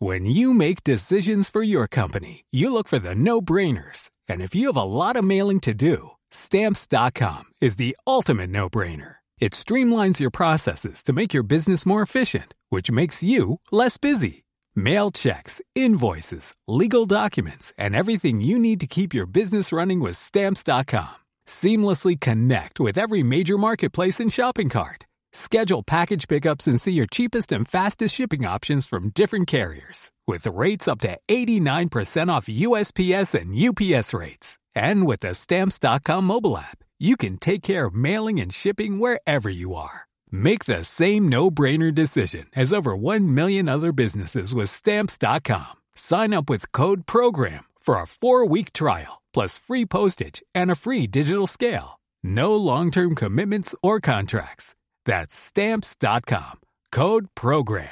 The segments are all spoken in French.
When you make decisions for your company, you look for the no-brainers. And if you have a lot of mailing to do, Stamps.com is the ultimate no-brainer. It streamlines your processes to make your business more efficient, which makes you less busy. Mail checks, invoices, legal documents, and everything you need to keep your business running with Stamps.com. Seamlessly connect with every major marketplace and shopping cart. Schedule package pickups and see your cheapest and fastest shipping options from different carriers. With rates up to 89% off USPS and UPS rates. And with the Stamps.com mobile app, you can take care of mailing and shipping wherever you are. Make the same no-brainer decision as over 1 million other businesses with Stamps.com. Sign up with code PROGRAM for a 4-week trial, plus free postage and a free digital scale. No long-term commitments or contracts. That's Stamps.com. Code PROGRAM.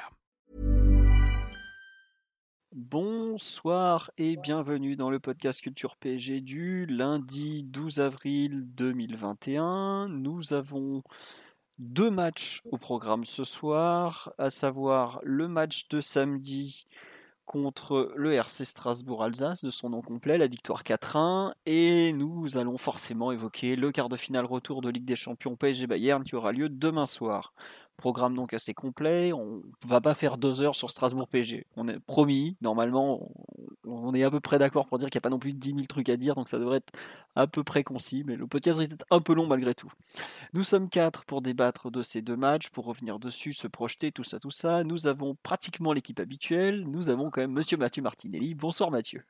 Bonsoir et bienvenue dans le podcast Culture PSG du lundi 12 avril 2021. Nous avons 2 matchs au programme ce soir, à savoir le match de samedi contre le RC Strasbourg-Alsace, de son nom complet, la victoire 4-1, et nous allons forcément évoquer le quart de finale retour de Ligue des Champions PSG-Bayern qui aura lieu demain soir. Programme donc assez complet, on va pas faire 2 heures sur Strasbourg-PSG, on est promis, normalement on est à peu près d'accord pour dire qu'il n'y a pas non plus 10 000 trucs à dire, donc ça devrait être à peu près concis, mais le podcast risque d'être un peu long malgré tout. Nous sommes 4 pour débattre de ces 2 matchs, pour revenir dessus, se projeter, tout ça. Nous avons pratiquement l'équipe habituelle. Nous avons quand même Monsieur Mathieu Martinelli. Bonsoir Mathieu.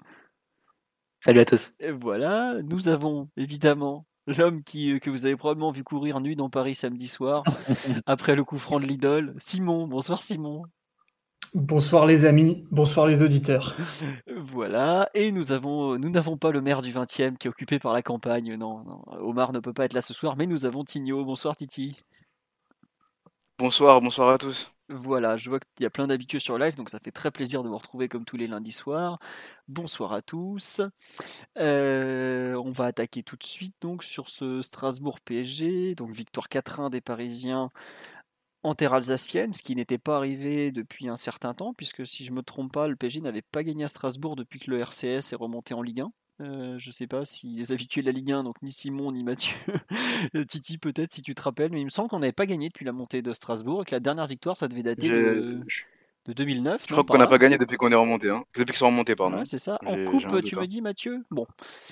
Salut à tous. Et voilà, nous avons évidemment l'homme que vous avez probablement vu courir nu dans Paris samedi soir, après le coup franc de l'idole, Simon. Bonsoir Simon. Bonsoir les amis, bonsoir les auditeurs. Voilà, et nous n'avons pas le maire du 20e qui est occupé par la campagne, non, Omar ne peut pas être là ce soir, mais nous avons Tigno. Bonsoir Titi. Bonsoir à tous. Voilà, je vois qu'il y a plein d'habitués sur live, donc ça fait très plaisir de vous retrouver comme tous les lundis soirs. Bonsoir à tous. On va attaquer tout de suite donc sur ce Strasbourg PSG, donc victoire 4-1 des Parisiens en terre alsacienne, ce qui n'était pas arrivé depuis un certain temps, puisque si je ne me trompe pas, le PSG n'avait pas gagné à Strasbourg depuis que le RCS est remonté en Ligue 1. Je ne sais pas si les habitués de la Ligue 1, donc ni Simon ni Mathieu, Titi peut-être si tu te rappelles, mais il me semble qu'on n'avait pas gagné depuis la montée de Strasbourg et que la dernière victoire ça devait dater de 2009. Je crois qu'on n'a pas gagné depuis qu'on est remonté, depuis qu'ils sont remontés, pardon. Ouais, c'est ça. En coupe, tu me dis Mathieu ? Bon.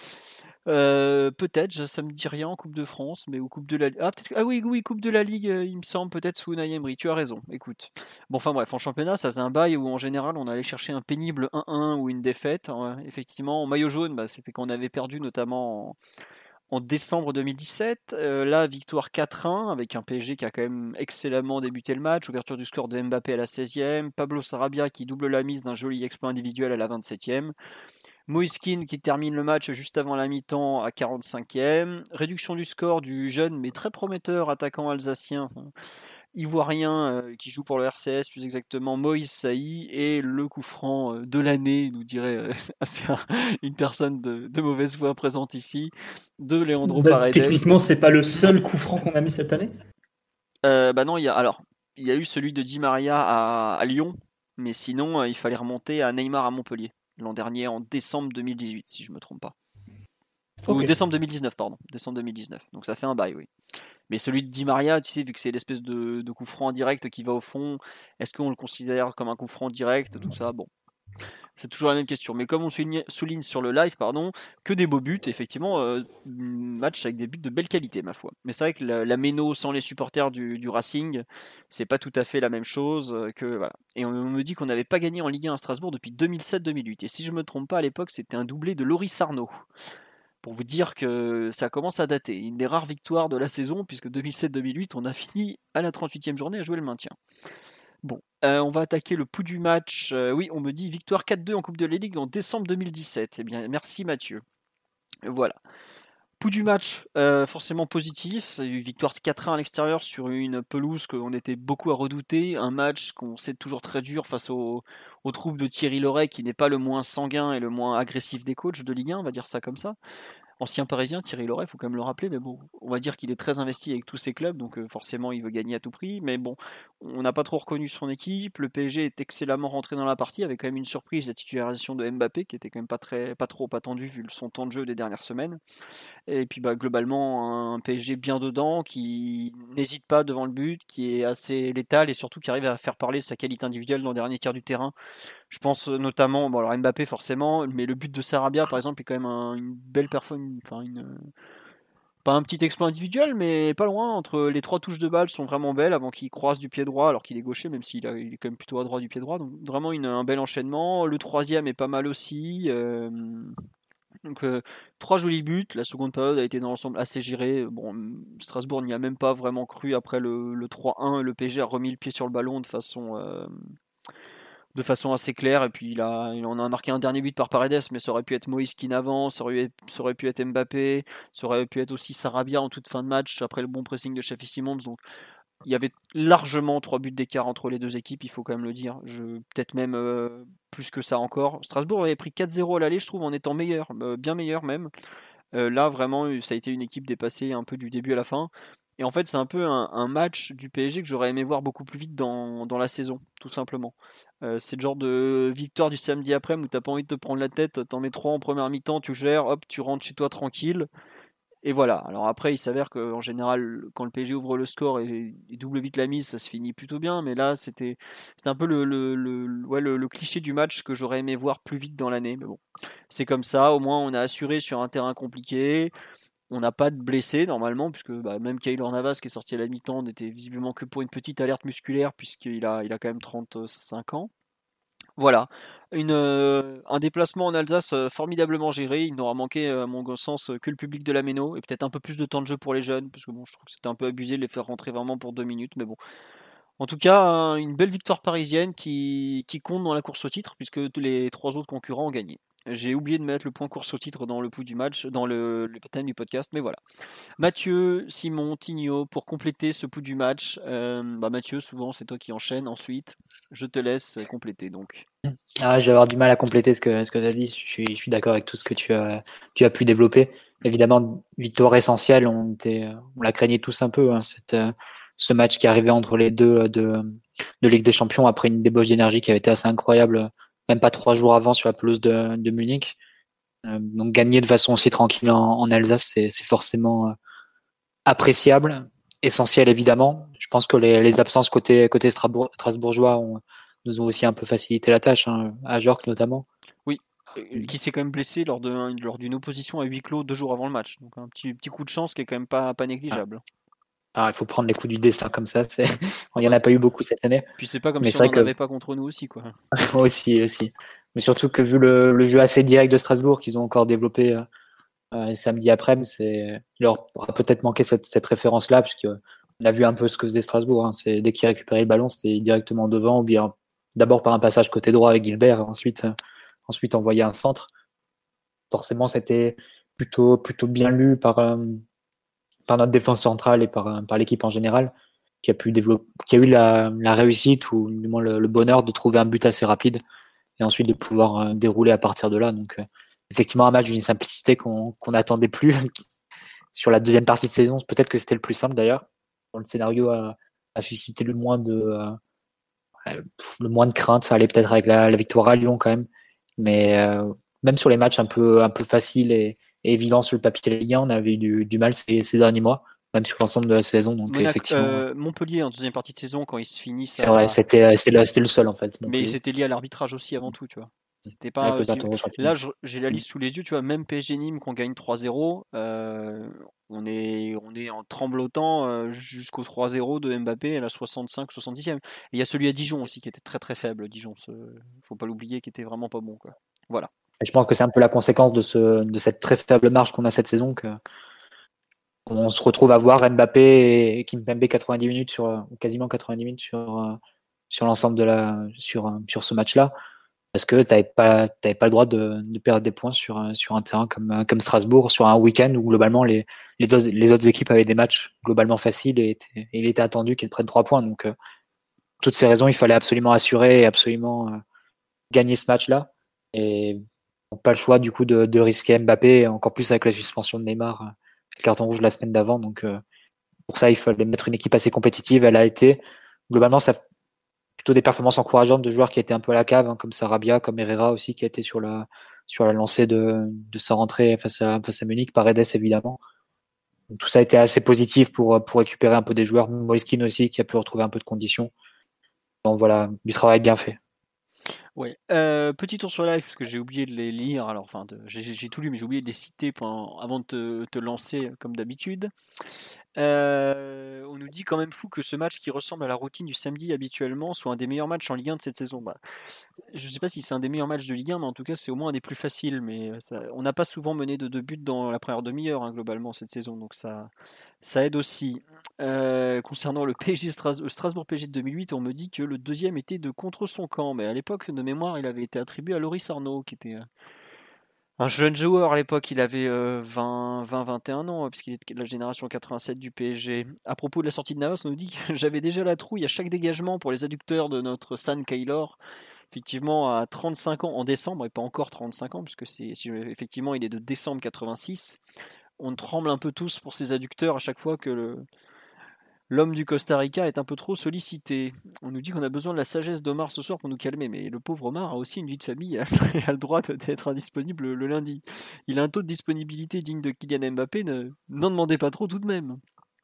Peut-être, ça me dit rien en Coupe de France, mais au Coupe de la Ligue. Oui, Coupe de la Ligue, il me semble, peut-être sous Unai Emery, tu as raison, écoute. Bon, enfin bref, en championnat, ça faisait un bail où en général on allait chercher un pénible 1-1 ou une défaite. Effectivement, en maillot jaune, c'était qu'on avait perdu notamment en décembre 2017. Là, victoire 4-1 avec un PSG qui a quand même excellemment débuté le match. Ouverture du score de Mbappé à la 16e. Pablo Sarabia qui double la mise d'un joli exploit individuel à la 27e. Moïse Kean qui termine le match juste avant la mi-temps à 45e. Réduction du score du jeune mais très prometteur attaquant alsacien, ivoirien qui joue pour le RCS plus exactement, Moïse Saï, et le coup franc de l'année, nous dirait une personne de mauvaise foi présente ici, de Leandro Paredes. Techniquement, c'est pas le seul coup franc qu'on a mis cette année ? Non, il y a eu celui de Di Maria à Lyon, mais sinon il fallait remonter à Neymar à Montpellier l'an dernier, en décembre 2018 si je ne me trompe pas. Okay. Ou décembre 2019, pardon. Décembre 2019. Donc ça fait un bail, oui. Mais celui de Di Maria, tu sais, vu que c'est l'espèce de coup franc direct qui va au fond, est-ce qu'on le considère comme un coup franc direct, tout ça ? Bon. C'est toujours la même question. Mais comme on souligne sur le live, que des beaux buts. Effectivement, match avec des buts de belle qualité, ma foi. Mais c'est vrai que la Méno sans les supporters du Racing, c'est pas tout à fait la même chose que voilà. Et on me dit qu'on n'avait pas gagné en Ligue 1 à Strasbourg depuis 2007-2008. Et si je me trompe pas, à l'époque, c'était un doublé de Loris Arnaud. Pour vous dire que ça commence à dater. Une des rares victoires de la saison, puisque 2007-2008, on a fini à la 38e journée à jouer le maintien. Bon, on va attaquer le pouls du match. Oui, on me dit victoire 4-2 en Coupe de la Ligue en décembre 2017. Eh bien, merci Mathieu. Voilà. Pouls du match, forcément positif. Victoire 4-1 à l'extérieur sur une pelouse qu'on était beaucoup à redouter. Un match qu'on sait toujours très dur face aux troupes de Thierry Loret, qui n'est pas le moins sanguin et le moins agressif des coachs de Ligue 1, on va dire ça comme ça. ancien parisien, Thierry Loret, il faut quand même le rappeler, mais bon, on va dire qu'il est très investi avec tous ses clubs, donc forcément il veut gagner à tout prix, mais bon, on n'a pas trop reconnu son équipe, le PSG est excellemment rentré dans la partie, avec quand même une surprise, la titularisation de Mbappé, qui était quand même pas trop attendu vu son temps de jeu des dernières semaines, et puis globalement un PSG bien dedans, qui n'hésite pas devant le but, qui est assez létal, et surtout qui arrive à faire parler sa qualité individuelle dans le dernier tiers du terrain. Je pense notamment, bon alors Mbappé forcément, mais le but de Sarabia par exemple est quand même une belle performance, pas un petit exploit individuel, mais pas loin. Entre les 3 touches de balle sont vraiment belles avant qu'il croise du pied droit, alors qu'il est gaucher, même il est quand même plutôt à droit du pied droit. Donc vraiment un bel enchaînement. Le troisième est pas mal aussi. Donc 3 jolis buts. La seconde période a été dans l'ensemble assez gérée. Bon, Strasbourg n'y a même pas vraiment cru après le 3-1. Le PSG a remis le pied sur le ballon de façon assez claire, et puis il en a marqué un dernier but par Paredes, mais ça aurait pu être Moïse qui n'avance, ça aurait pu être Mbappé, ça aurait pu être aussi Sarabia en toute fin de match après le bon pressing de Xavi Simons. Donc il y avait largement 3 buts d'écart entre les deux équipes, il faut quand même le dire, peut-être même plus que ça encore. Strasbourg avait pris 4-0 à l'aller, je trouve, en étant meilleur, bien meilleur même. Là vraiment ça a été une équipe dépassée un peu du début à la fin. Et en fait, c'est un peu un match du PSG que j'aurais aimé voir beaucoup plus vite dans la saison, tout simplement. C'est le genre de victoire du samedi après-midi où t'as pas envie de te prendre la tête, t'en mets 3 en première mi-temps, tu gères, hop, tu rentres chez toi tranquille. Et voilà. Alors après, il s'avère qu'en général, quand le PSG ouvre le score et double vite la mise, ça se finit plutôt bien. Mais là, c'était un peu le cliché du match que j'aurais aimé voir plus vite dans l'année. Mais bon, c'est comme ça. Au moins, on a assuré sur un terrain compliqué. On n'a pas de blessés normalement, puisque même Keylor Navas qui est sorti à la mi-temps n'était visiblement que pour une petite alerte musculaire, puisqu'il a quand même 35 ans. Voilà, un déplacement en Alsace formidablement géré. Il n'aura manqué, à mon sens, que le public de la Méno et peut-être un peu plus de temps de jeu pour les jeunes, parce que bon, je trouve que c'était un peu abusé de les faire rentrer vraiment pour 2 minutes, mais bon. En tout cas, une belle victoire parisienne qui compte dans la course au titre, puisque tous les 3 autres concurrents ont gagné. J'ai oublié de mettre le point course au titre dans le pouls du match, dans le thème du podcast, mais voilà. Mathieu, Simon, Tigno, pour compléter ce pouls du match. Mathieu, souvent c'est toi qui enchaînes ensuite. Je te laisse compléter donc. Je vais avoir du mal à compléter ce que tu as dit. Je suis d'accord avec tout ce que tu as pu développer. Évidemment, victoire essentielle, on la craignait tous un peu, hein, ce match qui arrivait entre les deux de Ligue des Champions après une débauche d'énergie qui avait été assez incroyable, même pas 3 jours avant sur la pelouse de Munich. Donc gagner de façon aussi tranquille en Alsace, c'est forcément appréciable, essentiel évidemment. Je pense que les absences côté strasbourgeois nous ont aussi un peu facilité la tâche, hein, à Jork notamment. Oui, qui s'est quand même blessé lors d'une opposition à huis clos 2 jours avant le match. Donc un petit coup de chance qui est quand même pas négligeable. Alors, il faut prendre les coups du destin comme ça. Il n'y en a pas eu beaucoup cette année. Puis c'est pas comme si on n'en avait pas contre nous aussi, quoi. aussi. Mais surtout que vu le jeu assez direct de Strasbourg qu'ils ont encore développé samedi après-midi, il leur aura peut-être manqué cette référence-là, puisqu'on a vu un peu ce que faisait Strasbourg. Hein. C'est dès qu'ils récupéraient le ballon, c'était directement devant, ou bien d'abord par un passage côté droit avec Gilbert, ensuite envoyer un centre. Forcément, c'était plutôt bien lu par notre défense centrale et par l'équipe en général, qui a eu la réussite ou du moins le bonheur de trouver un but assez rapide et ensuite de pouvoir dérouler à partir de là. Donc effectivement, un match d'une simplicité qu'on n'attendait plus sur la deuxième partie de saison. Peut-être que c'était le plus simple d'ailleurs. Le scénario a suscité le moins de crainte. Ça allait peut-être avec la victoire à Lyon quand même, mais même sur les matchs un peu faciles et évidents sur le papier Ligue 1, on avait eu du mal ces derniers mois, même sur l'ensemble de la saison. Donc effectivement, Montpellier en deuxième partie de saison, quand ils se finissent. C'est vrai, c'était le seul en fait. Montpellier. Mais c'était lié à l'arbitrage aussi avant tout, tu vois. C'était pas aussi... Là, j'ai la liste sous les yeux, tu vois, même PSG Nîmes qu'on gagne 3-0, on est en tremblotant jusqu'au 3-0 de Mbappé à la 65-70e. Et il y a celui à Dijon aussi qui était très très faible, Dijon, faut pas l'oublier, qui était vraiment pas bon, quoi. Voilà. Et je pense que c'est un peu la conséquence de cette très faible marge qu'on a cette saison, on se retrouve à voir Mbappé et Kimpembe 90 minutes quasiment 90 minutes sur l'ensemble sur ce match-là. Parce que t'avais pas le droit de perdre des points sur un terrain comme Strasbourg, sur un week-end où globalement les autres équipes avaient des matchs globalement faciles et il était attendu qu'ils prennent 3 points. Donc toutes ces raisons, il fallait absolument assurer et absolument gagner ce match-là. Et pas le choix du coup de risquer Mbappé, encore plus avec la suspension de Neymar, le carton rouge la semaine d'avant. Donc pour ça, il fallait mettre une équipe assez compétitive. Elle a été globalement ça plutôt des performances encourageantes de joueurs qui étaient un peu à la cave, hein, comme Sarabia, comme Herrera aussi, qui a été sur la lancée de sa rentrée face à Munich, Paredes évidemment. Donc, tout ça a été assez positif pour récupérer un peu des joueurs. Moiskin aussi, qui a pu retrouver un peu de conditions. Donc voilà, du travail bien fait. Ouais. Petit tour sur live, parce que j'ai oublié de les lire. Alors, enfin, j'ai tout lu, mais j'ai oublié de les citer avant de te lancer, comme d'habitude. On nous dit quand même fou que ce match qui ressemble à la routine du samedi habituellement soit un des meilleurs matchs en Ligue 1 de cette saison. Bah, je ne sais pas si c'est un des meilleurs matchs de Ligue 1, mais en tout cas c'est au moins un des plus faciles. Mais on n'a pas souvent mené de 2 buts dans la première demi-heure, hein, globalement cette saison, donc ça aide aussi. Concernant le Strasbourg PSG de 2008, on me dit que le deuxième était de contre son camp, mais à l'époque de mémoire il avait été attribué à Loris Arnaud, qui était un jeune joueur à l'époque. Il avait 21 ans, puisqu'il est de la génération 87 du PSG. À propos de la sortie de Navas, on nous dit que j'avais déjà la trouille à chaque dégagement pour les adducteurs de notre San Keylor. Effectivement, à 35 ans en décembre, et pas encore 35 ans, puisque effectivement il est de décembre 86. On tremble un peu tous pour ces adducteurs à chaque fois que l'homme du Costa Rica est un peu trop sollicité. On nous dit qu'on a besoin de la sagesse d'Omar ce soir pour nous calmer, mais le pauvre Omar a aussi une vie de famille et a le droit d'être indisponible le lundi. Il a un taux de disponibilité digne de Kylian Mbappé, n'en demandez pas trop tout de même.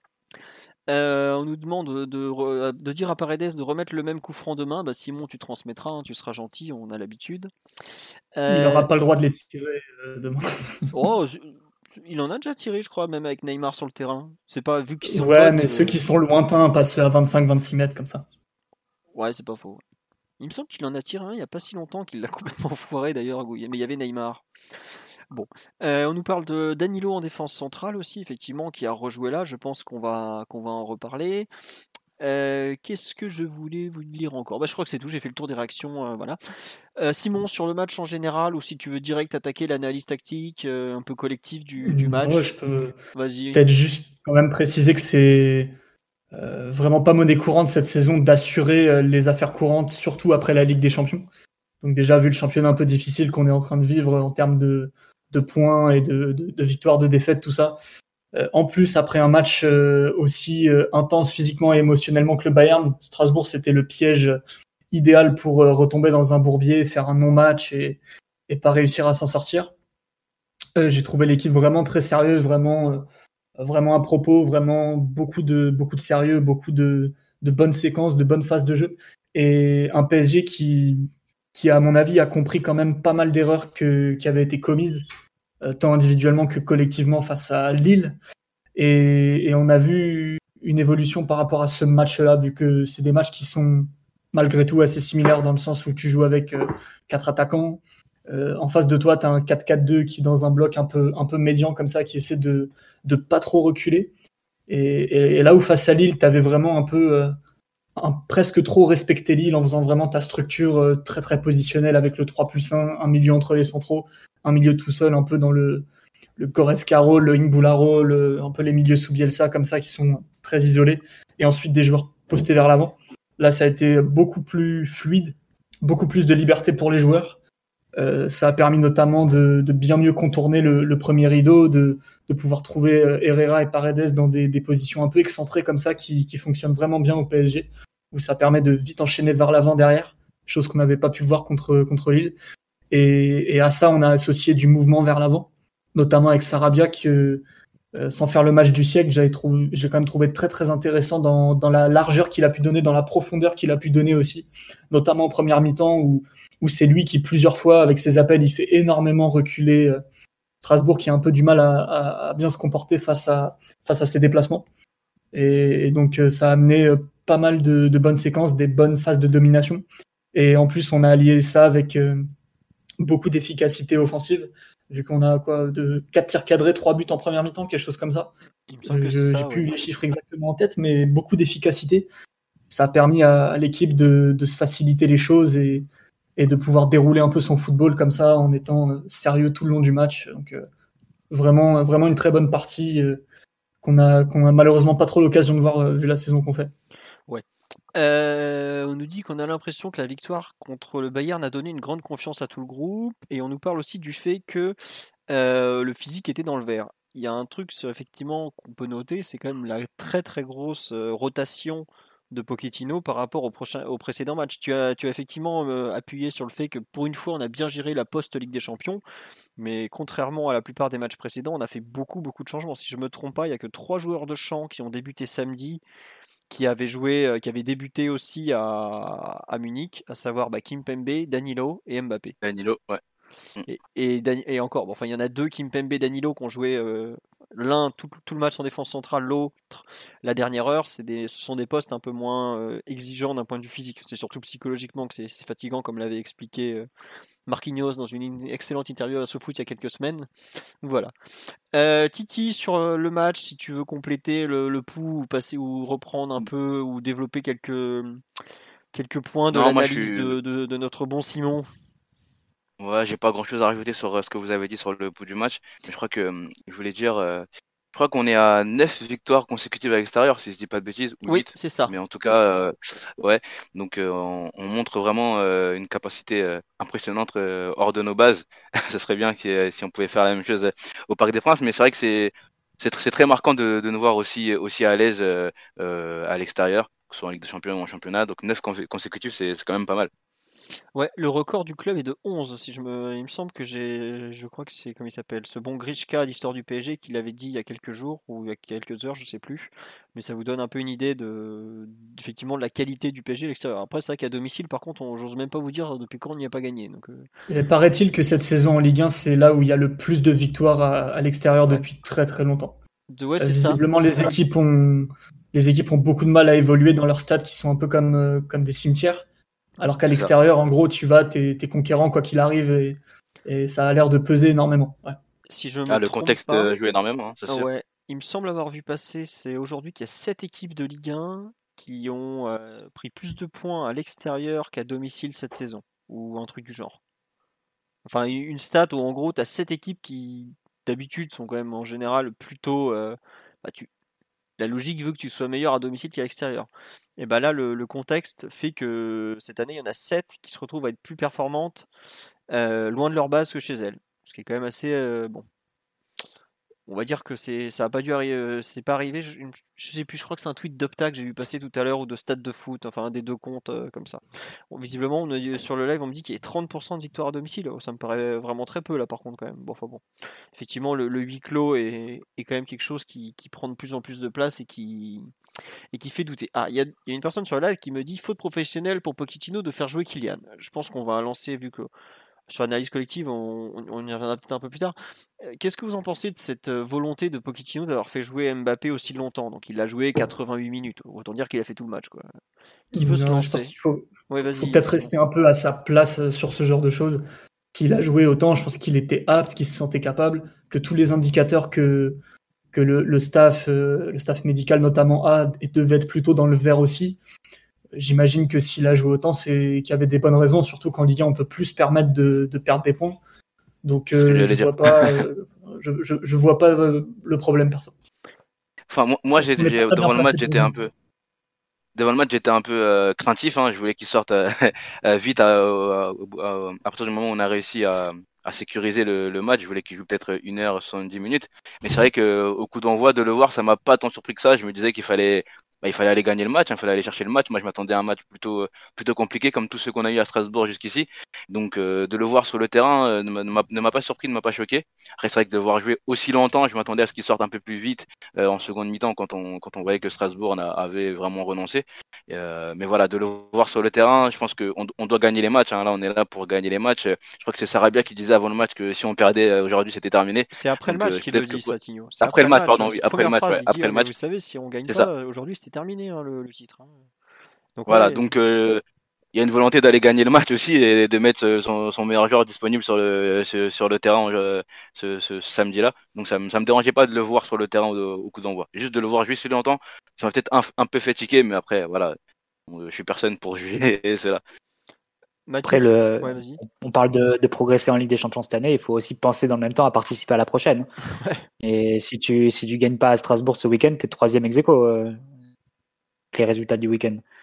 On nous demande de dire à Paredes de remettre le même coup franc demain. Bah, Simon, tu transmettras, hein, tu seras gentil, on a l'habitude. Il n'aura pas le droit de les tirer demain. Oh, il en a déjà tiré, je crois, même avec Neymar sur le terrain. C'est pas vu qu'ils sont Ouais, potes, mais ceux qui sont lointains passent à 25-26 mètres comme ça. Ouais, c'est pas faux. Il me semble qu'il en a tiré un il n'y a pas si longtemps, qu'il l'a complètement foiré d'ailleurs, mais il y avait Neymar. Bon, on nous parle de Danilo en défense centrale aussi, effectivement, qui a rejoué là. Je pense qu'on va en reparler. Qu'est-ce que je voulais vous lire encore? Bah, je crois que c'est tout, j'ai fait le tour des réactions, voilà. Simon, sur le match en général, ou si tu veux direct attaquer l'analyse tactique, un peu collective du match. Ouais, je peux Vas-y. peut-être juste quand même préciser que c'est vraiment pas monnaie courante cette saison d'assurer les affaires courantes, surtout après la Ligue des Champions. Donc déjà, vu le championnat un peu difficile qu'on est en train de vivre en termes de points et de victoires, de défaites, tout ça, en plus, après un match aussi intense physiquement et émotionnellement que le Bayern, Strasbourg, c'était le piège idéal pour retomber dans un bourbier, faire un non-match et pas réussir à s'en sortir. J'ai trouvé l'équipe vraiment très sérieuse, vraiment à propos, vraiment beaucoup de sérieux, beaucoup de bonnes séquences, de bonnes phases de jeu. Et un PSG qui, à mon avis, a compris quand même pas mal d'erreurs qui avaient été commises, tant individuellement que collectivement face à Lille. Et on a vu une évolution par rapport à ce match-là, vu que c'est des matchs qui sont malgré tout assez similaires dans le sens où tu joues avec 4 attaquants. En face de toi, tu as un 4-4-2 qui est dans un bloc un peu médian comme ça, qui essaie de pas trop reculer. Et là où face à Lille, tu avais vraiment un peu presque trop respecté Lille en faisant vraiment ta structure très très positionnelle avec le 3+1, un milieu entre les centraux, un milieu tout seul, un peu dans le Gorescaro, le Ingbularo, un peu les milieux sous Bielsa comme ça qui sont très isolés, et ensuite des joueurs postés vers l'avant. Là, ça a été beaucoup plus fluide, beaucoup plus de liberté pour les joueurs. Ça a permis notamment de bien mieux contourner le premier rideau, de pouvoir trouver Herrera et Paredes dans des positions un peu excentrées comme ça qui fonctionnent vraiment bien au PSG, où ça permet de vite enchaîner vers l'avant derrière, chose qu'on n'avait pas pu voir contre Lille. Et à ça, on a associé du mouvement vers l'avant, notamment avec Sarabia, que sans faire le match du siècle, j'ai quand même trouvé très très intéressant dans la largeur qu'il a pu donner, dans la profondeur qu'il a pu donner aussi, notamment en première mi-temps où c'est lui qui plusieurs fois avec ses appels il fait énormément reculer Strasbourg, qui a un peu du mal à bien se comporter face à ses déplacements, et donc ça a amené pas mal de bonnes séquences, des bonnes phases de domination, et en plus on a allié ça avec beaucoup d'efficacité offensive, vu qu'on a 4 tirs cadrés, 3 buts en première mi-temps, quelque chose comme ça. Il me semble que c'est ça, j'ai plus les chiffres exactement en tête, mais beaucoup d'efficacité. Ça a permis à l'équipe de se faciliter les choses et de pouvoir dérouler un peu son football comme ça, en étant sérieux tout le long du match. Donc vraiment une très bonne partie qu'on a malheureusement pas trop l'occasion de voir vu la saison qu'on fait. Ouais. On nous dit qu'on a l'impression que la victoire contre le Bayern a donné une grande confiance à tout le groupe, et on nous parle aussi du fait que le physique était dans le vert. Il y a un truc effectivement qu'on peut noter, c'est quand même la très très grosse rotation de Pochettino par rapport au précédent match. Tu as effectivement appuyé sur le fait que pour une fois on a bien géré la post-Ligue des Champions, mais contrairement à la plupart des matchs précédents, on a fait beaucoup de changements. Si je ne me trompe pas, il n'y a que 3 joueurs de champ qui ont débuté samedi, qui avaient débuté aussi à Munich, à savoir Kimpembe, Danilo et Mbappé. Danilo, ouais. Et encore, bon, enfin, il y en a 2, Kimpembe et Danilo, qui ont joué l'un tout le match en défense centrale, l'autre la dernière heure. Ce sont des postes un peu moins exigeants d'un point de vue physique. C'est surtout psychologiquement que c'est fatigant, comme l'avait expliqué Marquinhos dans une excellente interview à SoFoot il y a quelques semaines. Voilà. Titi, sur le match, si tu veux compléter le pouls, ou passer ou reprendre un peu, ou développer quelques points de l'analyse de notre bon Simon. Ouais, j'ai pas grand chose à rajouter sur ce que vous avez dit sur le pouls du match, mais je crois que je voulais dire, je crois qu'on est à 9 victoires consécutives à l'extérieur, si je dis pas de bêtises, ou Oui, 8. c'est ça. Mais en tout cas, ouais, donc on montre vraiment une capacité impressionnante hors de nos bases. Ce serait bien si on pouvait faire la même chose au Parc des Princes, mais c'est vrai que c'est très marquant de nous voir aussi à l'aise à l'extérieur, que ce soit en Ligue des Champions ou en championnat. Donc 9 consécutifs, c'est quand même pas mal. Ouais, le record du club est de 11. Il me semble que je crois que c'est, comment il s'appelle, ce bon Grichka d'histoire du PSG qui l'avait dit il y a quelques jours ou il y a quelques heures, je sais plus. Mais ça vous donne un peu une idée effectivement de la qualité du PSG à l'extérieur. Après, c'est vrai qu'à domicile, par contre, j'ose même pas vous dire depuis quand on n'y a pas gagné. Donc, Et paraît-il que cette saison en Ligue 1, c'est là où il y a le plus de victoires à l'extérieur depuis très très longtemps. Ouais, c'est visiblement, ça. les équipes ont beaucoup de mal à évoluer dans leurs stades qui sont un peu comme des cimetières. Alors qu'à l'extérieur, en gros, tu vas, t'es conquérant quoi qu'il arrive et ça a l'air de peser énormément. Ouais. Si je me le trompe contexte pas, joue énormément, hein, c'est sûr. ouais, il me semble avoir vu passer, c'est aujourd'hui qu'il y a 7 équipes de Ligue 1 qui ont pris plus de points à l'extérieur qu'à domicile cette saison, ou un truc du genre. Enfin, une stat où en gros, tu as 7 équipes qui d'habitude sont quand même en général plutôt. La logique veut que tu sois meilleur à domicile qu'à l'extérieur. Et bah là, le contexte fait que cette année, il y en a 7 qui se retrouvent à être plus performantes loin de leur base que chez elles. Ce qui est quand même assez bon. On va dire que ça a pas dû arriver, c'est pas arrivé. Je sais plus, je crois que c'est un tweet d'Opta que j'ai vu passer tout à l'heure ou de Stade de Foot, enfin un des deux comptes comme ça. Bon, visiblement, sur le live, on me dit qu'il y a 30% de victoire à domicile. Ça me paraît vraiment très peu là, par contre, quand même. Bon, enfin bon. Effectivement, le huis clos est quand même quelque chose qui prend de plus en plus de place et qui fait douter. Ah, il y a une personne sur le live qui me dit faute professionnelle pour Pochettino de faire jouer Kylian. Je pense qu'on va lancer, vu que sur l'analyse collective, on y reviendra peut-être un peu plus tard. Qu'est-ce que vous en pensez de cette volonté de Pochettino d'avoir fait jouer Mbappé aussi longtemps? Donc il a joué 88 minutes. Autant dire qu'il a fait tout le match, quoi. Qui veut se lancer? Je pense qu'il faut vas-y, peut-être rester un peu à sa place sur ce genre de choses. S'il a joué autant, je pense qu'il était apte, qu'il se sentait capable, que tous les indicateurs que le staff médical notamment a et devait être plutôt dans le vert aussi. J'imagine que s'il a joué autant, c'est qu'il y avait des bonnes raisons, surtout qu'en Ligue 1, on peut plus se permettre de perdre des points. Donc je vois pas le problème perso. Enfin, moi devant le match, j'étais un peu craintif, hein. Je voulais qu'il sorte vite à partir du moment où on a réussi à sécuriser le match. Je voulais qu'il joue peut-être 1h70 minutes. Mais c'est vrai qu'au coup d'envoi, de le voir, ça m'a pas tant surpris que ça. Je me disais qu'il fallait aller gagner le match, il fallait aller chercher le match. Moi, je m'attendais à un match plutôt compliqué, comme tous ceux qu'on a eu à Strasbourg jusqu'ici. Donc, de le voir sur le terrain ne m'a pas surpris, ne m'a pas choqué. Après, c'est vrai que de le voir jouer aussi longtemps, je m'attendais à ce qu'il sorte un peu plus vite en seconde mi-temps quand on voyait que Strasbourg avait vraiment renoncé. Mais voilà, de le voir sur le terrain, je pense qu'on doit gagner les matchs, hein. Là, on est là pour gagner les matchs. Je crois que c'est Sarabia qui disait avant le match que si on perdait aujourd'hui, c'était terminé. C'est après le match qu'il le dit, ça, Tigno. Après le match, pardon, oui, après le match. Ouais, après le match. Vous savez, si on gagne pas aujourd'hui, c'était terminé, hein, le titre. Hein. Donc, voilà, ouais, donc il y a une volonté d'aller gagner le match aussi et de mettre son meilleur joueur disponible sur le terrain ce samedi-là. Donc ça me dérangeait pas de le voir sur le terrain au coup d'envoi. Juste de le voir jouer si longtemps, ça m'a peut-être un peu fait tiquer, mais après, voilà, je suis personne pour juger cela. Après, on parle de progresser en Ligue des Champions cette année, il faut aussi penser dans le même temps à participer à la prochaine. Ouais. Et si tu gagnes pas à Strasbourg ce week-end, t'es 3e ex aequo avec les résultats du week-end.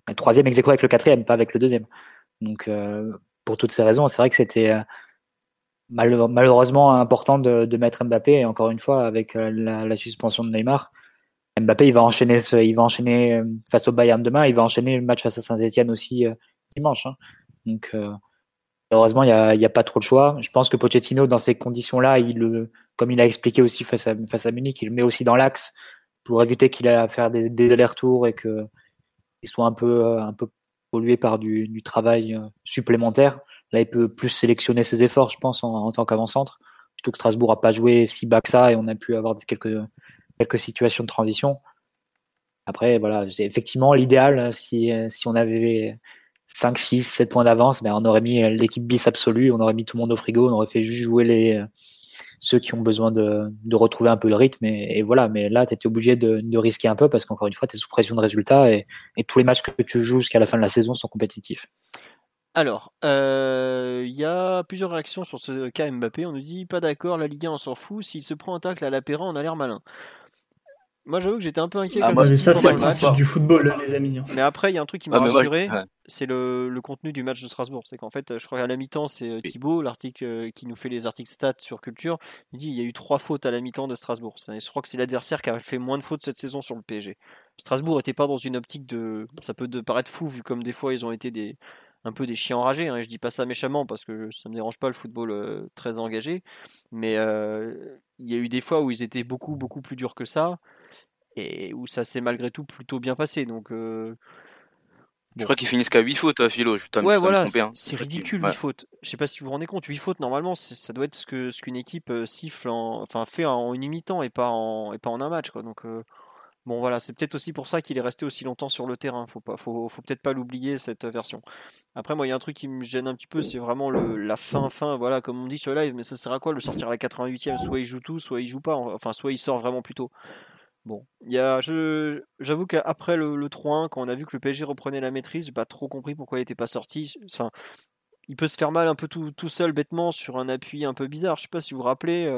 le troisième ex aequo avec le quatrième, pas avec le deuxième. Donc, pour toutes ces raisons, c'est vrai que c'était malheureusement important de mettre Mbappé. Et encore une fois, avec la suspension de Neymar, Mbappé, il va enchaîner face au Bayern demain. Il va enchaîner le match face à Saint-Etienne aussi dimanche. Hein. Donc, heureusement, il y a pas trop de choix. Je pense que Pochettino, dans ces conditions-là, comme il a expliqué aussi face à Munich, il le met aussi dans l'axe pour éviter qu'il ait à faire des allers-retours et qu'il soit un peu pollué par du travail supplémentaire. Là, il peut plus sélectionner ses efforts, je pense, en tant qu'avant-centre. Surtout que Strasbourg n'a pas joué si bas que ça et on a pu avoir quelques situations de transition. Après, voilà, c'est effectivement l'idéal. Si on avait 5, 6, 7 points d'avance, on aurait mis l'équipe bis absolue, on aurait mis tout le monde au frigo, on aurait fait juste jouer ceux qui ont besoin de retrouver un peu le rythme. Et voilà, mais là, tu étais obligé de risquer un peu parce qu'encore une fois, tu es sous pression de résultats et tous les matchs que tu joues jusqu'à la fin de la saison sont compétitifs. Alors, il y a plusieurs réactions sur ce cas Mbappé. On nous dit pas d'accord, la Ligue 1 on s'en fout. S'il se prend un tacle à la Perrin, on a l'air malin. Moi, j'avoue que j'étais un peu inquiet. Ça, c'est le principe du football, les amis. Mais après, il y a un truc qui m'a rassuré, c'est le contenu du match de Strasbourg. C'est qu'en fait, je crois qu'à la mi-temps, c'est Thibaut, l'article qui nous fait les articles stats sur Culture. Il dit il y a eu 3 fautes à la mi-temps de Strasbourg. Je crois que c'est l'adversaire qui a fait moins de fautes cette saison sur le PSG. Strasbourg n'était pas dans une optique de. Ça peut paraître fou, vu comme des fois ils ont été un peu des chiens enragés. Hein. Et je dis pas ça méchamment parce que ça me dérange pas le football très engagé. Mais il y a eu des fois où ils étaient beaucoup, beaucoup plus durs que ça. Et où ça s'est malgré tout plutôt bien passé. Donc, je crois qu'ils finissent qu'à 8 fautes, Philo. Ouais, voilà, c'est ridicule, 8 fautes. Je sais pas si vous vous rendez compte, 8 fautes, normalement, ça doit être ce qu'une équipe siffle, fait en une mi-temps et pas en un match. Quoi. Donc, bon, voilà, c'est peut-être aussi pour ça qu'il est resté aussi longtemps sur le terrain. Faut peut-être pas l'oublier, cette version. Après, moi, il y a un truc qui me gêne un petit peu, c'est vraiment la fin, voilà, comme on dit sur le live, mais ça sert à quoi le sortir à la 88e? Soit il joue tout, soit il joue pas. Enfin, soit il sort vraiment plus tôt. Bon, j'avoue qu'après le 3-1, quand on a vu que le PSG reprenait la maîtrise, j'ai pas trop compris pourquoi il n'était pas sorti. Enfin, il peut se faire mal un peu tout seul bêtement sur un appui un peu bizarre. Je sais pas si vous vous rappelez,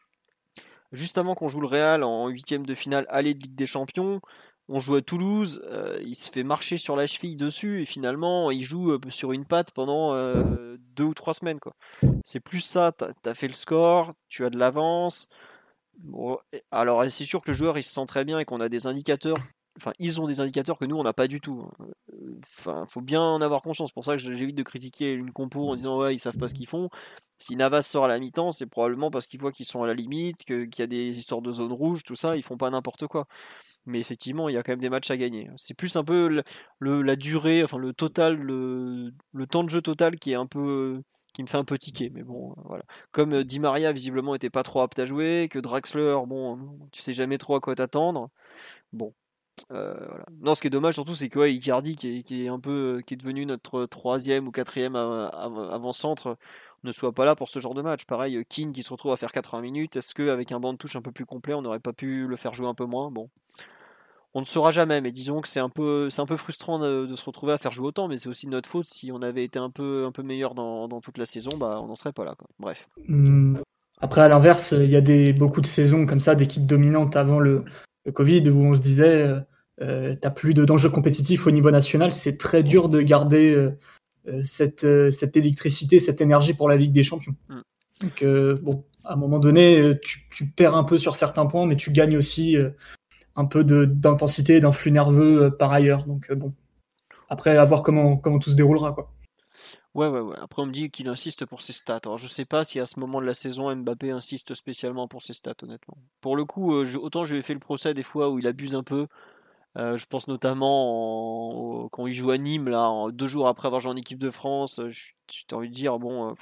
juste avant qu'on joue le Real en 8e de finale aller de Ligue des Champions, on joue à Toulouse, il se fait marcher sur la cheville dessus et finalement il joue sur une patte pendant 2 ou 3 semaines. Quoi. C'est plus ça, t'as fait le score, tu as de l'avance. Bon, alors c'est sûr que le joueur il se sent très bien et qu'on a des indicateurs, enfin ils ont des indicateurs que nous on n'a pas du tout. Enfin, faut bien en avoir conscience. C'est pour ça que j'évite de critiquer une compo en disant ouais ils savent pas ce qu'ils font. Si Navas sort à la mi-temps, c'est probablement parce qu'ils voient qu'ils sont à la limite, qu'il y a des histoires de zone rouge, tout ça, ils font pas n'importe quoi. Mais effectivement, il y a quand même des matchs à gagner. C'est plus un peu la durée, enfin le total, le temps de jeu total qui me fait un peu tiquer, mais bon, voilà. Comme Di Maria visiblement était pas trop apte à jouer, que Draxler, bon, tu sais jamais trop à quoi t'attendre. Bon, voilà. Non, ce qui est dommage surtout, c'est que Icardi, qui est devenu notre 3e ou 4e avant-centre, ne soit pas là pour ce genre de match. Pareil, Keane qui se retrouve à faire 80 minutes. Est-ce qu'avec un banc de touche un peu plus complet, on n'aurait pas pu le faire jouer un peu moins? Bon. On ne saura jamais, mais disons que c'est un peu frustrant de se retrouver à faire jouer autant, mais c'est aussi notre faute. Si on avait été un peu meilleur dans toute la saison, on n'en serait pas là. Quoi. Bref. Après, à l'inverse, il y a beaucoup de saisons comme ça, d'équipes dominantes avant le Covid, où on se disait, t'as plus d'enjeux compétitifs au niveau national, c'est très dur de garder cette électricité, cette énergie pour la Ligue des Champions. Donc, bon, à un moment donné, tu perds un peu sur certains points, mais tu gagnes aussi un peu d'intensité, d'un flux nerveux par ailleurs. Donc bon, après, à voir comment tout se déroulera, quoi. Ouais. Après, on me dit qu'il insiste pour ses stats. Alors, je sais pas si à ce moment de la saison, Mbappé insiste spécialement pour ses stats, honnêtement. Pour le coup, autant je lui ai fait le procès des fois où il abuse un peu. Je pense notamment quand il joue à Nîmes, là, 2 jours après avoir joué en équipe de France. J'ai envie de dire, bon,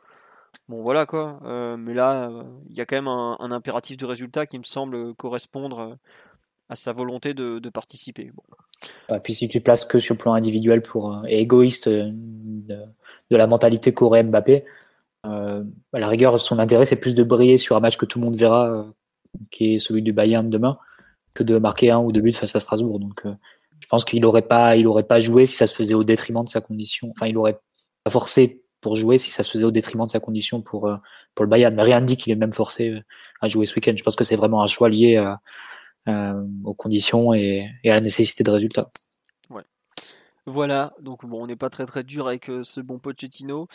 voilà quoi. Mais là, il y a quand même un impératif de résultat qui me semble correspondre à sa volonté de participer. Bon. Et puis si tu places que sur le plan individuel et égoïste de la mentalité qu'aurait Mbappé, à la rigueur, son intérêt c'est plus de briller sur un match que tout le monde verra, qui est celui du Bayern demain, que de marquer 1 ou 2 buts face à Strasbourg. Donc je pense qu'il aurait pas joué si ça se faisait au détriment de sa condition. Enfin, il aurait pas forcé pour jouer si ça se faisait au détriment de sa condition pour le Bayern. Mais rien ne dit qu'il est même forcé à jouer ce week-end. Je pense que c'est vraiment un choix lié aux conditions et à la nécessité de résultats. Ouais. Voilà, donc bon, on n'est pas très très dur avec ce bon Pochettino.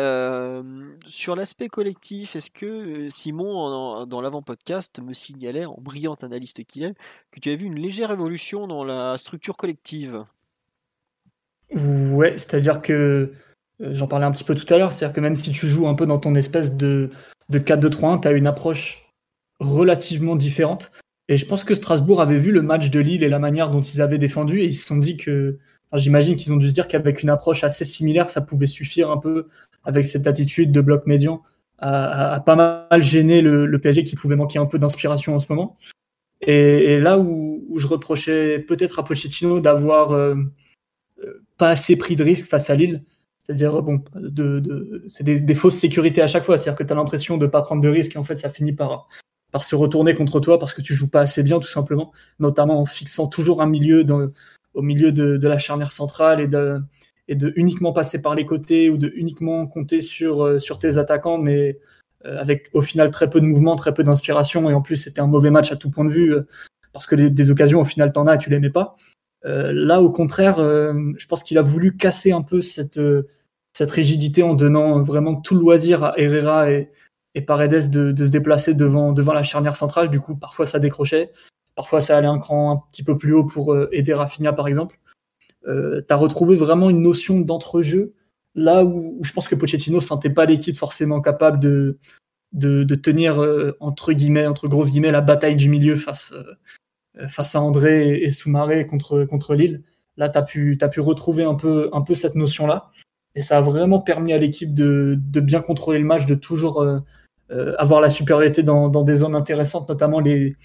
Sur l'aspect collectif, est-ce que Simon, dans l'avant-podcast, me signalait, en brillant analyste qu'il est, que tu as vu une légère évolution dans la structure collective? Ouais, c'est-à-dire que j'en parlais un petit peu tout à l'heure, c'est-à-dire que même si tu joues un peu dans ton espèce de 4-2-3-1, tu as une approche relativement différente. Et je pense que Strasbourg avait vu le match de Lille et la manière dont ils avaient défendu, et ils se sont dit que, enfin, j'imagine qu'ils ont dû se dire qu'avec une approche assez similaire, ça pouvait suffire un peu avec cette attitude de bloc médian à pas mal gêner le PSG qui pouvait manquer un peu d'inspiration en ce moment. Et là où je reprochais peut-être à Pochettino d'avoir pas assez pris de risques face à Lille. C'est-à-dire, bon, c'est des fausses sécurités à chaque fois. C'est-à-dire que tu as l'impression de ne pas prendre de risques et en fait, ça finit par se retourner contre toi parce que tu joues pas assez bien, tout simplement. Notamment en fixant toujours un milieu au milieu de la charnière centrale et de uniquement passer par les côtés ou de uniquement compter sur tes attaquants, mais avec au final très peu de mouvement, très peu d'inspiration. Et en plus, c'était un mauvais match à tout point de vue parce que des occasions, au final, t'en as et tu les mets pas. Là, au contraire, je pense qu'il a voulu casser un peu cette rigidité en donnant vraiment tout le loisir à Herrera et Paredes de se déplacer devant la charnière centrale. Du coup, parfois ça décrochait, parfois ça allait un cran un petit peu plus haut pour aider Rafinha, par exemple. Tu as retrouvé vraiment une notion d'entre-jeu, là où je pense que Pochettino ne sentait pas l'équipe forcément capable de tenir, entre grosses guillemets, la bataille du milieu face à André et Soumaré contre Lille. Là, tu as pu retrouver un peu cette notion-là. Et ça a vraiment permis à l'équipe de bien contrôler le match, de toujours avoir la supériorité dans des zones intéressantes, notamment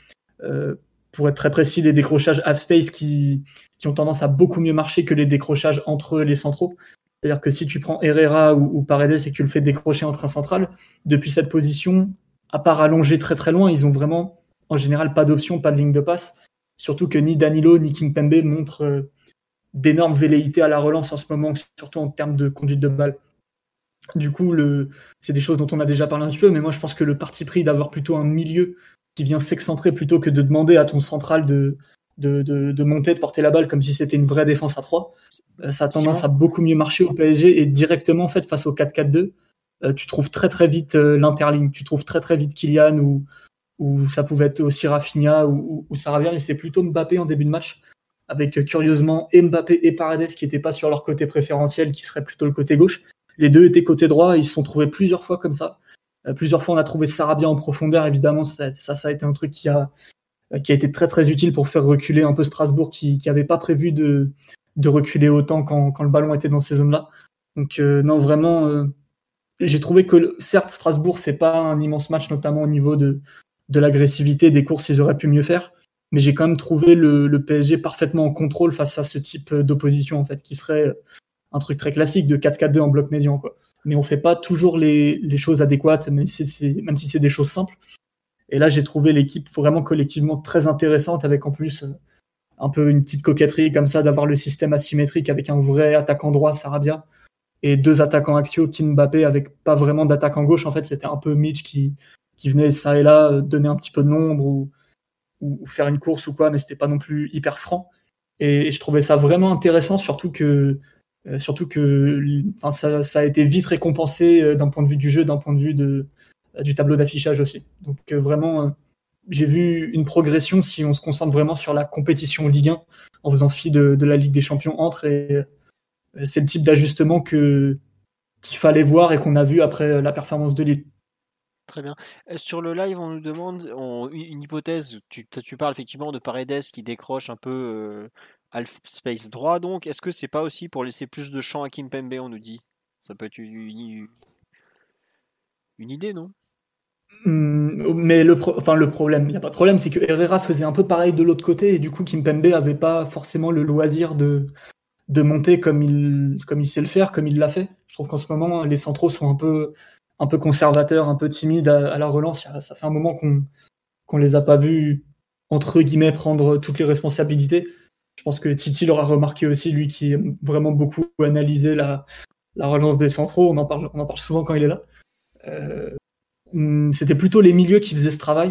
pour être très précis, les décrochages half-space qui ont tendance à beaucoup mieux marcher que les décrochages entre les centraux. C'est-à-dire que si tu prends Herrera ou Paredes et que tu le fais décrocher entre un central, depuis cette position, à part allonger très très loin, ils ont vraiment, en général, pas d'option, pas de ligne de passe. Surtout que ni Danilo ni Kimpembe montrent d'énormes velléités à la relance en ce moment, surtout en termes de conduite de balle. Du coup, c'est des choses dont on a déjà parlé un petit peu, mais moi je pense que le parti pris d'avoir plutôt un milieu qui vient s'excentrer plutôt que de demander à ton central de monter, de porter la balle comme si c'était une vraie défense à 3, ça a tendance à beaucoup mieux marcher au PSG et directement en fait, face au 4-4-2, tu trouves très très vite l'interligne, tu trouves très très vite Kylian ou ça pouvait être aussi Rafinha ou Sarabia, mais c'était plutôt Mbappé en début de match, avec curieusement et Mbappé et Paredes qui n'étaient pas sur leur côté préférentiel, qui serait plutôt le côté gauche. Les deux étaient côté droit, et ils se sont trouvés plusieurs fois comme ça. Plusieurs fois, on a trouvé Sarabia en profondeur, évidemment, ça a été un truc qui a été très très utile pour faire reculer un peu Strasbourg, qui n'avait pas prévu de reculer autant quand le ballon était dans ces zones-là. Donc non, vraiment, j'ai trouvé que certes, Strasbourg fait pas un immense match, notamment au niveau de l'agressivité, des courses, ils auraient pu mieux faire. Mais j'ai quand même trouvé le PSG parfaitement en contrôle face à ce type d'opposition, en fait, qui serait un truc très classique de 4-4-2 en bloc médian, quoi. Mais on fait pas toujours les choses adéquates, même si c'est des choses simples. Et là, j'ai trouvé l'équipe vraiment collectivement très intéressante, avec en plus un peu une petite coquetterie comme ça, d'avoir le système asymétrique avec un vrai attaquant droit, Sarabia, et deux attaquants axiaux, Mbappé, avec pas vraiment d'attaquant gauche. En fait, c'était un peu Mitch qui venait ça et là donner un petit peu de nombre ou faire une course ou quoi, mais c'était pas non plus hyper franc. Et je trouvais ça vraiment intéressant, surtout que ça a été vite récompensé d'un point de vue du jeu, d'un point de vue du tableau d'affichage aussi. Donc vraiment, j'ai vu une progression si on se concentre vraiment sur la compétition Ligue 1 en faisant fi de la Ligue des Champions entre, et c'est le type d'ajustement qu'il fallait voir et qu'on a vu après la performance de Lille. Très bien. Sur le live, on nous demande une hypothèse. Tu parles effectivement de Paredes qui décroche un peu half space droit. Donc, est-ce que c'est pas aussi pour laisser plus de champ à Kimpembe, on nous dit? Ça peut être une idée, non? Mais le problème, il n'y a pas de problème, c'est que Herrera faisait un peu pareil de l'autre côté et du coup Kimpembe avait pas forcément le loisir de monter comme il sait le faire, comme il l'a fait. Je trouve qu'en ce moment, les centraux sont un peu conservateurs, un peu timides à la relance. Ça fait un moment qu'on les a pas vus, entre guillemets, prendre toutes les responsabilités. Je pense que Titi l'aura remarqué aussi, lui qui aime vraiment beaucoup analyser la relance des centraux. On en parle souvent quand il est là. C'était plutôt les milieux qui faisaient ce travail.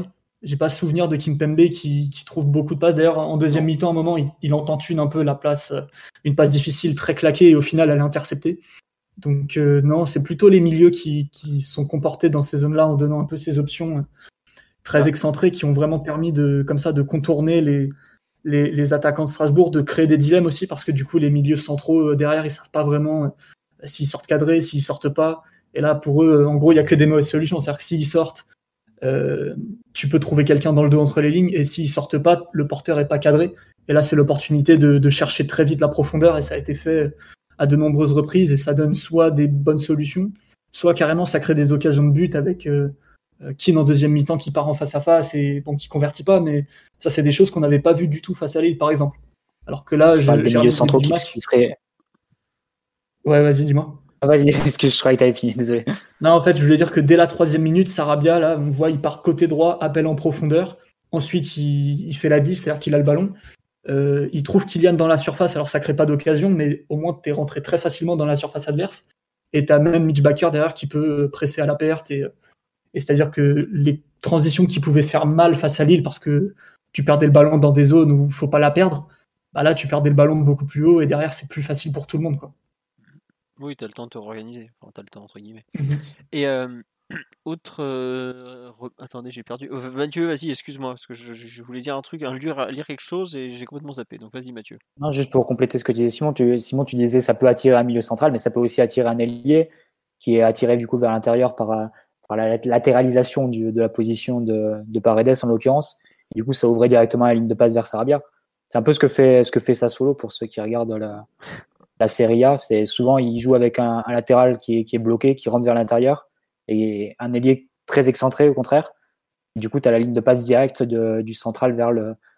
j'ai pas souvenir de Kimpembe qui trouve beaucoup de passes. D'ailleurs, en deuxième mi-temps, à un moment, il en tente un peu la place, une passe difficile, très claquée, et au final, elle est interceptée. Donc non, c'est plutôt les milieux qui sont comportés dans ces zones-là en donnant un peu ces options très excentrées qui ont vraiment permis comme ça de contourner les attaquants de Strasbourg, de créer des dilemmes aussi, parce que du coup, les milieux centraux derrière, ils savent pas vraiment s'ils sortent cadrés, s'ils sortent pas. Et là, pour eux, en gros, il y a que des mauvaises solutions. C'est-à-dire que s'ils sortent, tu peux trouver quelqu'un dans le dos entre les lignes, et s'ils sortent pas, le porteur est pas cadré. Et là, c'est l'opportunité de chercher très vite la profondeur, et ça a été fait à de nombreuses reprises, et ça donne soit des bonnes solutions, soit carrément ça crée des occasions de but avec Keane en deuxième mi-temps qui part en face à face et bon, qui convertit pas, mais ça c'est des choses qu'on n'avait pas vues du tout face à Lille par exemple. Alors que là, Je parle des milieux centraux qui seraient. Ouais, vas-y, dis-moi. Vas-y, excuse, je croyais que t'avais fini, désolé. Non, en fait, je voulais dire que dès la 3e minute, Sarabia, là, on voit, il part côté droit, appel en profondeur. Ensuite, il fait la diff, c'est-à-dire qu'il a le ballon. Il trouve Kylian dans la surface, alors ça crée pas d'occasion, mais au moins, t'es rentré très facilement dans la surface adverse. Et t'as même Mitch Bakker derrière qui peut presser à la perte. Et c'est-à-dire que les transitions qui pouvaient faire mal face à Lille, parce que tu perdais le ballon dans des zones où il faut pas la perdre, bah là, tu perdais le ballon beaucoup plus haut, et derrière, c'est plus facile pour tout le monde, quoi. Oui, t'as le temps de te réorganiser. Enfin, t'as le temps, entre guillemets. Mhm. Et attendez, j'ai perdu. Mathieu, vas-y, excuse-moi, parce que je voulais dire un truc, lire quelque chose, et j'ai complètement zappé. Donc vas-y, Mathieu. Non, juste pour compléter ce que disait Simon, tu disais ça peut attirer un milieu central, mais ça peut aussi attirer un ailier qui est attiré du coup vers l'intérieur par la latéralisation de la position de Paredes en l'occurrence. Et du coup, ça ouvrait directement la ligne de passe vers Sarabia. C'est un peu ce que fait Sassuolo pour ceux qui regardent la Serie A. C'est souvent il joue avec un latéral qui est bloqué, qui rentre vers l'intérieur, et un ailier très excentré au contraire. Et du coup, tu as la ligne de passe directe du central vers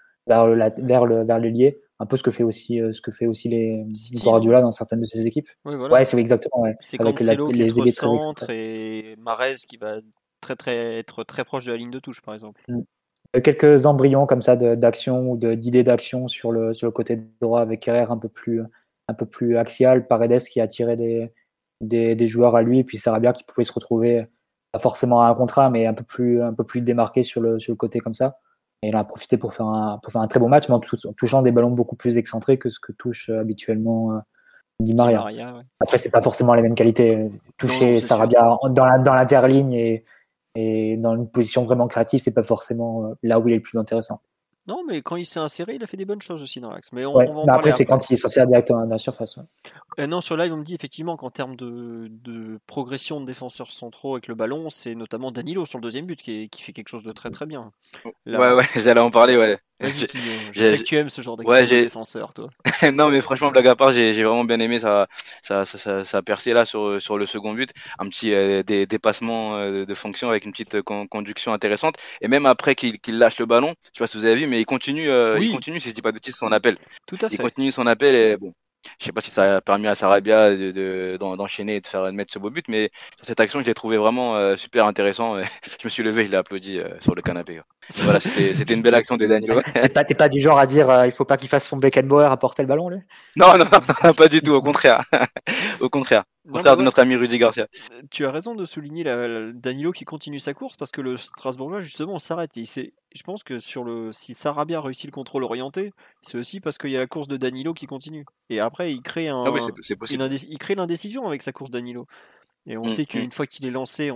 l'ailier. Un peu ce que fait aussi les Guardiola dans certaines de ses équipes. Oui, voilà. Ouais, c'est exactement. Ouais. C'est Avec Cancelo qui se ailiers très recentre excentrés. et Mahrez qui va être très proche de la ligne de touche, par exemple. Quelques embryons comme ça d'action ou d'idées d'action sur le côté droit avec Herrera un peu plus axial, Paredes qui attirait des joueurs à lui, et puis Sarabia qui pouvait se retrouver pas forcément à un contrat, mais un peu plus démarqué sur le côté comme ça. Et il en a profité pour faire un très bon match, mais en touchant des ballons beaucoup plus excentrés que ce que touche habituellement Di Maria. Ouais. Après, c'est pas forcément les mêmes qualités. Toucher Sarabia dans l'interligne et dans une position vraiment créative, c'est pas forcément là où il est le plus intéressant. Non, mais quand il s'est inséré, il a fait des bonnes choses aussi dans l'axe. Mais on va en mais parler après, c'est quand il s'insère directement dans la surface. Ouais. Non, sur live, on me dit effectivement qu'en termes de progression de défenseurs centraux avec le ballon, c'est notamment Danilo sur le deuxième but qui fait quelque chose de très très bien. Là... Ouais, j'allais en parler, ouais. Vas-y, Tino, je sais que tu aimes ce genre d'action de défenseur, toi. Non, mais franchement, blague à part, j'ai vraiment bien aimé ça percé là sur le second but. Un petit dépassement de fonction avec une petite conduction intéressante. Et même après qu'il lâche le ballon, je sais pas si vous avez vu, mais il continue, si je dis pas de bêtises, son appel. Tout à fait. Il continue son appel et bon. Je sais pas si ça a permis à Sarabia d'enchaîner et de mettre ce beau but, mais sur cette action, je l'ai trouvé vraiment super intéressant. Je me suis levé, je l'ai applaudi sur le canapé. Voilà, c'était une belle action de Danilo. T'es pas du genre à dire il faut pas qu'il fasse son Beckenbauer à porter le ballon, lui? Non, pas du tout, au contraire. Au contraire de notre ami Rudy Garcia. Tu as raison de souligner Danilo qui continue sa course parce que le Strasbourgeois justement s'arrête. Je pense que si Sarabia réussit le contrôle orienté, c'est aussi parce qu'il y a la course de Danilo qui continue. Et après, il crée il crée l'indécision avec sa course Danilo. Et on sait qu'une fois qu'il est lancé,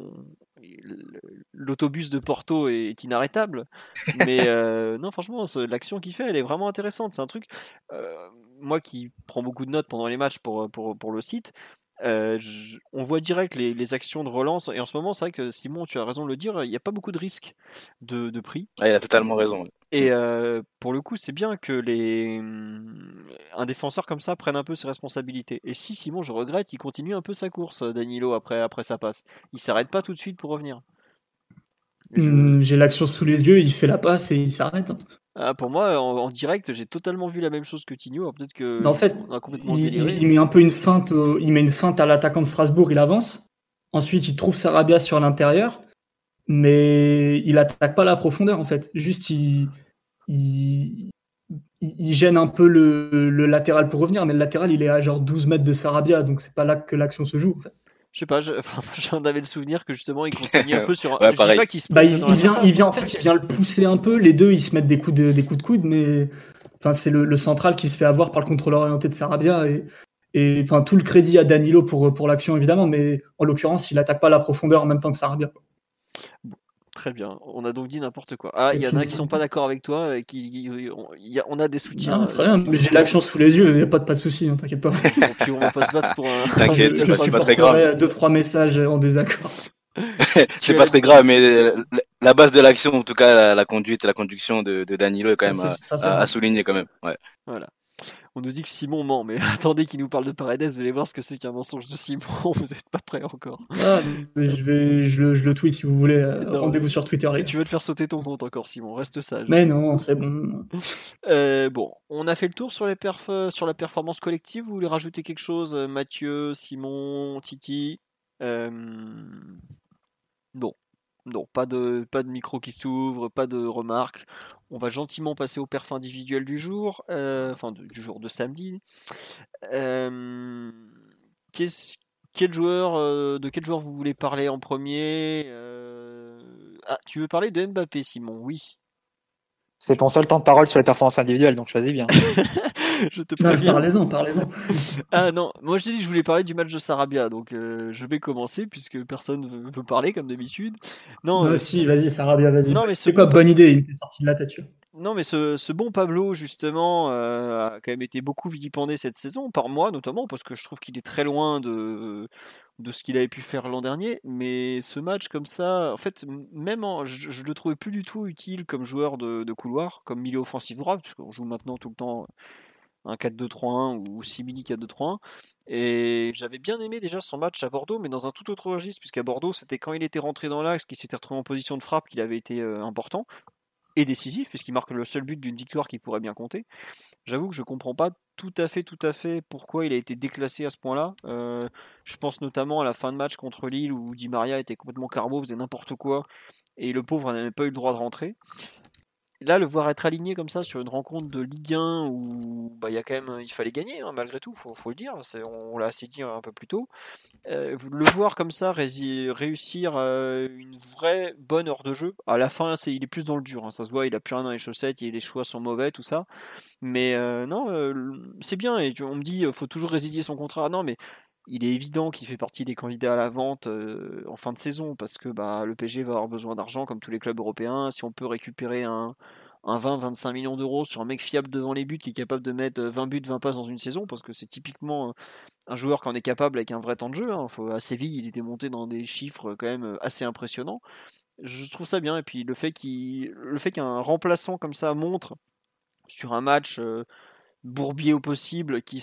l'autobus de Porto est inarrêtable. Mais non, franchement, l'action qu'il fait, elle est vraiment intéressante. C'est un truc, moi qui prends beaucoup de notes pendant les matchs pour le site, on voit direct les actions de relance. Et en ce moment, c'est vrai que Simon, tu as raison de le dire, il n'y a pas beaucoup de risques de prix. Ah, il a totalement raison. Et pour le coup, c'est bien que un défenseur comme ça prenne un peu ses responsabilités. Et si Simon, je regrette, il continue un peu sa course, Danilo, après sa passe. Il s'arrête pas tout de suite pour revenir. J'ai l'action sous les yeux, il fait la passe et il s'arrête. Pour moi, en direct, j'ai totalement vu la même chose que Tigno. Alors peut-être que en fait, on a complètement déliré. Il met un peu une feinte. Il met une feinte à l'attaquant de Strasbourg. Il avance. Ensuite, il trouve Sarabia sur l'intérieur, mais il attaque pas la profondeur en fait. Juste, il gêne un peu le latéral pour revenir, mais le latéral, il est à genre 12 mètres de Sarabia, donc c'est pas là que l'action se joue. En fait. Je sais pas, j'en avais le souvenir que justement il continue un peu sur. Ouais, Je dis pareil. pas qu'il se Bah, monte dans la surface. il vient le pousser un peu. Les deux, ils se mettent des coups de coude, mais enfin, c'est le central qui se fait avoir par le contrôleur orienté de Sarabia et enfin tout le crédit à Danilo pour l'action évidemment, mais en l'occurrence, il attaque pas la profondeur en même temps que Sarabia. Bon, très bien. On a donc dit n'importe quoi. Ah, il y en a qui sont pas d'accord avec toi et on a des soutiens. Non, très bien, mais j'ai l'action sous les yeux, il n'y a pas de souci, hein, t'inquiète pas. Bon, puis on va pas se battre pour un. T'inquiète, Je c'est pas très grave. supporterai 2-3 messages en désaccord. C'est pas très grave, mais la base de l'action, en tout cas, la conduite et la conduction de Danilo est quand même à souligner quand même. Ouais. Voilà. On nous dit que Simon ment, mais attendez qu'il nous parle de Paredes, vous allez voir ce que c'est qu'un mensonge de Simon, vous n'êtes pas prêts encore. Ah, mais je le tweet si vous voulez, Non, rendez-vous sur Twitter. Et tu veux te faire sauter ton compte encore, Simon, reste sage. Mais non, c'est bon. Bon, on a fait le tour sur les sur la performance collective, vous voulez rajouter quelque chose, Mathieu, Simon, Titi Bon. Non, pas de micro qui s'ouvre, pas de remarques. On va gentiment passer au perf individuel du jour, du jour de samedi. Quel joueur, de quel joueur vous voulez parler en premier Ah, tu veux parler de Mbappé, Simon? Oui. C'est ton seul temps de parole sur les performances individuelles, donc choisis bien. Je te préviens. Parlez-en. Ah non, moi je t'ai dit que je voulais parler du match de Sarabia, donc je vais commencer puisque personne veut parler comme d'habitude. Non, si, vas-y, Sarabia, vas-y. Non, mais c'est quoi, bonne idée, il m'est sorti de la tête. Non, mais ce bon Pablo, justement, a quand même été beaucoup vilipendé cette saison, par moi notamment, parce que je trouve qu'il est très loin de ce qu'il avait pu faire l'an dernier. Mais ce match comme ça, en fait, je le trouvais plus du tout utile comme joueur de couloir, comme milieu offensif droit, parce qu'on joue maintenant tout le temps un 4-2-3-1 ou simili 4-2-3-1. Et j'avais bien aimé déjà son match à Bordeaux, mais dans un tout autre registre, puisqu'à Bordeaux, c'était quand il était rentré dans l'axe, qu'il s'était retrouvé en position de frappe, qu'il avait été important et décisif, puisqu'il marque le seul but d'une victoire qui pourrait bien compter. J'avoue que je comprends pas tout à fait pourquoi il a été déclassé à ce point-là. Je pense notamment à la fin de match contre Lille où Di Maria était complètement carbo, faisait n'importe quoi, et le pauvre n'avait pas eu le droit de rentrer. Là, le voir être aligné comme ça sur une rencontre de Ligue 1 où il y a quand même, il fallait gagner malgré tout, faut le dire. On l'a assez dit un peu plus tôt. Le voir comme ça réussir une vraie bonne heure de jeu. À la fin, il est plus dans le dur. Ça se voit, il a plus rien dans les chaussettes, les choix sont mauvais, tout ça. Mais non, c'est bien. Et on me dit, faut toujours résilier son contrat. Non, mais il est évident qu'il fait partie des candidats à la vente en fin de saison parce que le PSG va avoir besoin d'argent comme tous les clubs européens. Si on peut récupérer un 20-25 millions d'euros sur un mec fiable devant les buts qui est capable de mettre 20 buts, 20 passes dans une saison, parce que c'est typiquement un joueur qui en est capable avec un vrai temps de jeu. À Séville, il était monté dans des chiffres quand même assez impressionnants. Je trouve ça bien. Et puis le fait qu'un remplaçant comme ça montre sur un match bourbier au possible, qu'il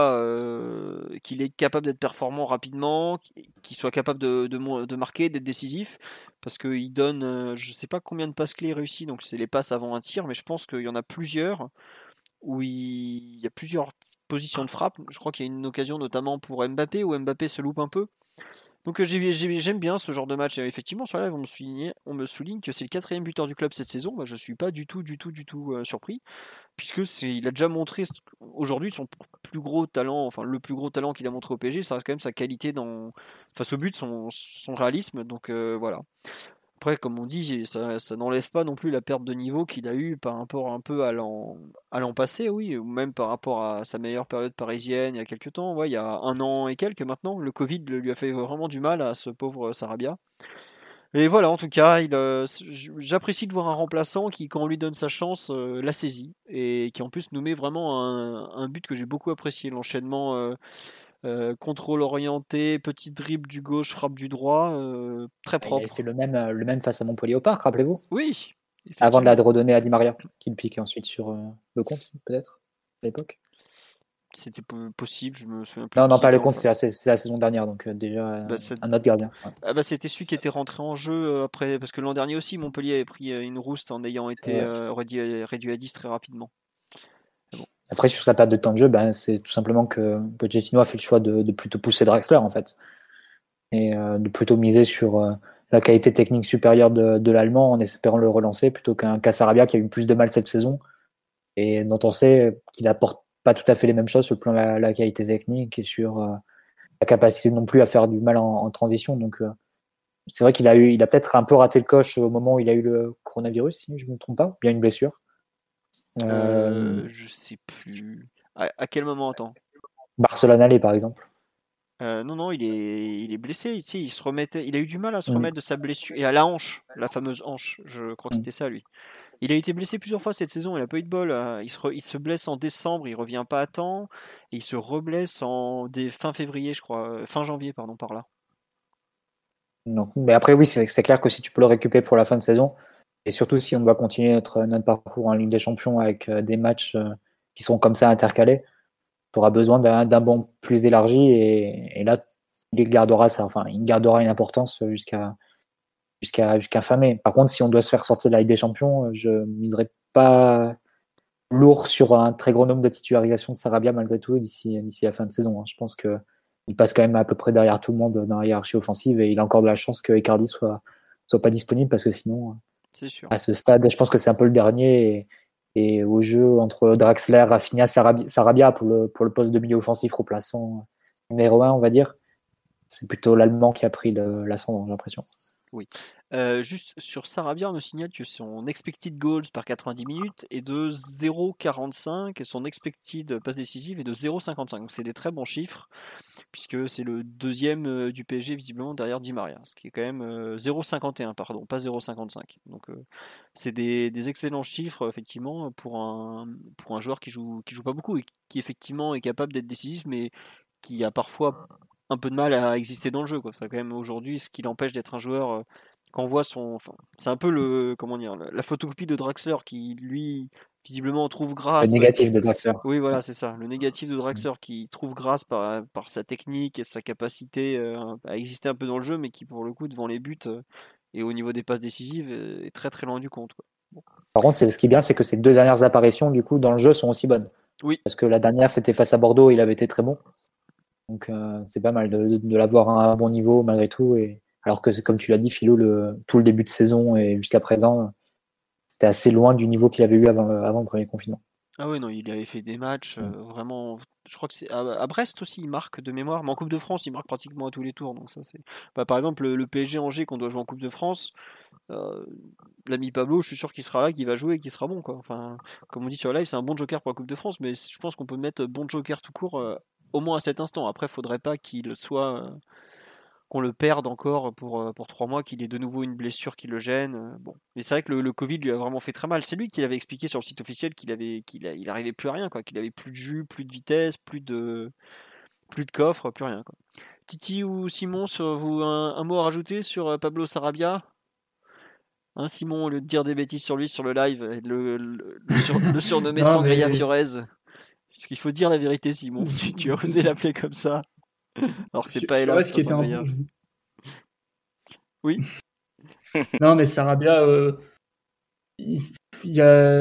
est capable d'être performant rapidement, qu'il soit capable de marquer, d'être décisif, parce qu'il donne, je sais pas combien de passes clés réussies, donc c'est les passes avant un tir, mais je pense qu'il y en a plusieurs où il y a plusieurs positions de frappe. Je crois qu'il y a une occasion notamment pour Mbappé où Mbappé se loupe un peu. Donc j'aime bien ce genre de match. Et effectivement, sur la live, on me souligne que c'est le 4e buteur du club cette saison. Je suis pas du tout surpris, puisque il a déjà montré aujourd'hui son plus gros talent, enfin le plus gros talent qu'il a montré au PSG, ça reste quand même sa qualité face au but, son réalisme. Donc voilà. Après, comme on dit, ça n'enlève pas non plus la perte de niveau qu'il a eu par rapport un peu à l'an passé, oui, ou même par rapport à sa meilleure période parisienne il y a quelques temps, il y a 1 an et quelques maintenant. Le Covid lui a fait vraiment du mal à ce pauvre Sarabia. Et voilà, en tout cas, j'apprécie de voir un remplaçant qui, quand on lui donne sa chance, la saisit et qui en plus nous met vraiment un but que j'ai beaucoup apprécié, l'enchaînement. Contrôle orienté, petit dribble du gauche, frappe du droit, très propre. Il avait fait le même face à Montpellier au Parc, rappelez-vous. Oui. Avant de la redonner à Di Maria, qui le pique ensuite sur le compte, peut-être, à l'époque. C'était possible, je me souviens plus. Non, pas le compte, c'était la saison dernière, donc déjà un autre gardien. Ouais. C'était celui qui était rentré en jeu après, parce que l'an dernier aussi, Montpellier avait pris une rouste en ayant été réduit à 10 très rapidement. Bon. Après, sur sa perte de temps de jeu, c'est tout simplement que Pochettino a fait le choix de plutôt pousser Draxler, en fait. Et de plutôt miser sur la qualité technique supérieure de l'Allemand en espérant le relancer, plutôt qu'un Sarabia qui a eu plus de mal cette saison et dont on sait qu'il apporte pas tout à fait les mêmes choses sur le plan de la qualité technique et sur la capacité non plus à faire du mal en transition. Donc, c'est vrai qu'il a peut-être un peu raté le coche au moment où il a eu le coronavirus, si je ne me trompe pas, bien une blessure. Je sais plus. À quel moment attends? Barcelone aller, par exemple. Non, il est blessé. Tu sais, il a eu du mal à se remettre de sa blessure et à la hanche, la fameuse hanche. Je crois que c'était ça lui. Il a été blessé plusieurs fois cette saison. Il n'a pas eu de bol. Il se blesse en décembre. Il revient pas à temps. Et il se reblesse fin février, je crois, fin janvier, pardon, par là. Donc, mais après, oui, c'est clair que si tu peux le récupérer pour la fin de saison, et surtout si on doit continuer notre parcours en Ligue des Champions avec des matchs qui seront comme ça intercalés, tu auras besoin d'un banc plus élargi et là, il gardera une importance jusqu'à fin mai. Par contre, si on doit se faire sortir de la Ligue des Champions, je ne miserai pas lourd sur un très gros nombre de titularisations de Sarabia malgré tout d'ici la fin de saison. Je pense qu'il passe quand même à peu près derrière tout le monde dans la hiérarchie offensive et il a encore de la chance que Icardi soit pas disponible parce que sinon, c'est sûr. À ce stade, je pense que c'est un peu le dernier et au jeu entre Draxler, Rafinha, Sarabia pour le poste de milieu offensif remplaçant numéro 1, on va dire. C'est plutôt l'Allemand qui a pris l'ascendant, j'ai l'impression. Oui. Juste sur Sarabia, on me signale que son expected goals par 90 minutes est de 0,45 et son expected passe décisive est de 0,55. Donc c'est des très bons chiffres puisque c'est le deuxième du PSG visiblement derrière Di Maria, ce qui est quand même 0,51 pardon, pas 0,55. Donc c'est des excellents chiffres effectivement pour un joueur qui joue pas beaucoup et qui effectivement est capable d'être décisif mais qui a parfois un peu de mal à exister dans le jeu, quoi. C'est quand même aujourd'hui ce qui l'empêche d'être un joueur quand on voit c'est un peu la photocopie de Draxler qui lui visiblement trouve grâce. Le négatif de Draxler. Oui, voilà, c'est ça, le négatif de Draxler qui trouve grâce par sa technique et sa capacité à exister un peu dans le jeu, mais qui pour le coup devant les buts et au niveau des passes décisives est très très loin du compte, quoi. Bon. Par contre, ce qui est bien, c'est que ces deux dernières apparitions du coup dans le jeu sont aussi bonnes. Oui. Parce que la dernière, c'était face à Bordeaux, il avait été très bon. Donc c'est pas mal de l'avoir à un bon niveau malgré tout. Alors que, comme tu l'as dit, Philo, tout le début de saison et jusqu'à présent, c'était assez loin du niveau qu'il avait eu avant le premier confinement. Ah oui, non, il avait fait des matchs vraiment. Je crois que c'est à Brest aussi, il marque de mémoire, mais en Coupe de France, il marque pratiquement à tous les tours. Donc ça, c'est. Par exemple, le PSG Angers qu'on doit jouer en Coupe de France, l'ami Pablo, je suis sûr qu'il sera là, qu'il va jouer et qu'il sera bon, quoi. Enfin, comme on dit sur live, c'est un bon joker pour la Coupe de France, mais je pense qu'on peut mettre bon joker tout court au moins à cet instant. Après, faudrait pas qu'il soit qu'on le perde encore pour 3 mois, qu'il ait de nouveau une blessure qui le gêne. Bon. Mais c'est vrai que le Covid lui a vraiment fait très mal. C'est lui qui avait expliqué sur le site officiel qu'il arrivait plus à rien, quoi. Qu'il avait plus de jus, plus de vitesse, plus de coffre, plus rien, quoi. Titi ou Simon, vous un mot à rajouter sur Pablo Sarabia? Hein, Simon, au lieu de dire des bêtises sur lui sur le live, et de le surnommer Sangria Fiorez. Parce qu'il faut dire la vérité, Simon. Tu as osé l'appeler comme ça. Alors que c'est pas hélas. Qui était un bon jeu. Oui. Non, mais Sarabia, il y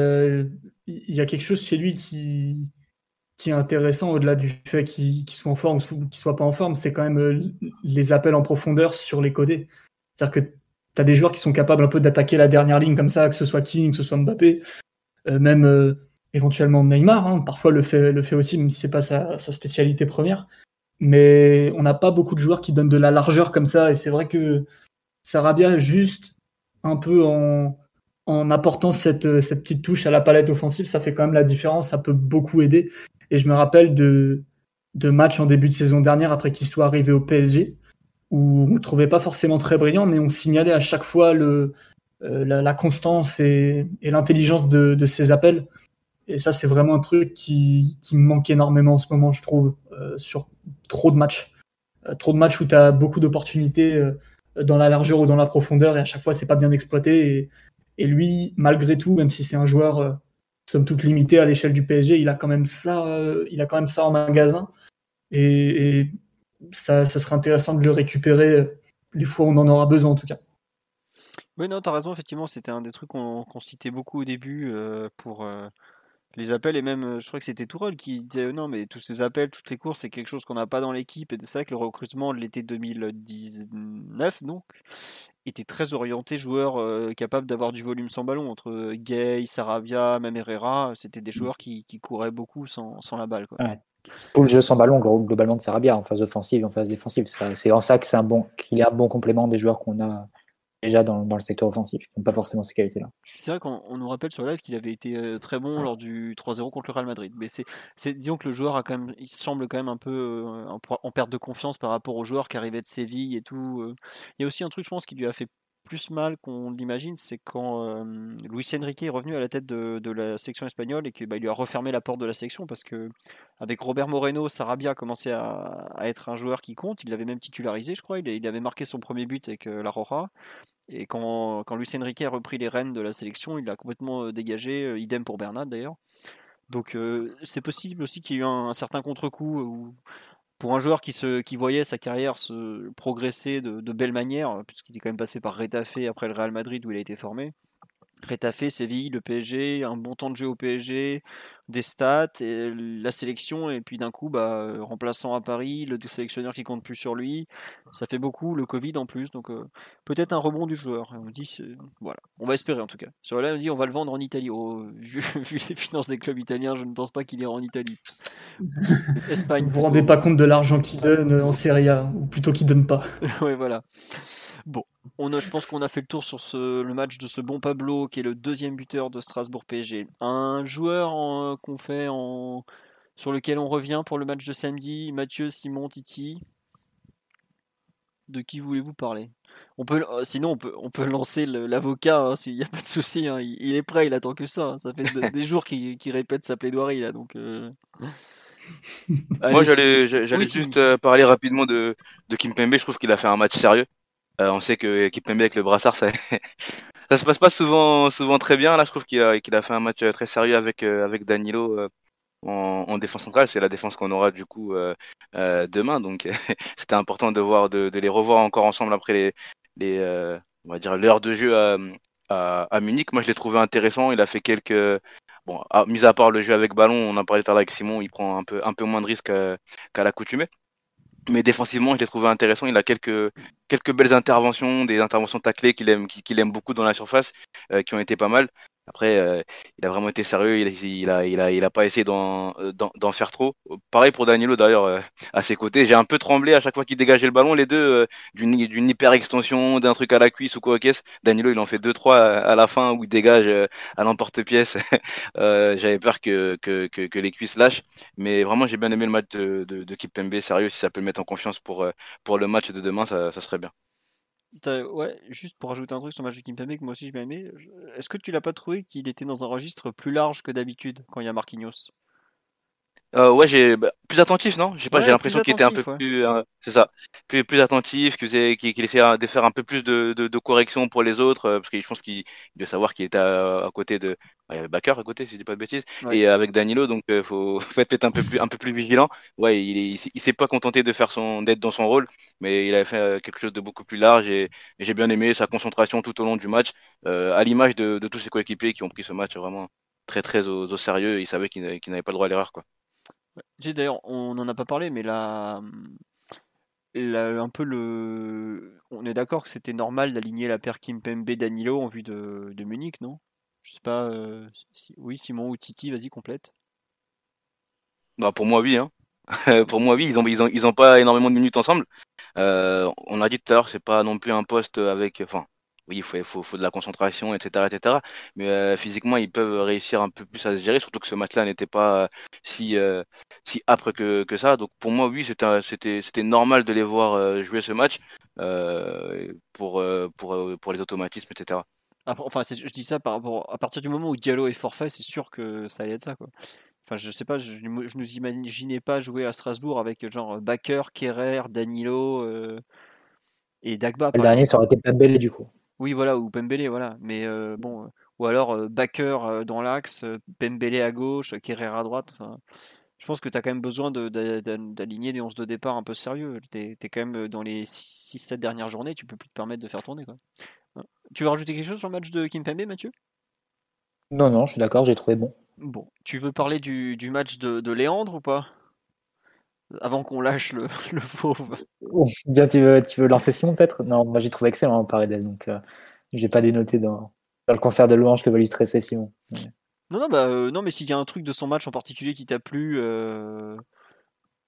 a quelque chose chez lui qui est intéressant au-delà du fait qu'il soit en forme ou qu'il soit pas en forme, c'est quand même les appels en profondeur sur les côtés. C'est-à-dire que tu as des joueurs qui sont capables un peu d'attaquer la dernière ligne comme ça, que ce soit King, que ce soit Mbappé, même éventuellement Neymar, hein, parfois le fait aussi, même si c'est pas sa spécialité première. Mais on n'a pas beaucoup de joueurs qui donnent de la largeur comme ça, et c'est vrai que Sarabia, juste un peu en apportant cette petite touche à la palette offensive, ça fait quand même la différence, ça peut beaucoup aider. Et je me rappelle de matchs en début de saison dernière, après qu'il soit arrivé au PSG, où on le trouvait pas forcément très brillant, mais on signalait à chaque fois la constance et l'intelligence de ses appels. Et ça, c'est vraiment un truc qui me manque énormément en ce moment, je trouve, sur trop de matchs. Trop de matchs où tu as beaucoup d'opportunités dans la largeur ou dans la profondeur, et à chaque fois, c'est pas bien exploité. Et lui, malgré tout, même si c'est un joueur somme toute limité à l'échelle du PSG, il a quand même ça en magasin. Et ça serait intéressant de le récupérer les fois où on en aura besoin, en tout cas. Oui, non, t'as raison, effectivement, c'était un des trucs qu'on citait beaucoup au début pour les appels, et même, je crois que c'était Tourelle qui disait non, mais tous ces appels, toutes les courses, c'est quelque chose qu'on n'a pas dans l'équipe, et c'est vrai que le recrutement de l'été 2019, donc, était très orienté joueur capable d'avoir du volume sans ballon, entre Gay, Sarabia, même Herrera, c'était des joueurs qui couraient beaucoup sans la balle, quoi. Ouais. Tout le jeu sans ballon, globalement, de Sarabia, en phase offensive, en phase défensive. C'est en ça que qu'il est un bon complément des joueurs qu'on a déjà dans le secteur offensif, qui n'ont pas forcément ces qualités-là. C'est vrai qu'on nous rappelle sur le live qu'il avait été très bon lors du 3-0 contre le Real Madrid. Mais disons que le joueur a quand même, il semble quand même un peu en perte de confiance par rapport aux joueurs qui arrivaient de Séville et tout. Il y a aussi un truc, je pense, qui lui a fait plus mal qu'on l'imagine, c'est quand Luis Enrique est revenu à la tête de la sélection espagnole et qu'il lui a refermé la porte de la sélection parce que avec Robert Moreno, Sarabia commençait à être un joueur qui compte. Il l'avait même titularisé, je crois. Il avait marqué son premier but avec la Roja. Et quand Luis Enrique a repris les rênes de la sélection, il l'a complètement dégagé, idem pour Bernat d'ailleurs. Donc c'est possible aussi qu'il y ait eu un certain contre-coup pour un joueur qui voyait sa carrière se progresser de belle manière, puisqu'il est quand même passé par Retafe après le Real Madrid où il a été formé. Retafe, Séville, le PSG, un bon temps de jeu au PSG, des stats, et la sélection, et puis d'un coup, remplaçant à Paris, le sélectionneur qui compte plus sur lui, ça fait beaucoup, le Covid en plus, donc peut-être un rebond du joueur. On dit, voilà, on va espérer en tout cas. Sur là, on dit on va le vendre en Italie. Oh, vu les finances des clubs italiens, je ne pense pas qu'il ira en Italie. Espagne. Vous vous rendez pas compte de l'argent qu'il donne en Serie A, ou plutôt qu'il donne pas. Ouais, voilà. Bon, je pense qu'on a fait le tour sur le match de ce bon Pablo, qui est le deuxième buteur de Strasbourg PSG. Un joueur sur lequel on revient pour le match de samedi, Mathieu, Simon, Titi. De qui voulez-vous parler? Sinon, on peut lancer l'avocat, hein, s'il n'y a pas de souci. Hein. Il est prêt, il attend que ça. Hein. Ça fait des jours qu'il répète sa plaidoirie là, donc. Moi, Allez, j'allais oui, juste Simon. parler rapidement de Kimpembe. Je trouve qu'il a fait un match sérieux. On sait que Kimpembe avec le brassard, ça, ça se passe pas souvent très bien. Là, je trouve qu'il a fait un match très sérieux avec Danilo en défense centrale. C'est la défense qu'on aura du coup demain. Donc, c'était important de les revoir encore ensemble après on va dire l'heure de jeu à Munich. Moi, je l'ai trouvé intéressant. Il a fait bon, mis à part le jeu avec ballon, on en parlait tout à l'heure avec Simon, il prend un peu moins de risques qu'à l'accoutumée. Mais défensivement, je l'ai trouvé intéressant. Il a quelques belles interventions, des interventions taclées qu'il aime beaucoup dans la surface, qui ont été pas mal. Après, il a vraiment été sérieux. Il a pas essayé d'en faire trop. Pareil pour Danilo d'ailleurs, à ses côtés. J'ai un peu tremblé à chaque fois qu'il dégageait le ballon, les deux, d'une hyper extension, d'un truc à la cuisse ou quoi caisse. Danilo, il en fait 2-3 à la fin où il dégage à l'emporte-pièce. J'avais peur que les cuisses lâchent. Mais vraiment, j'ai bien aimé le match de Kimpembe. Sérieux, si ça peut le mettre en confiance pour le match de demain, ça serait bien. Ouais, juste pour rajouter un truc sur le match de Kimpembe que moi aussi j'ai bien aimé. Est-ce que tu l'as pas trouvé qu'il était dans un registre plus large que d'habitude quand il y a Marquinhos? Ouais, plus attentif, non? Je sais pas, j'ai Ouais, plus l'impression qu'il était un peu attentif, ouais. plus, c'est ça, plus attentif, qu'il essayait de faire un peu plus de correction pour les autres, parce que je pense qu'il doit savoir qu'il était à côté il y avait Bakker à côté, si je dis pas de bêtises, Ouais. et avec Danilo, donc faut être un peu plus vigilant. Ouais, il s'est pas contenté de d'être dans son rôle, mais il avait fait quelque chose de beaucoup plus large et j'ai bien aimé sa concentration tout au long du match, à l'image de tous ses coéquipiers qui ont pris ce match vraiment très au sérieux. Ils savaient qu'ils n'avaient pas le droit à l'erreur, quoi. D'ailleurs, on n'en a pas parlé, mais là, un peu on est d'accord que c'était normal d'aligner la paire Kimpembe-Danilo en vue de Munich, non? Je sais pas. Oui, Simon ou Titi, vas-y, complète. Bah pour moi oui hein. Pour moi oui, ils ont pas énormément de minutes ensemble. On l'a dit tout à l'heure, c'est pas non plus un poste enfin oui, faut de la concentration, etc. Mais physiquement, ils peuvent réussir un peu plus à se gérer, surtout que ce match-là n'était pas si âpre que ça. Donc pour moi, oui, c'était normal de les voir jouer ce match pour les automatismes, etc. Après, enfin, je dis ça par rapport à partir du moment où Diallo est forfait, c'est sûr que ça allait être ça, quoi. Enfin, je sais pas, je nous imaginais pas jouer à Strasbourg avec genre Bakker, Kerrer, Danilo et Dagba, Le par dernier, exemple. ça aurait été Pembele du coup. Oui, voilà, ou Pembele, voilà. Mais bon, ou alors Bakker dans l'axe, Pembele à gauche, Kerrer à droite. Enfin, je pense que tu as quand même besoin d'aligner des 11 de départ un peu sérieux. Tu es quand même dans les 6-7 dernières journées, tu peux plus te permettre de faire tourner, quoi. Hein. Tu veux rajouter quelque chose sur le match de Kimpembe, Mathieu? Non, non, je suis d'accord, j'ai trouvé bon. Bon, tu veux parler du match de Léandre ou pas? Avant qu'on lâche le fauve. Bien, tu veux lancer Simon peut-être? Non, moi j'ai trouvé excellent hein, Paredes, donc j'ai pas dénoté dans le concert de louanges que va lui stresser Simon. Non, non, non, mais s'il y a un truc de son match en particulier qui t'a plu,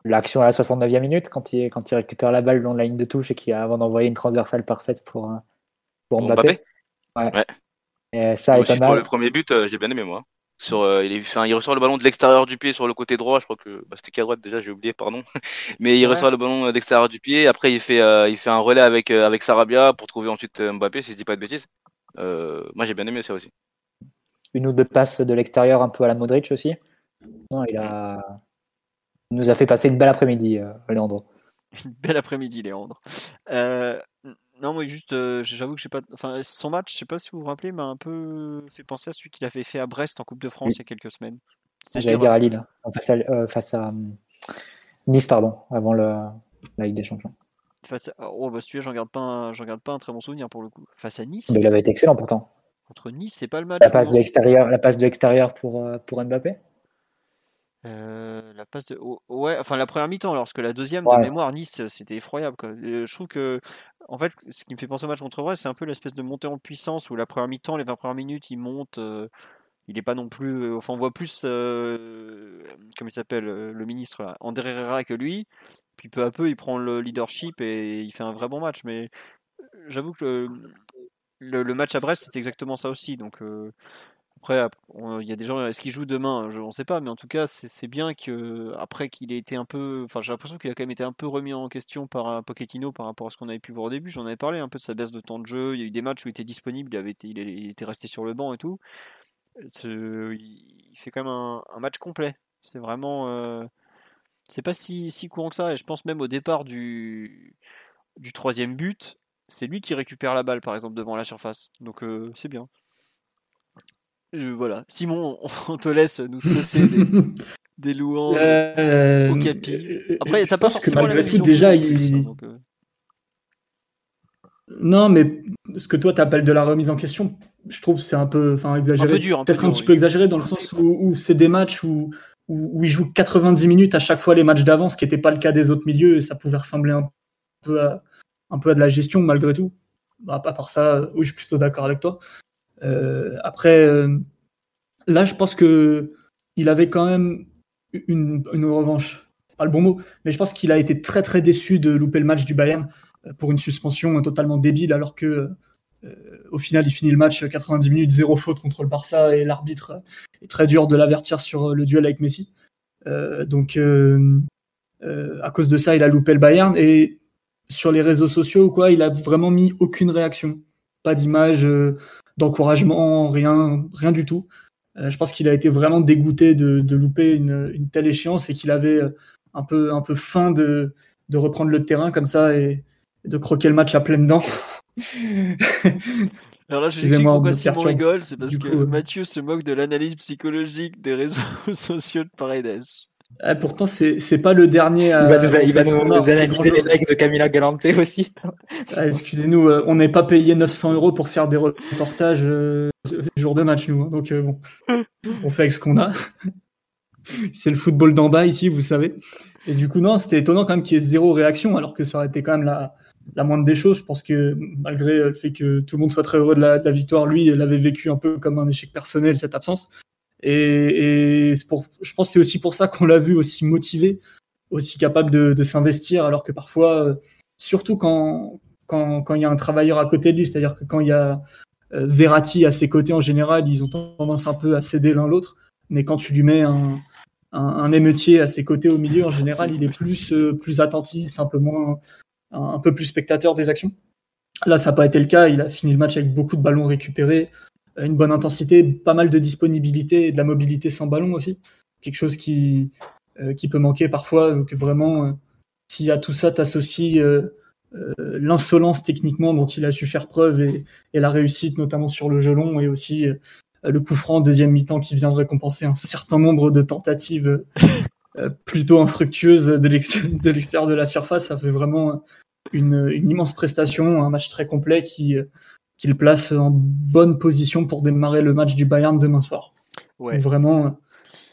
l'action à la 69e minute, quand il récupère la balle dans la ligne de touche et avant d'envoyer une transversale parfaite pour Mbappé. Ouais. Et ça est pas mal. Pour le premier but, j'ai bien aimé, moi. Il ressort le ballon de l'extérieur du pied sur le côté droit. Je crois que c'était qu'à droite déjà, j'ai oublié, pardon. Mais il ressort le ballon d'extérieur du pied. Après, il fait un relais avec Sarabia pour trouver ensuite Mbappé, si je dis pas de bêtises. Moi, j'ai bien aimé ça aussi. Une ou deux passes de l'extérieur un peu à la Modric aussi. Non, il nous a fait passer une belle après-midi, Leandro. Une belle après-midi, Léandre. Non, moi, juste, j'avoue que j'ai pas. Enfin, son match, je sais pas si vous vous rappelez, m'a un peu fait penser à celui qu'il avait fait à Brest en Coupe de France il y a quelques semaines. J'allais dire à Lille, face à Nice, pardon, avant la Ligue des Champions. Celui-là, j'en garde pas un très bon souvenir pour le coup. Face à Nice. Mais il avait été excellent pourtant. Contre Nice, c'est pas le match. La passe de l'extérieur pour Mbappé. La passe de la première mi-temps, lorsque la deuxième de mémoire Nice, c'était effroyable quoi. Je trouve que en fait ce qui me fait penser au match contre Brest, c'est un peu l'espèce de montée en puissance où la première mi-temps, les 20 premières minutes, il monte, il est pas non plus on voit plus comment il s'appelle le ministre là, André Herrera que lui, puis peu à peu il prend le leadership et il fait un vrai bon match, mais j'avoue que le match à Brest c'est exactement ça aussi, donc après, il y a des gens, est-ce qu'il joue demain? On ne sait pas, mais en tout cas, c'est bien qu'après qu'il ait été un peu. Enfin, j'ai l'impression qu'il a quand même été un peu remis en question par Pochettino par rapport à ce qu'on avait pu voir au début. J'en avais parlé un peu de sa baisse de temps de jeu. Il y a eu des matchs où il était disponible, il était resté sur le banc et tout. Il fait quand même un match complet. C'est vraiment. C'est pas si courant que ça. Et je pense même au départ du troisième but, c'est lui qui récupère la balle, par exemple, devant la surface. Donc, c'est bien. Voilà. Simon, on te laisse nous tracer des louanges au capi. Après, t'as pas forcément la même vision déjà, donc, Non, mais ce que toi t'appelles de la remise en question, je trouve c'est un peu exagéré. Un peu dur, peut-être un petit peu exagéré dans le sens où c'est des matchs où il joue 90 minutes à chaque fois les matchs d'avant, ce qui n'était pas le cas des autres milieux, et ça pouvait ressembler un peu à de la gestion malgré tout. À part ça, oui, je suis plutôt d'accord avec toi. Après, là, je pense que il avait quand même une revanche. C'est pas le bon mot, mais je pense qu'il a été très très déçu de louper le match du Bayern pour une suspension totalement débile, alors que au final, il finit le match 90 minutes, 0 faute contre le Barça, et l'arbitre est très dur de l'avertir sur le duel avec Messi. Donc, à cause de ça, il a loupé le Bayern, et sur les réseaux sociaux, quoi, il a vraiment mis aucune réaction, pas d'image d'encouragement, rien du tout. Je pense qu'il a été vraiment dégoûté de louper une telle échéance, et qu'il avait un peu faim de reprendre le terrain comme ça et de croquer le match à pleines dents. Alors là, je vous explique pourquoi Simon rigole, c'est parce que Mathieu se moque de l'analyse psychologique des réseaux sociaux de Paredes. Pourtant, c'est pas le dernier. Il va nous analyser les legs de Camila Galante aussi. Excusez-nous, on n'est pas payé 900 € pour faire des reportages jour de match, nous. Hein, donc bon, on fait avec ce qu'on a. C'est le football d'en bas ici, vous savez. Et du coup, non, c'était étonnant quand même qu'il y ait 0 réaction, alors que ça aurait été quand même la moindre des choses. Je pense que malgré le fait que tout le monde soit très heureux de la victoire, lui, il l'avait vécu un peu comme un échec personnel, cette absence. Et je pense que c'est aussi pour ça qu'on l'a vu aussi motivé, aussi capable de s'investir, alors que parfois, surtout quand il y a un travailleur à côté de lui, c'est-à-dire que quand il y a Verratti à ses côtés, en général, ils ont tendance un peu à céder l'un l'autre, mais quand tu lui mets un émeutier à ses côtés au milieu, en général, il est plus attentif, simplement un peu plus spectateur des actions. Là, ça n'a pas été le cas, il a fini le match avec beaucoup de ballons récupérés, une bonne intensité, pas mal de disponibilité et de la mobilité sans ballon aussi. Quelque chose qui peut manquer parfois. Donc vraiment, si à tout ça t'associes l'insolence techniquement dont il a su faire preuve et la réussite notamment sur le jeu long, et aussi le coup franc en deuxième mi-temps qui vient de récompenser un certain nombre de tentatives plutôt infructueuses de l'extérieur de la surface, ça fait vraiment une immense prestation, un match très complet qui le place en bonne position pour démarrer le match du Bayern demain soir. Ouais. Donc vraiment,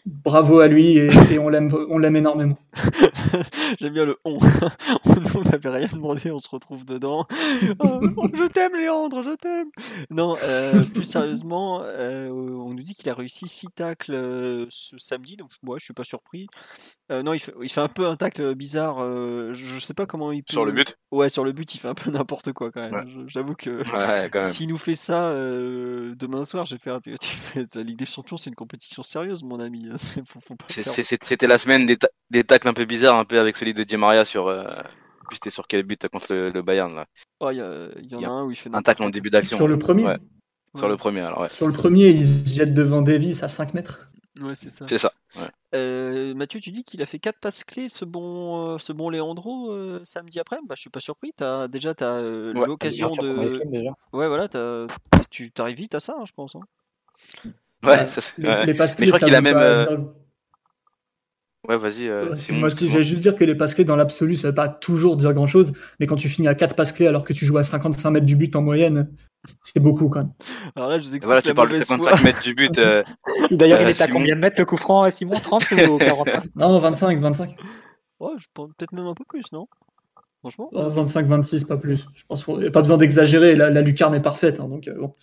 bravo à lui et on l'aime énormément. J'aime bien le on. On n'avait rien demandé, on se retrouve dedans. Oh, je t'aime, Léandre, je t'aime. Non, plus sérieusement, on nous dit qu'il a réussi 6 tacles ce samedi, donc moi je suis pas surpris. Non, il fait un peu un tacle bizarre. Je sais pas comment il peut. Sur le but. Ouais, sur le but, il fait un peu n'importe quoi quand même. Ouais. J'avoue que Ouais, quand même. s'il nous fait ça demain soir, je vais faire. La Ligue des Champions, c'est une compétition sérieuse, mon ami. Faut pas faire. C'était la semaine des tacles un peu bizarres, un peu avec celui de Di Maria sur. C'était sur quel but contre le Bayern là. Oh, il y en a un où il fait un tacle en début d'action. Sur le premier. Ouais. Sur le premier, alors ouais. Sur le premier, il se jette devant Davis à 5 mètres. Ouais, c'est ça. C'est ça. Ouais. Mathieu, tu dis qu'il a fait 4 passes clés, ce bon Leandro, samedi après. Bah, je suis pas surpris. T'as Ouais. l'occasion Arthur de. Combré-Slim, déjà. Ouais, voilà. Tu t'arrives vite à ça, hein, je pense. Hein. Ouais, les passes mais clés, je crois ça qu'il a veut même. pas dire- Ouais, vas-y. Excuse-moi, si j'allais juste dire que les passes clés dans l'absolu, ça veut pas toujours dire grand-chose, mais quand tu finis à 4 passes clés alors que tu joues à 55 mètres du but en moyenne, c'est beaucoup quand même. Alors là, je vous explique Voilà, tu la parles de mauvaise 55 foi. mètres du but. D'ailleurs, il est à Simon. combien de mètres le coup franc, Simon? 30 ou 40? Non, 25. Ouais, je pense peut-être même un peu plus, non? Franchement. 25, 26, pas plus. Je pense qu'il n'y a pas besoin d'exagérer. La lucarne est parfaite. Hein, donc, bon.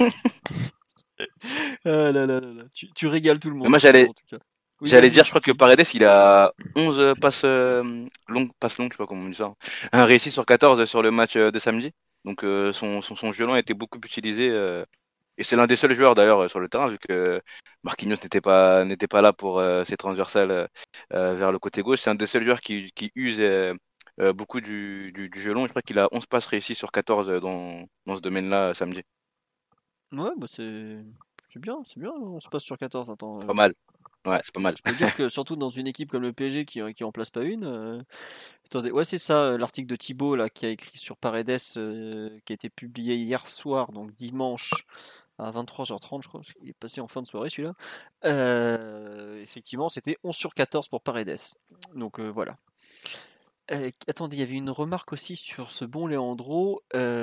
Ah là là là là. Tu régales tout le monde. Mais moi, j'allais en tout cas. Oui, j'allais vas-y, dire, je crois que Paredes, il a 11 passes longues, je sais pas comment on dit ça. Un réussi sur 14 sur le match de samedi. Donc son jeu lent a été beaucoup utilisé. Et c'est l'un des seuls joueurs d'ailleurs sur le terrain, vu que Marquinhos n'était pas là pour ses transversales vers le côté gauche. C'est un des seuls joueurs qui use beaucoup du jeu long. Je crois qu'il a 11 passes réussies sur 14 dans ce domaine-là samedi. Ouais, bah c'est bien, on se passe sur 14. Attends. Pas mal. Ouais, c'est pas mal. Je peux dire que surtout dans une équipe comme le PSG qui en place pas une. Attendez, ouais, c'est ça, l'article de Thibaut là, qui a écrit sur Paredes, qui a été publié hier soir, donc dimanche à 23h30, je crois, parce qu'il est passé en fin de soirée celui-là. Effectivement, c'était 11 sur 14 pour Paredes. Donc voilà. Attendez, il y avait une remarque aussi sur ce bon Leandro.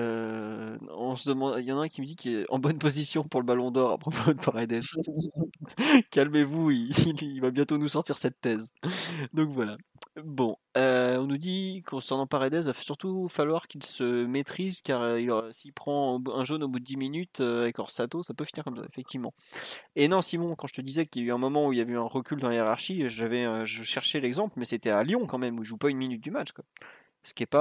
On se demande, il y en a un qui me dit qu'il est en bonne position pour le Ballon d'Or à propos de Paredes. Calmez-vous, il va bientôt nous sortir cette thèse. Donc voilà. Bon, on nous dit concernant Paredes, il va surtout falloir qu'il se maîtrise car s'il prend un jaune au bout de 10 minutes avec Orsato, ça peut finir comme ça, effectivement. Et non, Simon, quand je te disais qu'il y a eu un moment où il y avait eu un recul dans la hiérarchie, je cherchais l'exemple, mais c'était à Lyon quand même, où il joue pas une minute du match, quoi. Ce qui est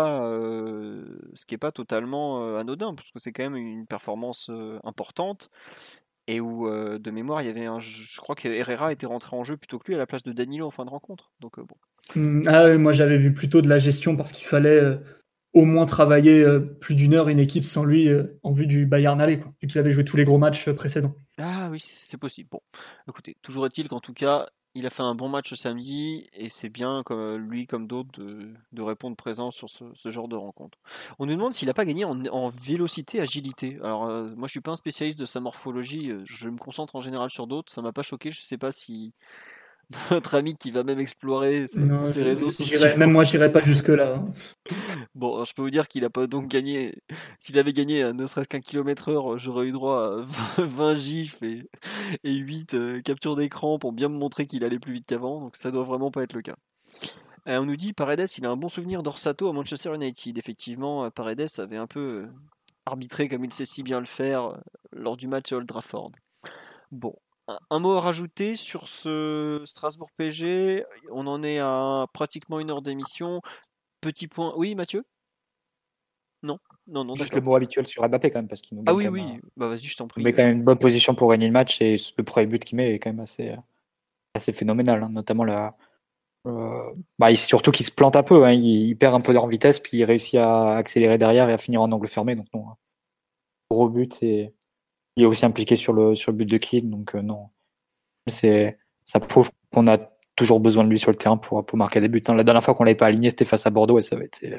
pas totalement anodin, parce que c'est quand même une performance importante. Et où, de mémoire, il y avait je crois que Herrera était rentré en jeu plutôt que lui à la place de Danilo en fin de rencontre. Donc bon. Ah ouais, moi j'avais vu plutôt de la gestion parce qu'il fallait au moins travailler plus d'une heure une équipe sans lui en vue du Bayern aller, quoi, vu qu'il avait joué tous les gros matchs précédents. Ah oui, c'est possible. Bon, écoutez, toujours est-il qu'en tout cas, il a fait un bon match ce samedi et c'est bien, comme lui comme d'autres, de répondre présent sur ce genre de rencontre. On nous demande s'il n'a pas gagné en vélocité, agilité. Alors, moi je suis pas un spécialiste de sa morphologie, je me concentre en général sur d'autres, ça m'a pas choqué, je sais pas si notre ami qui va même explorer Non, ses réseaux sociaux. même moi j'irais pas jusque-là. Hein. Bon, alors, je peux vous dire qu'il a pas donc gagné. S'il avait gagné ne serait-ce qu'un kilomètre/heure, j'aurais eu droit à 20 gifs et 8 captures d'écran pour bien me montrer qu'il allait plus vite qu'avant. Donc ça doit vraiment pas être le cas. On nous dit Paredes, il a un bon souvenir d'Orsato à Manchester United. Effectivement, Paredes avait un peu arbitré comme il sait si bien le faire lors du match à Old Trafford. Bon. Un mot à rajouter sur ce Strasbourg PSG. On en est à pratiquement une heure d'émission. Petit point. Oui, Mathieu? Non, Juste d'accord. le mot habituel sur Mbappé quand même, parce qu'il nous Ah donne oui, quand oui. même Bah vas-y, je t'en il prie. met quand même une bonne position pour gagner le match et le premier but qu'il met est quand même assez phénoménal, hein, notamment surtout qu'il se plante un peu, hein, il perd un peu en vitesse puis il réussit à accélérer derrière et à finir en angle fermé, donc non, gros but, et il est aussi impliqué sur le but de Keane, donc non, ça prouve qu'on a toujours besoin de lui sur le terrain pour marquer des buts, hein. La dernière fois qu'on l'avait pas aligné, c'était face à Bordeaux et ça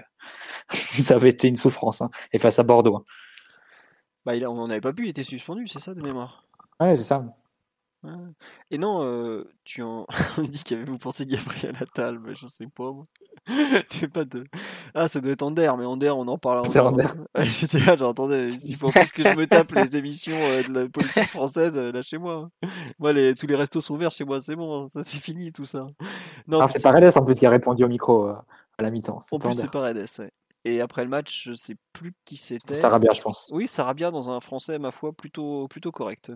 avait été une souffrance, hein, et face à Bordeaux, hein. Bah on n'en avait pas pu, il était suspendu, c'est ça de mémoire. Ouais, c'est ça. Ouais. Et non, on dit qu'avez-vous pensé Gabriel Attal? Mais je sais pas, moi. Je sais pas de. Ah, ça doit être Ander, mais Ander, on en parle. C'est Ander. J'étais là, j'entendais. Il faut en plus que je me tape les émissions de la politique française, là chez moi. Moi, tous les restos sont ouverts chez moi, c'est bon, hein, ça c'est fini tout ça. Non, puis C'est Paredes en plus qui a répondu au micro à la mi-temps. en plus, c'est Paredes, ouais. Et après le match, je sais plus qui c'était. Sarabia, je pense. Oui, Sarabia dans un français, ma foi, plutôt correct.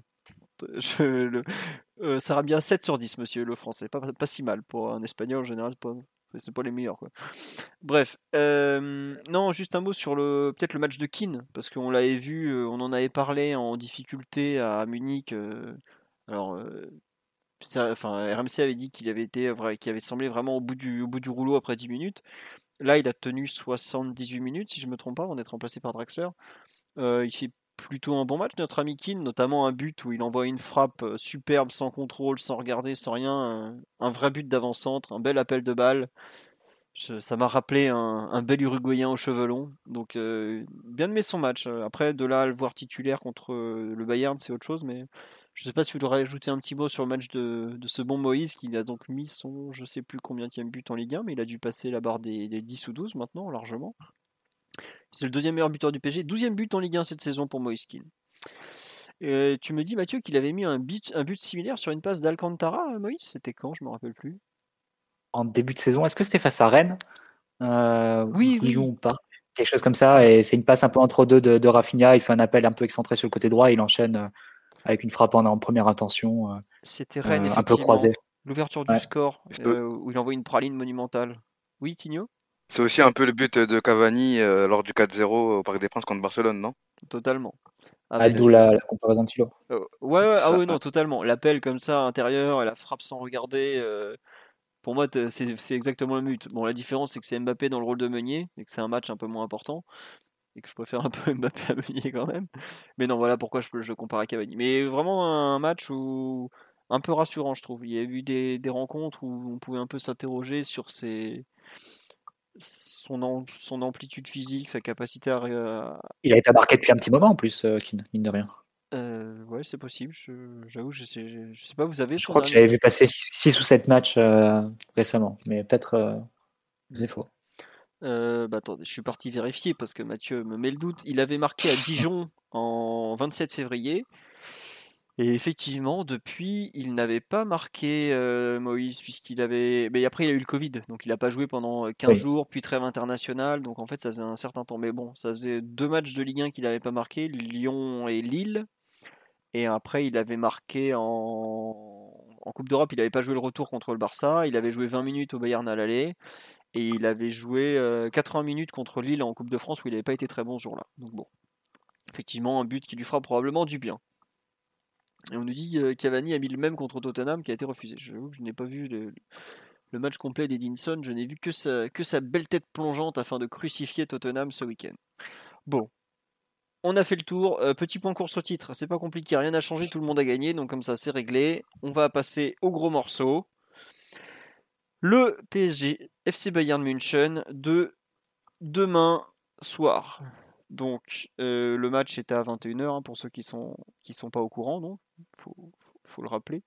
Sarabia 7 sur 10, monsieur, le français. Pas si mal pour un espagnol en général, c'est pas les meilleurs, quoi. Bref, non, juste un mot sur peut-être le match de Keane, parce qu'on l'avait vu, on en avait parlé en difficulté à Munich. Alors, RMC avait dit qu'il avait semblé vraiment au bout du rouleau après 10 minutes. Là, il a tenu 78 minutes, si je me trompe pas, avant d'être remplacé par Draxler. Il fait plutôt un bon match, notre ami Keane, notamment un but où il envoie une frappe superbe, sans contrôle, sans regarder, sans rien. Un vrai but d'avant-centre, un bel appel de balle. Ça m'a rappelé un bel Uruguayen aux cheveux longs. Donc, bien aimé son match. Après, de là à le voir titulaire contre le Bayern, c'est autre chose. Mais je ne sais pas si vous voudrez ajouter un petit mot sur le match de ce bon Moïse, qui a donc mis son, je ne sais plus combienième but en Ligue 1, mais il a dû passer la barre des 10 ou 12 maintenant, largement. C'est le deuxième meilleur buteur du PSG. 12e but en Ligue 1 cette saison pour Moïse Keane. Tu me dis, Mathieu, qu'il avait mis un but similaire sur une passe d'Alcantara, Moïse. C'était quand? Je me rappelle plus. En début de saison, est-ce que c'était face à Rennes Oui, Dijon oui. ou pas? Quelque chose comme ça. Et c'est une passe un peu entre deux de Rafinha. Il fait un appel un peu excentré sur le côté droit. Il enchaîne avec une frappe en première intention. C'était Rennes, un peu croisée. L'ouverture du score, où il envoie une praline monumentale. Oui, Tigno? C'est aussi un peu le but de Cavani lors du 4-0 au Parc des Princes contre Barcelone, non? Totalement. D'où la comparaison de Thilo. Ouais, non, totalement. L'appel comme ça, intérieur, et la frappe sans regarder. Pour moi, c'est exactement le but. Bon, la différence, c'est que c'est Mbappé dans le rôle de Meunier, et que c'est un match un peu moins important, et que je préfère un peu Mbappé à Meunier quand même. Mais non, voilà pourquoi je compare à Cavani. Mais vraiment un match un peu rassurant, je trouve. Il y a eu des rencontres où on pouvait un peu s'interroger sur son amplitude physique, sa capacité à. Il a été marqué depuis un petit moment en plus, Keane, mine de rien. Ouais, c'est possible. J'avoue, je sais pas, vous avez Je crois que j'avais vu passer 6 ou 7 matchs récemment, mais peut-être c'est faux. Attendez, je suis parti vérifier parce que Mathieu me met le doute. Il avait marqué à Dijon en 27 février. Et effectivement, depuis, il n'avait pas marqué Moïse, puisqu'il avait. Mais après, il a eu le Covid, donc il n'a pas joué pendant 15 jours, puis trêve internationale. Donc en fait, ça faisait un certain temps. Mais bon, ça faisait 2 matchs de Ligue 1 qu'il n'avait pas marqué, Lyon et Lille. Et après, il avait marqué en Coupe d'Europe, il n'avait pas joué le retour contre le Barça. Il avait joué 20 minutes au Bayern à l'aller. Et il avait joué 80 minutes contre Lille en Coupe de France, où il n'avait pas été très bon ce jour-là. Donc bon, effectivement, un but qui lui fera probablement du bien. Et on nous dit Cavani a mis le même contre Tottenham qui a été refusé. Je n'ai pas vu le match complet d'Edinson, je n'ai vu que sa belle tête plongeante afin de crucifier Tottenham ce week-end. Bon, on a fait le tour. Petit point course au titre, c'est pas compliqué, rien n'a changé, tout le monde a gagné, donc comme ça c'est réglé. On va passer au gros morceau. Le PSG FC Bayern München de demain soir. Donc le match était à 21h pour ceux qui sont pas au courant, donc faut le rappeler.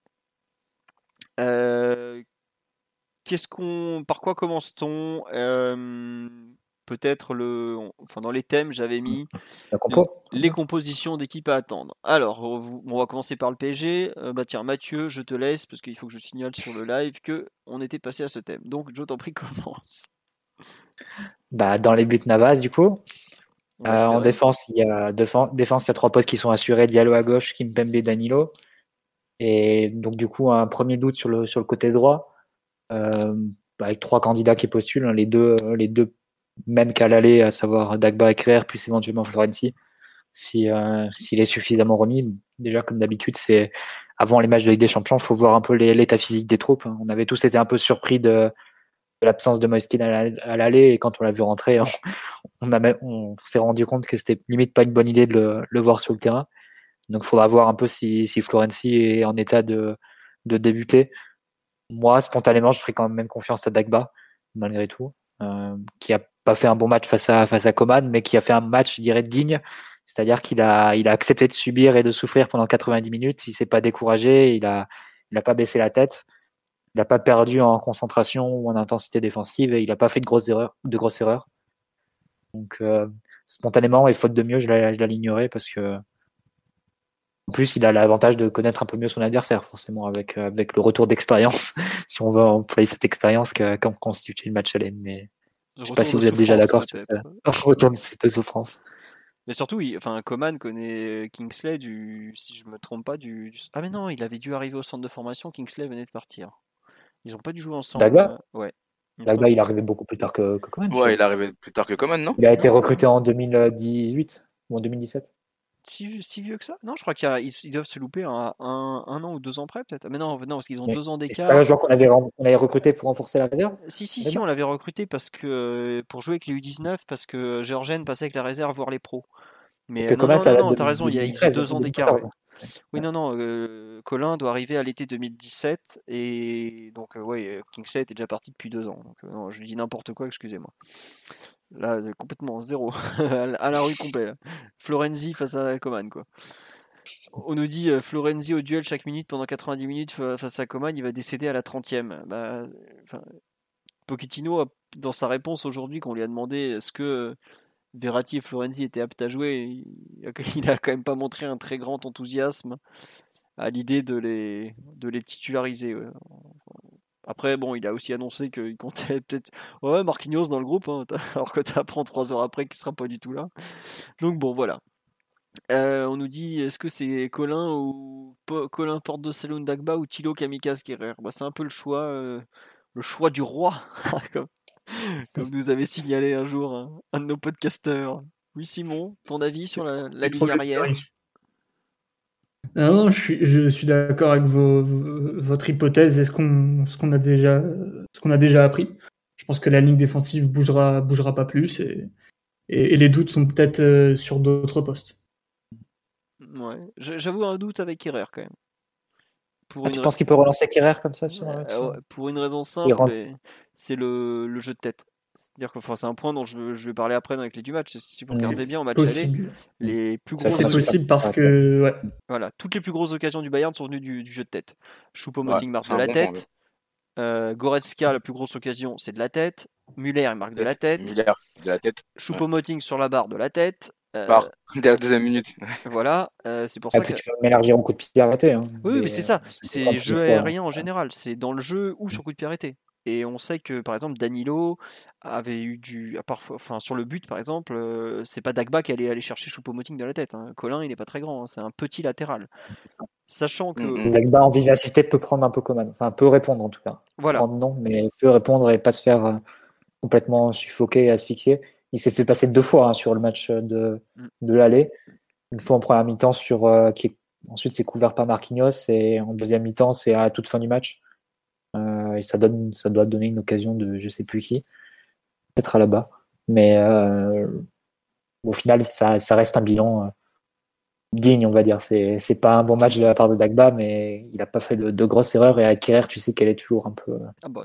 Par quoi commence-on? Peut-être dans les thèmes, j'avais mis les compositions d'équipes à attendre. Alors, on va commencer par le PSG. Tiens, Mathieu, je te laisse parce qu'il faut que je signale sur le live que on était passé à ce thème. Donc, je t'en prie, commence. Dans les buts Navas, du coup. En défense, il y a 3 postes qui sont assurés. Diallo à gauche, Kimpembe, Danilo. Et donc, du coup, un premier doute sur le côté droit. Avec 3 candidats qui postulent, les deux mêmes qu'à l'aller, à savoir Dagba et Kerr, puis éventuellement Florenzi, s'il est suffisamment remis. Déjà, comme d'habitude, c'est avant les matchs de Ligue des Champions, il faut voir un peu l'état physique des troupes. On avait tous été un peu surpris de l'absence de Moïse Keane à l'aller, et quand on l'a vu rentrer, on s'est rendu compte que c'était limite pas une bonne idée de le voir sur le terrain. Donc, il faudra voir un peu si Florenzi est en état de débuter. Moi, spontanément, je ferai quand même confiance à Dagba, malgré tout, qui a pas fait un bon match face à Coman, mais qui a fait un match, je dirais, digne C'est-à-dire qu'il a accepté de subir et de souffrir pendant 90 minutes. Il s'est pas découragé. Il a pas baissé la tête. Il n'a pas perdu en concentration ou en intensité défensive et il n'a pas fait de grosses erreurs. Donc, spontanément et faute de mieux, je l'alignerai parce que, en plus, il a l'avantage de connaître un peu mieux son adversaire, forcément, avec le retour d'expérience, si on veut employer cette expérience comme constitue le match aller. Mais je ne sais pas si vous êtes déjà d'accord sur ça. Retour de souffrance. Mais surtout, Coman connaît Kingsley si je me trompe pas, Ah mais non, il avait dû arriver au centre de formation, Kingsley venait de partir. Ils ont pas dû jouer ensemble. Dagba ouais. Dagba, il est arrivé beaucoup plus tard que Coman. Ouais, il est arrivé plus tard que Coman, non? Il a été recruté en 2018 ou en 2017. Si vieux que ça? Non, je crois qu'ils doivent se louper un an ou 2 ans près, peut-être. Mais non, parce qu'ils ont 2 ans d'écart. C'est pas le joueur qu'on avait recruté pour renforcer la réserve? Si, on l'avait recruté pour jouer avec les U19 parce que Georgen passait avec la réserve voir les pros. Mais non, t'as raison, il y a 2 ans d'écart. Oui, non, Colin doit arriver à l'été 2017 et donc Kingsley était déjà parti depuis 2 ans. Donc non, je dis n'importe quoi, excusez-moi. Là, complètement zéro, à la rue complet. Florenzi face à Coman, quoi. On nous dit Florenzi au duel chaque minute pendant 90 minutes face à Coman, il va décéder à la 30e. Pochettino, dans sa réponse aujourd'hui, qu'on lui a demandé est-ce que Verratti et Florenzi étaient aptes à jouer, il a quand même pas montré un très grand enthousiasme à l'idée de les titulariser. Ouais. Après, bon, il a aussi annoncé qu'il comptait peut-être Marquinhos dans le groupe, hein, alors que tu apprends 3 heures après qu'il sera pas du tout là. Donc bon, voilà. On nous dit est-ce que c'est Colin Porte de Saloon Dagba ou Thilo Kamikaze Kerrer? C'est un peu le choix du roi, comme nous avait signalé un jour un de nos podcasteurs. Oui, Simon, ton avis sur la ligne arrière? Non, je suis d'accord avec votre hypothèse et ce qu'on a déjà appris. Je pense que la ligne défensive bougera pas plus et les doutes sont peut-être sur d'autres postes. Ouais, j'avoue un doute avec Kerrer quand même. Tu penses qu'il peut relancer Kerrer comme ça pour une raison simple, c'est le jeu de tête. C'est-à-dire que c'est un point dont je vais parler après avec les du match. Si vous regardez bien au match aller, les plus grosses c'est possible parce que voilà, toutes les plus grosses occasions du Bayern sont venues du jeu de tête. Choupo-Moting marque de la tête. Goretzka, la plus grosse occasion, c'est de la tête. Müller, il marque de la tête. Choupo-Moting sur la barre de la tête. Dès la deuxième minute. Voilà, c'est pour ça que tu peux m'élargir en coup de pied arrêté. Hein. Oui, mais c'est ça. C'est jeu aérien en général. C'est dans le jeu ou sur coup de pied arrêté. Et on sait que, par exemple, Danilo avait eu sur le but, par exemple, c'est pas Dagba qui allait aller chercher Choupo-Moting de la tête. Hein. Colin, il n'est pas très grand. Hein. C'est un petit latéral. Sachant que Dagba en vivacité peut prendre un peu Coman. Enfin, peut répondre en tout cas. Voilà. Prendre non, mais peut répondre et pas se faire complètement suffoquer et asphyxier. Il s'est fait passer 2 fois sur le match de l'aller. Une fois en première mi-temps ensuite c'est couvert par Marquinhos et en deuxième mi-temps c'est à la toute fin du match. Et ça doit donner une occasion de je sais plus qui, peut-être à là-bas. Mais au final, ça reste un bilan digne, on va dire. C'est pas un bon match de la part de Dagba, mais il a pas fait de grosses erreurs. Et à Kerrer, tu sais qu'elle est toujours un peu.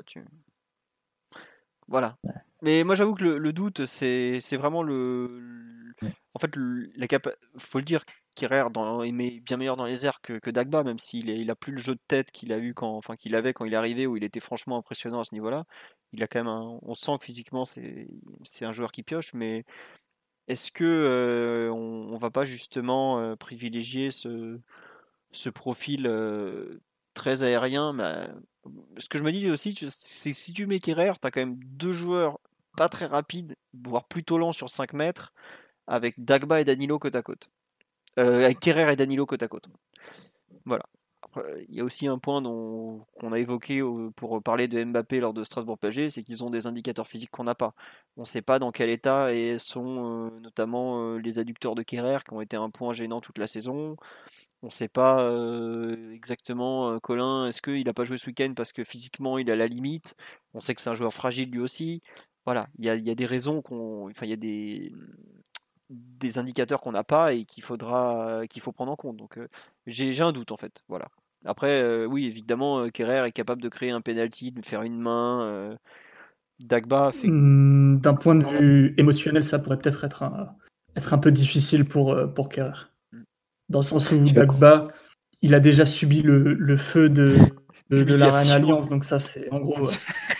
Voilà. Ouais. Mais moi, j'avoue que le doute, c'est vraiment en fait, faut le dire, Kerrer est bien meilleur dans les airs que Dagba, même s'il a plus le jeu de tête qu'il avait quand il est arrivé, où il était franchement impressionnant à ce niveau-là. Il a quand même on sent que physiquement c'est un joueur qui pioche, mais est-ce que on va pas justement privilégier ce profil très aérien? Ce que je me dis aussi, c'est que si tu mets Kerrer, tu as quand même 2 joueurs pas très rapides, voire plutôt lents sur 5 mètres, avec Dagba et Danilo côte à côte. Avec Kerrer et Danilo côte à côte. Voilà. Après, il y a aussi un point qu'on a évoqué pour parler de Mbappé lors de Strasbourg-PSG, c'est qu'ils ont des indicateurs physiques qu'on n'a pas. On ne sait pas dans quel état sont notamment les adducteurs de Kerrer qui ont été un point gênant toute la saison. On ne sait pas exactement, Colin, est-ce qu'il n'a pas joué ce week-end parce que physiquement il est à la limite? On sait que c'est un joueur fragile lui aussi. Voilà, il y a des raisons il y a des indicateurs qu'on n'a pas et qu'il faut prendre en compte. Donc j'ai un doute en fait. Voilà. Après, oui, évidemment, Kerrer est capable de créer un penalty, de faire une main. Dagba fait. D'un point de vue émotionnel, ça pourrait peut-être être être un peu difficile pour Kerrer. Dans le sens où Tu veux Dagba, il a déjà subi le feu de la Reine L'humiliation. Alliance, donc ça c'est en gros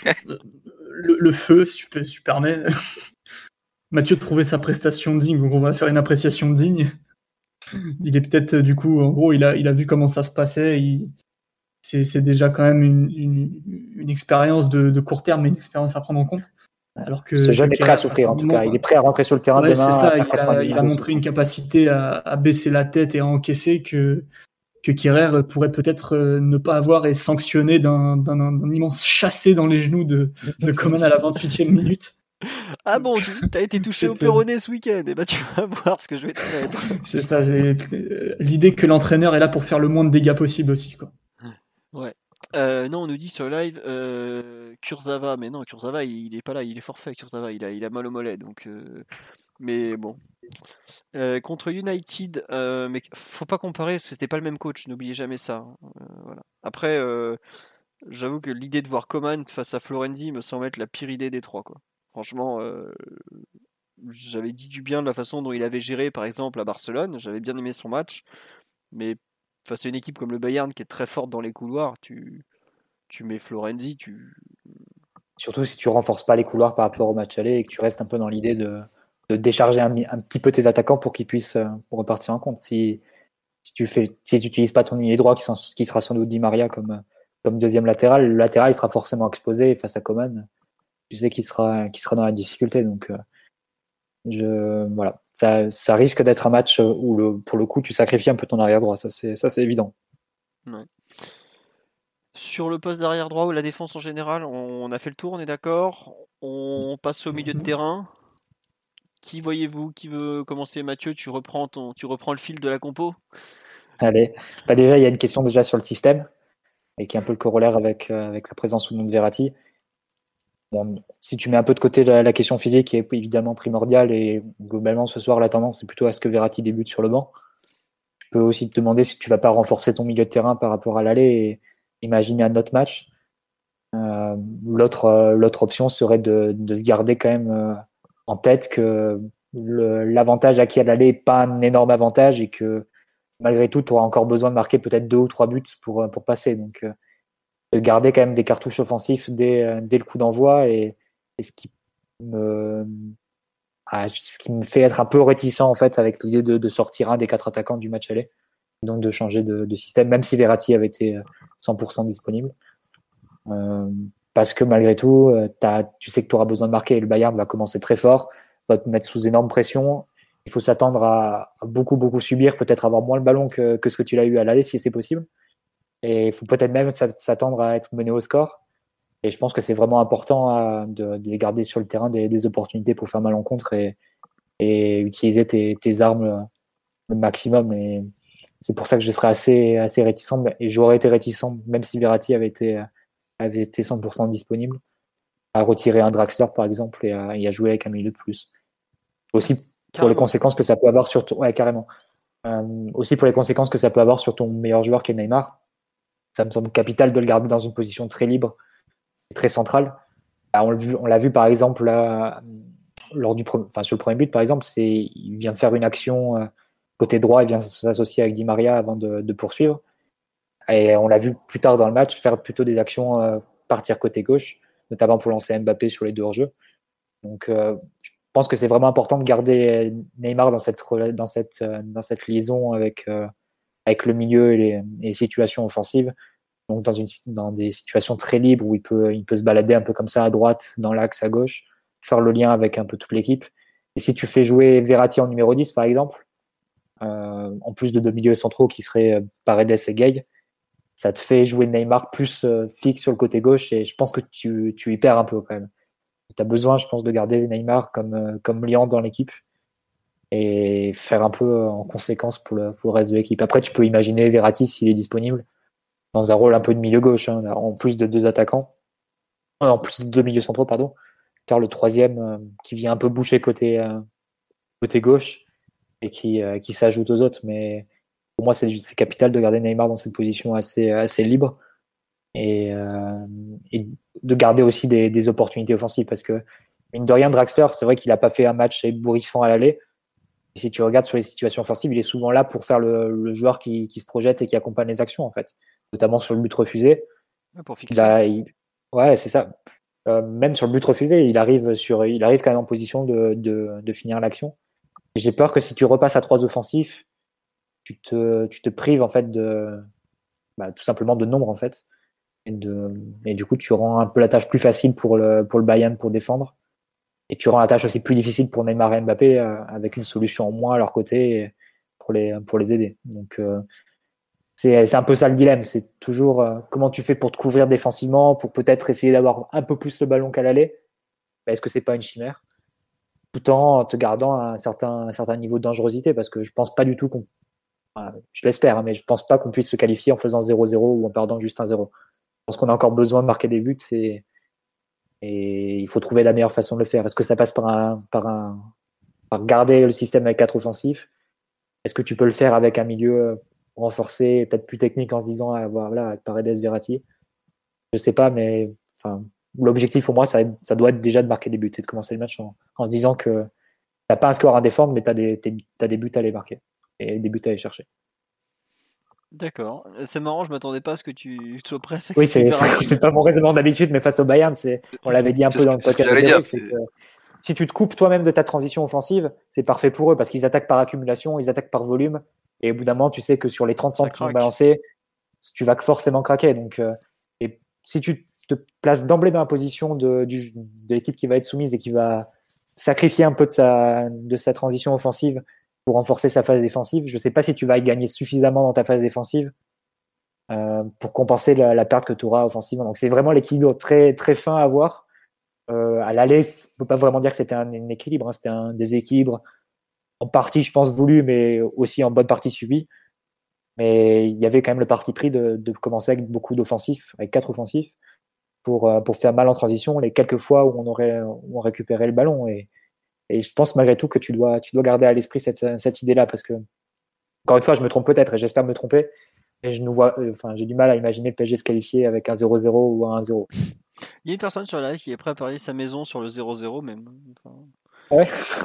le feu, si tu permets. Mathieu trouvait sa prestation digne, donc on va faire une appréciation digne. Il est peut-être, du coup, en gros, il a vu comment ça se passait. C'est déjà quand même une expérience de court terme, mais une expérience à prendre en compte. Alors que Ce jeune est prêt à Kerrer, ça fait souffrir, un en tout moment, cas. Il est prêt à rentrer sur le terrain ouais, demain c'est ça. à faire 90 Il a minutes montré une capacité à baisser la tête et à encaisser que Kerrer pourrait peut-être ne pas avoir et sanctionné d'un immense chassé dans les genoux de Coman à la 28e minute. Ah bon, t'as été touché au péroné ce week-end, et bah tu vas voir ce que je vais te mettre. C'est ça, c'est l'idée que l'entraîneur est là pour faire le moins de dégâts possible aussi, quoi. Ouais. Non, on nous dit sur le live Kurzawa, mais non, Kurzawa il est pas là, il est forfait. Kurzawa, il a mal au mollet, donc. Mais bon. Contre United, mais faut pas comparer, c'était pas le même coach, n'oubliez jamais ça. Voilà. Après, j'avoue que l'idée de voir Coman face à Florenzi me semble être la pire idée des trois, quoi. Franchement, j'avais dit du bien de la façon dont il avait géré, par exemple, à Barcelone. J'avais bien aimé son match, mais face à une équipe comme le Bayern qui est très forte dans les couloirs, tu mets Florenzi, Surtout si tu renforces pas les couloirs par rapport au match aller et que tu restes un peu dans l'idée de décharger un petit peu tes attaquants pour qu'ils puissent repartir en compte. Si tu n'utilises pas ton milieu droit qui sera sans doute Di Maria comme deuxième latéral, le latéral il sera forcément exposé face à Coman. Tu sais qu'il sera dans la difficulté. Donc voilà, ça risque d'être un match où pour le coup tu sacrifies un peu ton arrière droit. Ça c'est évident. Ouais. Sur le poste d'arrière droit ou la défense en général, on a fait le tour, on est d'accord. On passe au milieu de terrain. Qui voyez-vous? Qui veut commencer? Mathieu, tu reprends le fil de la compo? Allez, déjà il y a une question déjà sur le système et qui est un peu le corollaire avec la présence ou non de Verratti. Bon, si tu mets un peu de côté la question physique qui est évidemment primordiale et globalement ce soir la tendance c'est plutôt à ce que Verratti débute sur le banc. Tu peux aussi te demander si tu vas pas renforcer ton milieu de terrain par rapport à l'aller et imaginer un autre match. L'autre option serait de se garder quand même en tête que l'avantage acquis à l'aller n'est pas un énorme avantage et que malgré tout, tu auras encore besoin de marquer peut-être 2 ou 3 buts pour passer. Donc, de garder quand même des cartouches offensifs dès le coup d'envoi et ce qui me fait être un peu réticent en fait avec l'idée de sortir un des 4 attaquants du match aller, donc de changer de système, même si Verratti avait été 100% disponible. Parce que malgré tout, tu sais que tu auras besoin de marquer et le Bayern va commencer très fort, va te mettre sous énorme pression. Il faut s'attendre à beaucoup subir, peut-être avoir moins le ballon que ce que tu l'as eu à l'aller si c'est possible. Et il faut peut-être même s'attendre à être mené au score. Et je pense que c'est vraiment important de garder sur le terrain des opportunités pour faire mal en contre et utiliser tes armes le maximum. Et c'est pour ça que je serais assez réticent. Et j'aurais été réticent, même si Verratti avait été 100% disponible, à retirer un Draxler par exemple et à jouer avec un milieu de plus. Aussi pour les conséquences que ça peut avoir sur carrément. Aussi pour les conséquences que ça peut avoir sur ton meilleur joueur qui est Neymar. Ça me semble capital de le garder dans une position très libre et très centrale. On l'a vu par exemple sur le premier but par exemple, il vient faire une action côté droit, il vient s'associer avec Di Maria avant de poursuivre. Et on l'a vu plus tard dans le match faire plutôt des actions partir côté gauche, notamment pour lancer Mbappé sur les 2 hors-jeu. Donc je pense que c'est vraiment important de garder Neymar dans cette liaison avec le milieu et les situations offensives. Donc dans des situations très libres où il peut se balader un peu comme ça à droite, dans l'axe à gauche, faire le lien avec un peu toute l'équipe. Et si tu fais jouer Verratti en numéro 10 par exemple, en plus de 2 milieux centraux qui seraient Paredes et Gay, ça te fait jouer Neymar plus fixe sur le côté gauche et je pense que tu y perds un peu quand même. Tu as besoin, je pense, de garder Neymar comme liant dans l'équipe et faire un peu en conséquence pour le reste de l'équipe. Après, tu peux imaginer Verratti s'il est disponible dans un rôle un peu de milieu gauche, hein, en plus de 2 attaquants, en plus de 2 milieux centraux, pardon, car le troisième qui vient un peu boucher côté gauche et qui s'ajoute aux autres. Mais pour moi, c'est capital de garder Neymar dans cette position assez libre et de garder aussi des opportunités offensives parce que mine de rien, Draxler, c'est vrai qu'il n'a pas fait un match ébouriffant à l'aller, Et si tu regardes sur les situations offensives, il est souvent là pour faire le joueur qui se projette et qui accompagne les actions, en fait. Notamment sur le but refusé. Pour fixer. Ouais, c'est ça. Même sur le but refusé, il arrive quand même en position de finir l'action. Et j'ai peur que si tu repasses à 3 offensifs, tu te prives en fait tout simplement de nombre en fait. Et du coup, tu rends un peu la tâche plus facile pour le Bayern pour défendre. Et tu rends la tâche aussi plus difficile pour Neymar et Mbappé avec une solution en moins à leur côté pour les aider. Donc, c'est un peu ça le dilemme. C'est toujours comment tu fais pour te couvrir défensivement, pour peut-être essayer d'avoir un peu plus le ballon qu'à l'aller. Est-ce que c'est pas une chimère? Tout en te gardant un certain niveau de dangerosité, parce que je pense pas du tout je l'espère, hein, mais je pense pas qu'on puisse se qualifier en faisant 0-0 ou en perdant juste 1-0. Je pense qu'on a encore besoin de marquer des buts et il faut trouver la meilleure façon de le faire. Est-ce que ça passe par garder le système avec 4 offensifs? Est-ce que tu peux le faire avec un milieu renforcé, peut-être plus technique en se disant avec Paredes, Verratti? Je sais pas, mais l'objectif pour moi, ça doit être déjà de marquer des buts et de commencer le match en se disant que t'as pas un score à défendre, mais t'as des buts à aller marquer et des buts à aller chercher. D'accord. C'est marrant, je m'attendais pas à ce que tu sois prêt. Oui, c'est pas mon raisonnement d'habitude, mais face au Bayern, on l'avait dit un peu dans le podcast. C'est que si tu te coupes toi-même de ta transition offensive, c'est parfait pour eux parce qu'ils attaquent par accumulation, ils attaquent par volume. Et au bout d'un moment, tu sais que sur les 30 centres qu'ils vont balancer, tu vas forcément craquer. Donc, et si tu te places d'emblée dans la position de l'équipe qui va être soumise et qui va sacrifier un peu de sa transition offensive pour renforcer sa phase défensive, je ne sais pas si tu vas gagner suffisamment dans ta phase défensive pour compenser la perte que tu auras offensivement. Donc, c'est vraiment l'équilibre très, très fin à avoir. À l'aller, on ne peut pas vraiment dire que c'était un équilibre, hein, c'était un déséquilibre en partie, je pense, voulu, mais aussi en bonne partie subi. Mais il y avait quand même le parti pris de commencer avec beaucoup d'offensifs, avec 4 offensifs, pour faire mal en transition les quelques fois où on récupérait le ballon. Et je pense malgré tout que tu dois garder à l'esprit cette idée-là, parce que, encore une fois, je me trompe peut-être et j'espère me tromper, mais j'ai du mal à imaginer le PSG se qualifier avec un 0-0 ou un 1-0. Il y a une personne sur la live qui est prête à parier sa maison sur le 0-0 même. Ouais.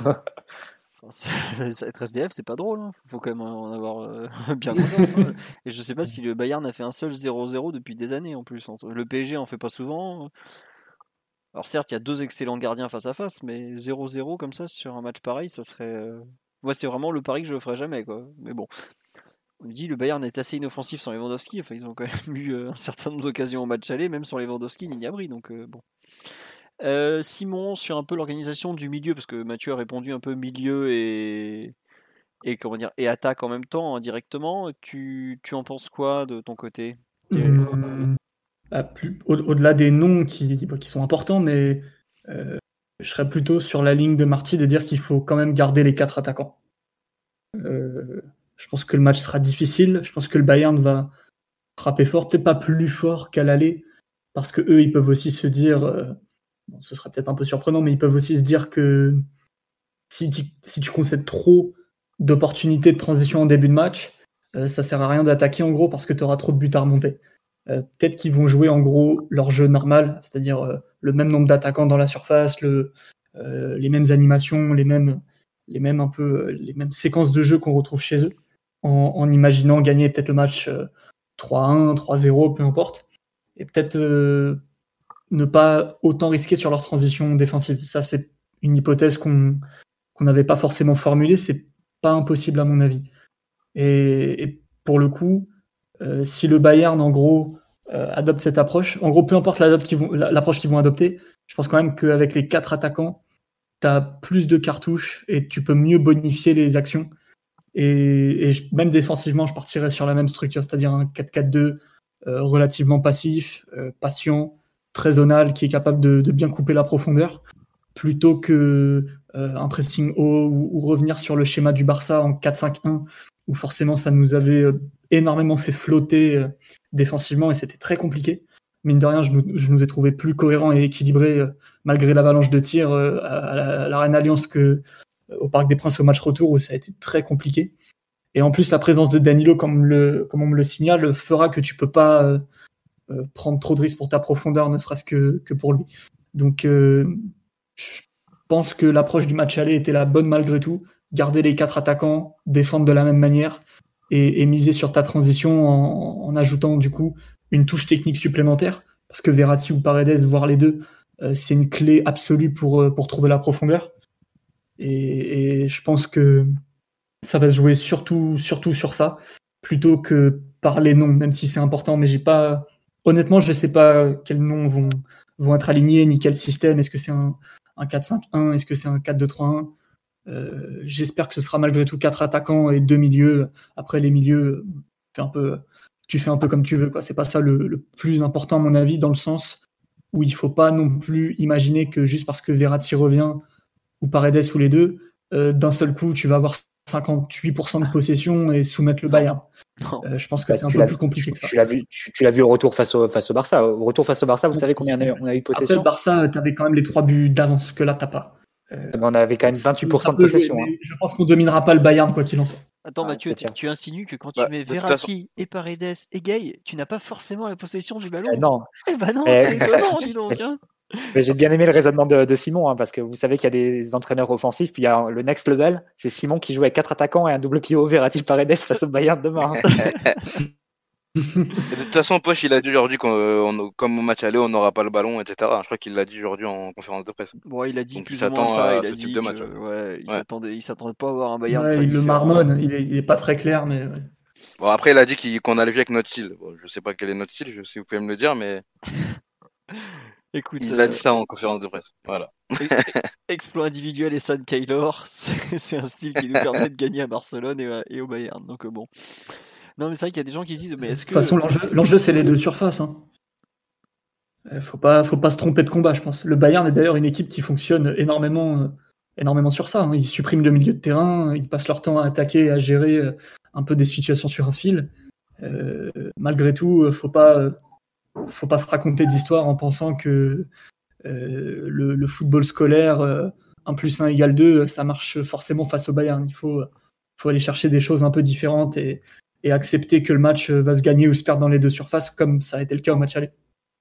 Être SDF, c'est pas drôle. Faut quand même en avoir bien conscience. Hein. Et je sais pas si le Bayern a fait un seul 0-0 depuis des années en plus. Le PSG en fait pas souvent. Alors certes, il y a 2 excellents gardiens face à face, mais 0-0 comme ça sur un match pareil, ça serait. Moi, c'est vraiment le pari que je ferais jamais, quoi. Mais bon. On dit le Bayern est assez inoffensif sans Lewandowski. Enfin, ils ont quand même eu un certain nombre d'occasions au match aller, même sans Lewandowski, il y abri. Donc bon. Simon, sur un peu l'organisation du milieu, parce que Mathieu a répondu un peu milieu et comment dire et attaque en même temps indirectement. Tu en penses quoi de ton côté? Au-delà des noms qui sont importants, mais je serais plutôt sur la ligne de Marty de dire qu'il faut quand même garder les 4 attaquants. Je pense que le match sera difficile. Je pense que le Bayern va frapper fort, peut-être pas plus fort qu'à l'aller, parce que eux, ils peuvent aussi se dire, ce sera peut-être un peu surprenant, mais ils peuvent aussi se dire que si tu concèdes trop d'opportunités de transition en début de match, ça sert à rien d'attaquer en gros parce que tu auras trop de buts à remonter. Peut-être qu'ils vont jouer en gros leur jeu normal, c'est-à-dire le même nombre d'attaquants dans la surface, les mêmes animations, les mêmes séquences de jeu qu'on retrouve chez eux, en imaginant gagner peut-être le match 3-1, 3-0, peu importe, et peut-être ne pas autant risquer sur leur transition défensive. Ça, c'est une hypothèse qu'on n'avait pas forcément formulée, c'est pas impossible à mon avis. Et pour le coup, si le Bayern, en gros, adopte cette approche, en gros, peu importe l'approche qu'ils vont adopter, je pense quand même qu'avec les 4 attaquants, tu as plus de cartouches et tu peux mieux bonifier les actions. Et même défensivement, je partirais sur la même structure, c'est-à-dire un 4-4-2 relativement passif, patient, très zonal, qui est capable de bien couper la profondeur, plutôt que un pressing haut ou revenir sur le schéma du Barça en 4-5-1, où forcément ça nous avait énormément fait flotter défensivement et c'était très compliqué. Mine de rien, je nous ai trouvé plus cohérents et équilibrés malgré l'avalanche de tirs à l'Arène Alliance au Parc des Princes au match retour où ça a été très compliqué. Et en plus, la présence de Danilo, comme on me le signale, fera que tu peux pas prendre trop de risques pour ta profondeur, ne serait-ce que pour lui. Donc, je pense que l'approche du match aller était la bonne malgré tout, garder les 4 attaquants, défendre de la même manière et miser sur ta transition en ajoutant du coup une touche technique supplémentaire. Parce que Verratti ou Paredes, voire les deux, c'est une clé absolue pour trouver la profondeur. Et je pense que ça va se jouer surtout sur ça, plutôt que par les noms, même si c'est important. Mais honnêtement, je ne sais pas quels noms vont être alignés, ni quel système. Est-ce que c'est un 4-5-1? Est-ce que c'est un 4-2-3-1? J'espère que ce sera malgré tout 4 attaquants et 2 milieux. Après, les milieux, tu fais un peu comme tu veux, quoi. C'est pas ça le plus important, à mon avis, dans le sens où il faut pas non plus imaginer que juste parce que Verratti revient ou Paredes ou les deux, d'un seul coup, tu vas avoir 58% de possession et soumettre le Bayern. Je pense que c'est un peu plus compliqué que ça. Tu l'as vu au retour face au Barça. Au retour face au Barça, vous savez combien on a eu de possession? Après le Barça, tu avais quand même les 3 buts d'avance que là, t'as pas. On avait quand même 28% de possession. Jouer, je pense qu'on dominera pas le Bayern, quoi qu'il en soit. Attends, Mathieu, tu insinues que quand tu mets Verratti et Paredes et Gay, tu n'as pas forcément la possession du ballon? Non. Eh ben non, c'est étonnant, dis donc. Hein. Mais j'ai bien aimé le raisonnement de Simon, parce que vous savez qu'il y a des entraîneurs offensifs, puis il y a le next level, c'est Simon qui joue avec 4 attaquants et un double pivot Verratti Paredes face au Bayern demain. De toute façon, Poch, il a dit aujourd'hui comme au match aller, on n'aura pas le ballon, etc. Je crois qu'il l'a dit aujourd'hui en conférence de presse. Bon, il a dit donc plus ou moins ça. Il a dit il s'attendait pas à avoir un Bayern. Il le marmonne. Il est pas très clair, mais. Ouais. Bon, après, il a dit qu'on allait jouer avec notre style. Bon, je sais pas quel est notre style, si vous pouvez me le dire, mais. Écoute, il a dit ça en conférence de presse. Voilà. Exploit individuel et San Kaylor, c'est un style qui nous permet de gagner à Barcelone et au Bayern. Donc bon. Non, mais c'est vrai qu'il y a des gens qui se disent, mais est-ce que. De toute façon, l'enjeu c'est les deux surfaces. Hein. Faut pas se tromper de combat, je pense. Le Bayern est d'ailleurs une équipe qui fonctionne énormément sur ça. Hein. Ils suppriment le milieu de terrain, ils passent leur temps à attaquer, à gérer un peu des situations sur un fil. Malgré tout, faut pas se raconter d'histoire en pensant que le football scolaire 1 + 1 = 2, ça marche forcément face au Bayern. Il faut aller chercher des choses un peu différentes et accepter que le match va se gagner ou se perdre dans les deux surfaces, comme ça a été le cas au match aller.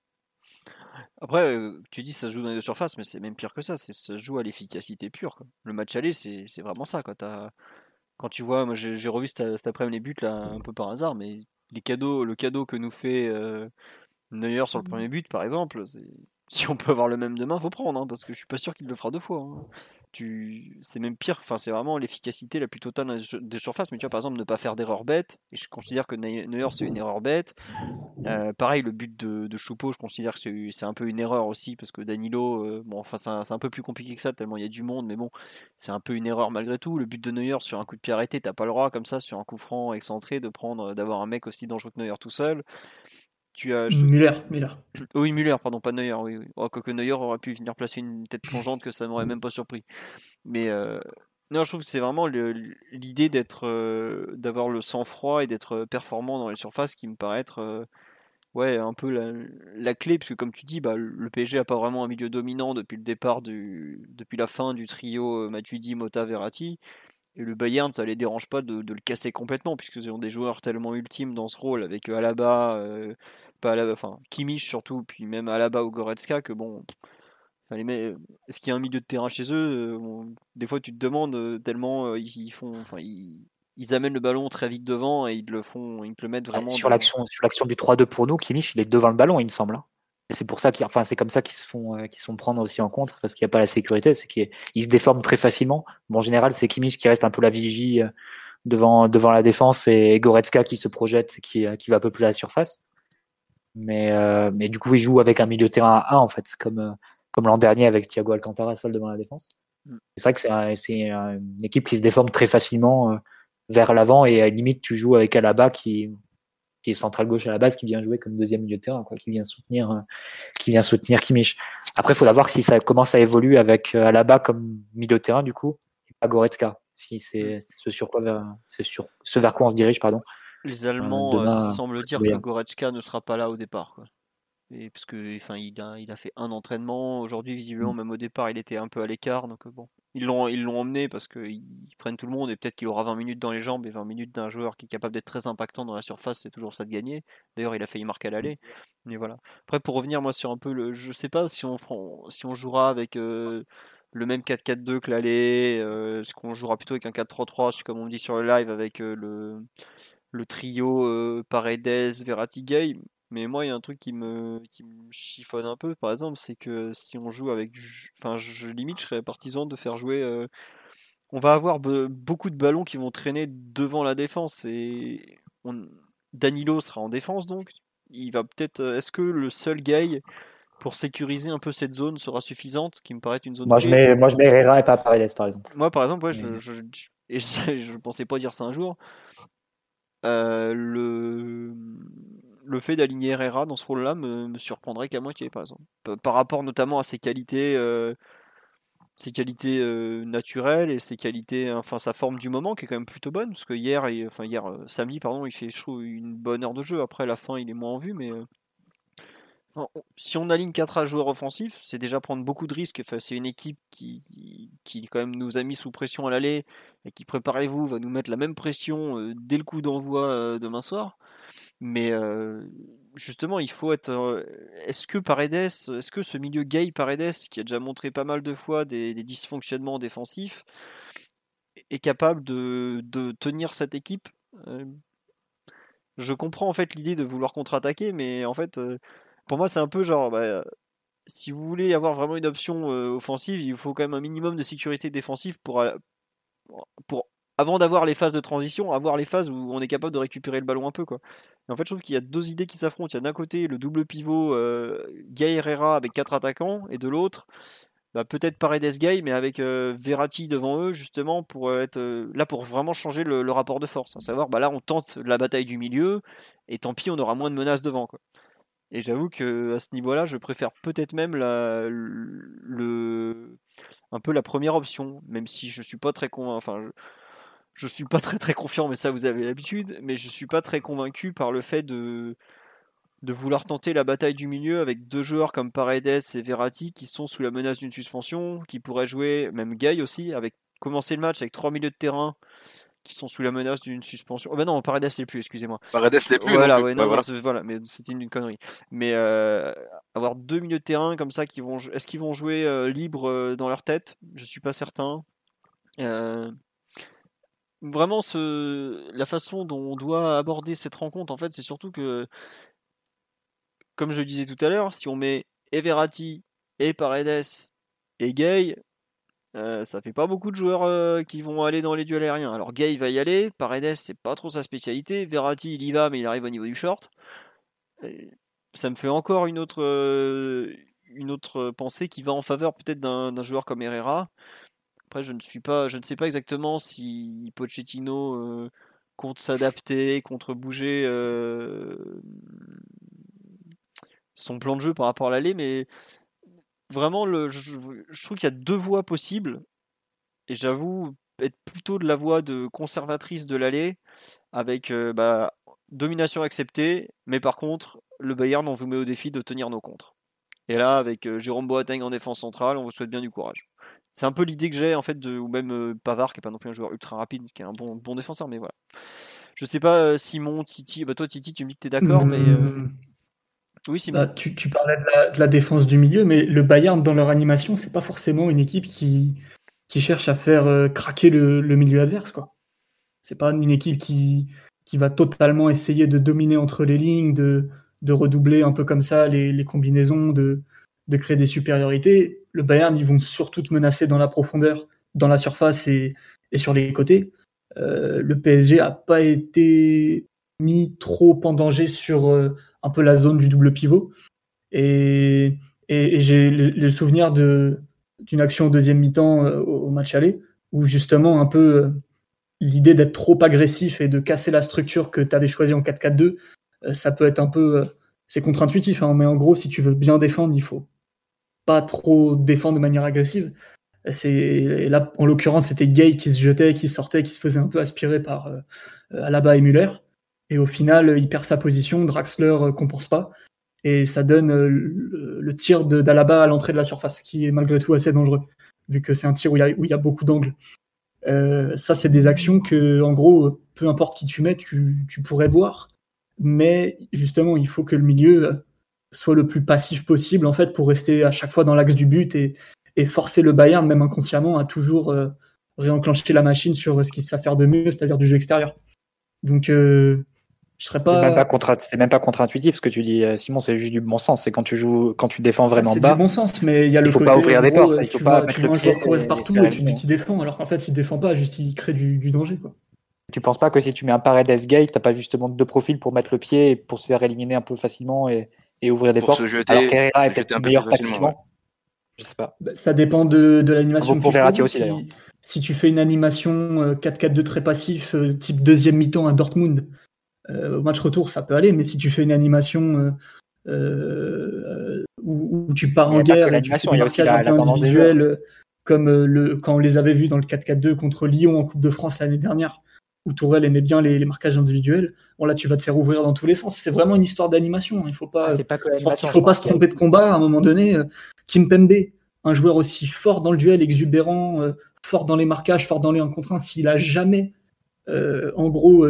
Après, tu dis ça se joue dans les deux surfaces, mais c'est même pire que ça. Ça se joue à l'efficacité pure. Quoi. Le match aller, c'est vraiment ça. Quand tu vois, moi j'ai revu cet après-midi les buts là, un peu par hasard, mais le cadeau que nous fait Neuer sur le premier but, par exemple, si on peut avoir le même demain, faut prendre, hein, parce que je suis pas sûr qu'il le fera 2 fois. Hein. C'est même pire, enfin c'est vraiment l'efficacité la plus totale des surfaces. Mais tu vois, par exemple, ne pas faire d'erreur bête, et je considère que Neuer c'est une erreur bête. Pareil, le but de Choupo, je considère que c'est un peu une erreur aussi, parce que Danilo, bon, enfin c'est un peu plus compliqué que ça, tellement il y a du monde, mais bon, c'est un peu une erreur malgré tout. Le but de Neuer sur un coup de pied arrêté, t'as pas le droit comme ça, sur un coup franc excentré, d'avoir un mec aussi dangereux que Neuer tout seul. Müller. Oui, Müller, pardon, pas Neuer. Oui. Oh, quoique Neuer aurait pu venir placer une tête plongeante que ça m'aurait même pas surpris. Mais non, je trouve que c'est vraiment l'idée d'avoir le sang-froid et d'être performant dans les surfaces qui me paraît être un peu la clé, parce que comme tu dis, le PSG a pas vraiment un milieu dominant depuis la fin du trio Matuidi, Mota, Verratti. Et le Bayern, ça les dérange pas de le casser complètement, puisqu'ils ont des joueurs tellement ultimes dans ce rôle, avec Alaba, Kimmich surtout, puis même Alaba ou Goretzka, que bon, est-ce qu'il y a un milieu de terrain chez eux? Des fois, tu te demandes tellement ils amènent le ballon très vite devant et ils te le mettent vraiment. Sur l'action du 3-2 pour nous, Kimmich, il est devant le ballon, il me semble. Hein. Et c'est pour ça c'est comme ça qu'ils se font prendre aussi en contre, parce qu'il n'y a pas la sécurité, c'est qu'ils se déforment très facilement. Bon, en général, c'est Kimmich qui reste un peu la vigie devant la défense et Goretzka qui se projette, qui va peupler la surface. Mais du coup, il joue avec un milieu de terrain à 1, en fait, comme l'an dernier avec Thiago Alcantara seul devant la défense. C'est vrai que c'est une équipe qui se déforme très facilement vers l'avant, et à la limite, tu joues avec Alaba qui est central gauche à la base, qui vient jouer comme deuxième milieu de terrain, qui vient soutenir Kimmich. Après, il faut voir si ça commence à évoluer avec Alaba comme milieu de terrain, du coup, et pas Goretzka. Si c'est ce vers quoi on se dirige, pardon. Les Allemands semblent dire que Goretzka ne sera pas là au départ, quoi. Et parce que il a fait un entraînement aujourd'hui, visiblement même au départ il était un peu à l'écart, donc bon, ils l'ont emmené parce qu'ils prennent tout le monde et peut-être qu'il aura 20 minutes dans les jambes, et 20 minutes d'un joueur qui est capable d'être très impactant dans la surface, c'est toujours ça de gagner. D'ailleurs il a failli marquer à l'aller, mais voilà. Après, pour revenir moi sur un peu je sais pas si on jouera avec le même 4-4-2 que l'aller, ce qu'on jouera plutôt avec un 4-3-3, comme on me dit sur le live, avec le trio Paredes, Verratti, Gay. Mais moi, il y a un truc qui me chiffonne un peu, par exemple, c'est que si on joue avec enfin, limite, je serais partisan de faire jouer. On va avoir beaucoup de ballons qui vont traîner devant la défense. Et Danilo sera en défense, donc. Il va peut-être. Est-ce que le seul Gay pour sécuriser un peu cette zone sera suffisante, qui me paraît être une zone Moi, je mets Herrera et pas Paredes, par exemple. Moi, par exemple, ouais, Mais- et je pensais pas dire ça un jour. Le fait d'aligner Herrera dans ce rôle-là me surprendrait qu'à moitié, par exemple. Par rapport notamment à ses qualités naturelles et ses qualités, enfin sa forme du moment qui est quand même plutôt bonne, parce que samedi, pardon, il fait je trouve, une bonne heure de jeu. Après, à la fin, il est moins en vue, mais si on aligne 4 joueurs offensifs, c'est déjà prendre beaucoup de risques. Enfin, c'est une équipe qui quand même nous a mis sous pression à l'aller et qui, préparez-vous, va nous mettre la même pression dès le coup d'envoi demain soir. Mais justement, il faut être. Est-ce que ce milieu Gay Paredes, qui a déjà montré pas mal de fois des dysfonctionnements défensifs, est capable de tenir cette équipe? Je comprends en fait l'idée de vouloir contre-attaquer, mais en fait, pour moi, c'est un peu genre, si vous voulez avoir vraiment une option offensive, il faut quand même un minimum de sécurité défensive pour avant d'avoir les phases de transition, avoir les phases où on est capable de récupérer le ballon un peu, quoi. Et en fait, je trouve qu'il y a deux idées qui s'affrontent. Il y a d'un côté le double pivot Gay Herrera avec 4 attaquants, et de l'autre, peut-être Paredes Gay, mais avec Verratti devant eux, justement, pour être là pour vraiment changer le rapport de force. À savoir, là, on tente la bataille du milieu, et tant pis, on aura moins de menaces devant, quoi. Et j'avoue que à ce niveau-là, je préfère peut-être même un peu la première option, même si je suis pas très je suis pas très très confiant, mais ça vous avez l'habitude, mais je suis pas très convaincu par le fait de vouloir tenter la bataille du milieu avec deux joueurs comme Paredes et Verratti qui sont sous la menace d'une suspension, qui pourraient jouer, même Gay aussi, avec commencer le match avec 3 milieux de terrain qui sont sous la menace d'une suspension. Oh non, Paredes c'est plus, excusez-moi. Paredes l'est plus Voilà, non plus. ouais, non, Ouais, voilà. voilà, mais c'était une connerie. Mais avoir deux milieux de terrain comme ça est-ce qu'ils vont jouer libre dans leur tête? Je suis pas certain. Vraiment, la façon dont on doit aborder cette rencontre, en fait, c'est surtout que, comme je le disais tout à l'heure, si on met Verratti et Paredes et Gay, ça fait pas beaucoup de joueurs qui vont aller dans les duels aériens. Alors Gay va y aller, Paredes c'est pas trop sa spécialité, Verratti il y va mais il arrive au niveau du short. Ça me fait encore une autre pensée qui va en faveur peut-être d'un joueur comme Herrera. Après je ne sais pas exactement si Pochettino compte s'adapter, contre bouger son plan de jeu par rapport à l'aller, mais vraiment je trouve qu'il y a deux voies possibles. Et j'avoue être plutôt de la voie de conservatrice de l'aller, avec domination acceptée, mais par contre, le Bayern, on vous met au défi de tenir nos contres. Et là, avec Jérôme Boateng en défense centrale, on vous souhaite bien du courage. C'est un peu l'idée que j'ai, en fait, ou même Pavard, qui n'est pas non plus un joueur ultra rapide, qui est un bon défenseur, mais voilà. Je sais pas, Simon, Titi, toi, Titi, tu me dis que tu es d'accord, mais. Oui, Simon. Tu parlais de la défense du milieu, mais le Bayern, dans leur animation, c'est pas forcément une équipe qui cherche à faire craquer le milieu adverse, quoi. C'est pas une équipe qui va totalement essayer de dominer entre les lignes, de redoubler un peu comme ça les combinaisons, de créer des supériorités. Le Bayern, ils vont surtout te menacer dans la profondeur, dans la surface et sur les côtés. Le PSG a pas été mis trop en danger sur un peu la zone du double pivot. Et j'ai le souvenir d'une action au deuxième mi-temps au match aller, où justement un peu l'idée d'être trop agressif et de casser la structure que tu avais choisie en 4-4-2, ça peut être un peu... c'est contre-intuitif, hein, mais en gros, si tu veux bien défendre, il faut pas trop défendre de manière agressive. Et là, en l'occurrence, c'était Gay qui se jetait, qui sortait, qui se faisait un peu aspirer par Alaba et Müller. Et au final, il perd sa position, Draxler compense pas. Et ça donne le tir d'Alaba à l'entrée de la surface, qui est malgré tout assez dangereux, vu que c'est un tir où il y a beaucoup d'angles. Ça, c'est des actions que, en gros, peu importe qui tu mets, tu pourrais voir. Mais justement, il faut que le milieu soit le plus passif possible, en fait, pour rester à chaque fois dans l'axe du but et et forcer le Bayern, même inconsciemment, à toujours réenclencher la machine sur ce qu'ils savent faire de mieux, c'est-à-dire du jeu extérieur. Donc, je serais C'est même pas. pas contre-intuitif ce que tu dis, Simon, c'est juste du bon sens. C'est quand tu défends vraiment C'est bas. du bon sens, mais il y a le Il faut côté. pas ouvrir des en gros, portes, il faut tu pas vois, mettre tu le vois un pied joueur courir et partout se et faire tu dis éliminer. qu'il défend, alors qu'en fait, il défend pas, juste il crée du danger, quoi. Tu penses pas que si tu mets un Paredes Gay, t'as pas justement deux profils pour mettre le pied et pour se faire éliminer un peu facilement et ouvrir des Pour portes, se jeter, alors qu'Herrera est jeter peut-être un peu meilleur plus facilement, tactiquement. Je sais pas. Bah, ça dépend de l'animation Bon, que pour tu Verratti choisis. aussi, d'ailleurs. Si tu fais une animation 4-4-2 très passif, type deuxième mi-temps à Dortmund, au match retour, ça peut aller, mais si tu fais une animation où tu pars Il y en a pas que guerre et tu fais l'animation, des il y a aussi marquages un peu la tendance des joueurs. individuels, comme quand on les avait vus dans le 4-4-2 contre Lyon en Coupe de France l'année dernière, où Tourelle aimait bien les marquages individuels. Bon, là, tu vas te faire ouvrir dans tous les sens. C'est vraiment une histoire d'animation. Il faut pas, C'est pas que je pense qu'il l'animation. ne faut pas se tromper de combat. À un moment donné, Kimpembe, un joueur aussi fort dans le duel, exubérant, fort dans les marquages, fort dans les 1 contre 1, s'il a jamais, en gros,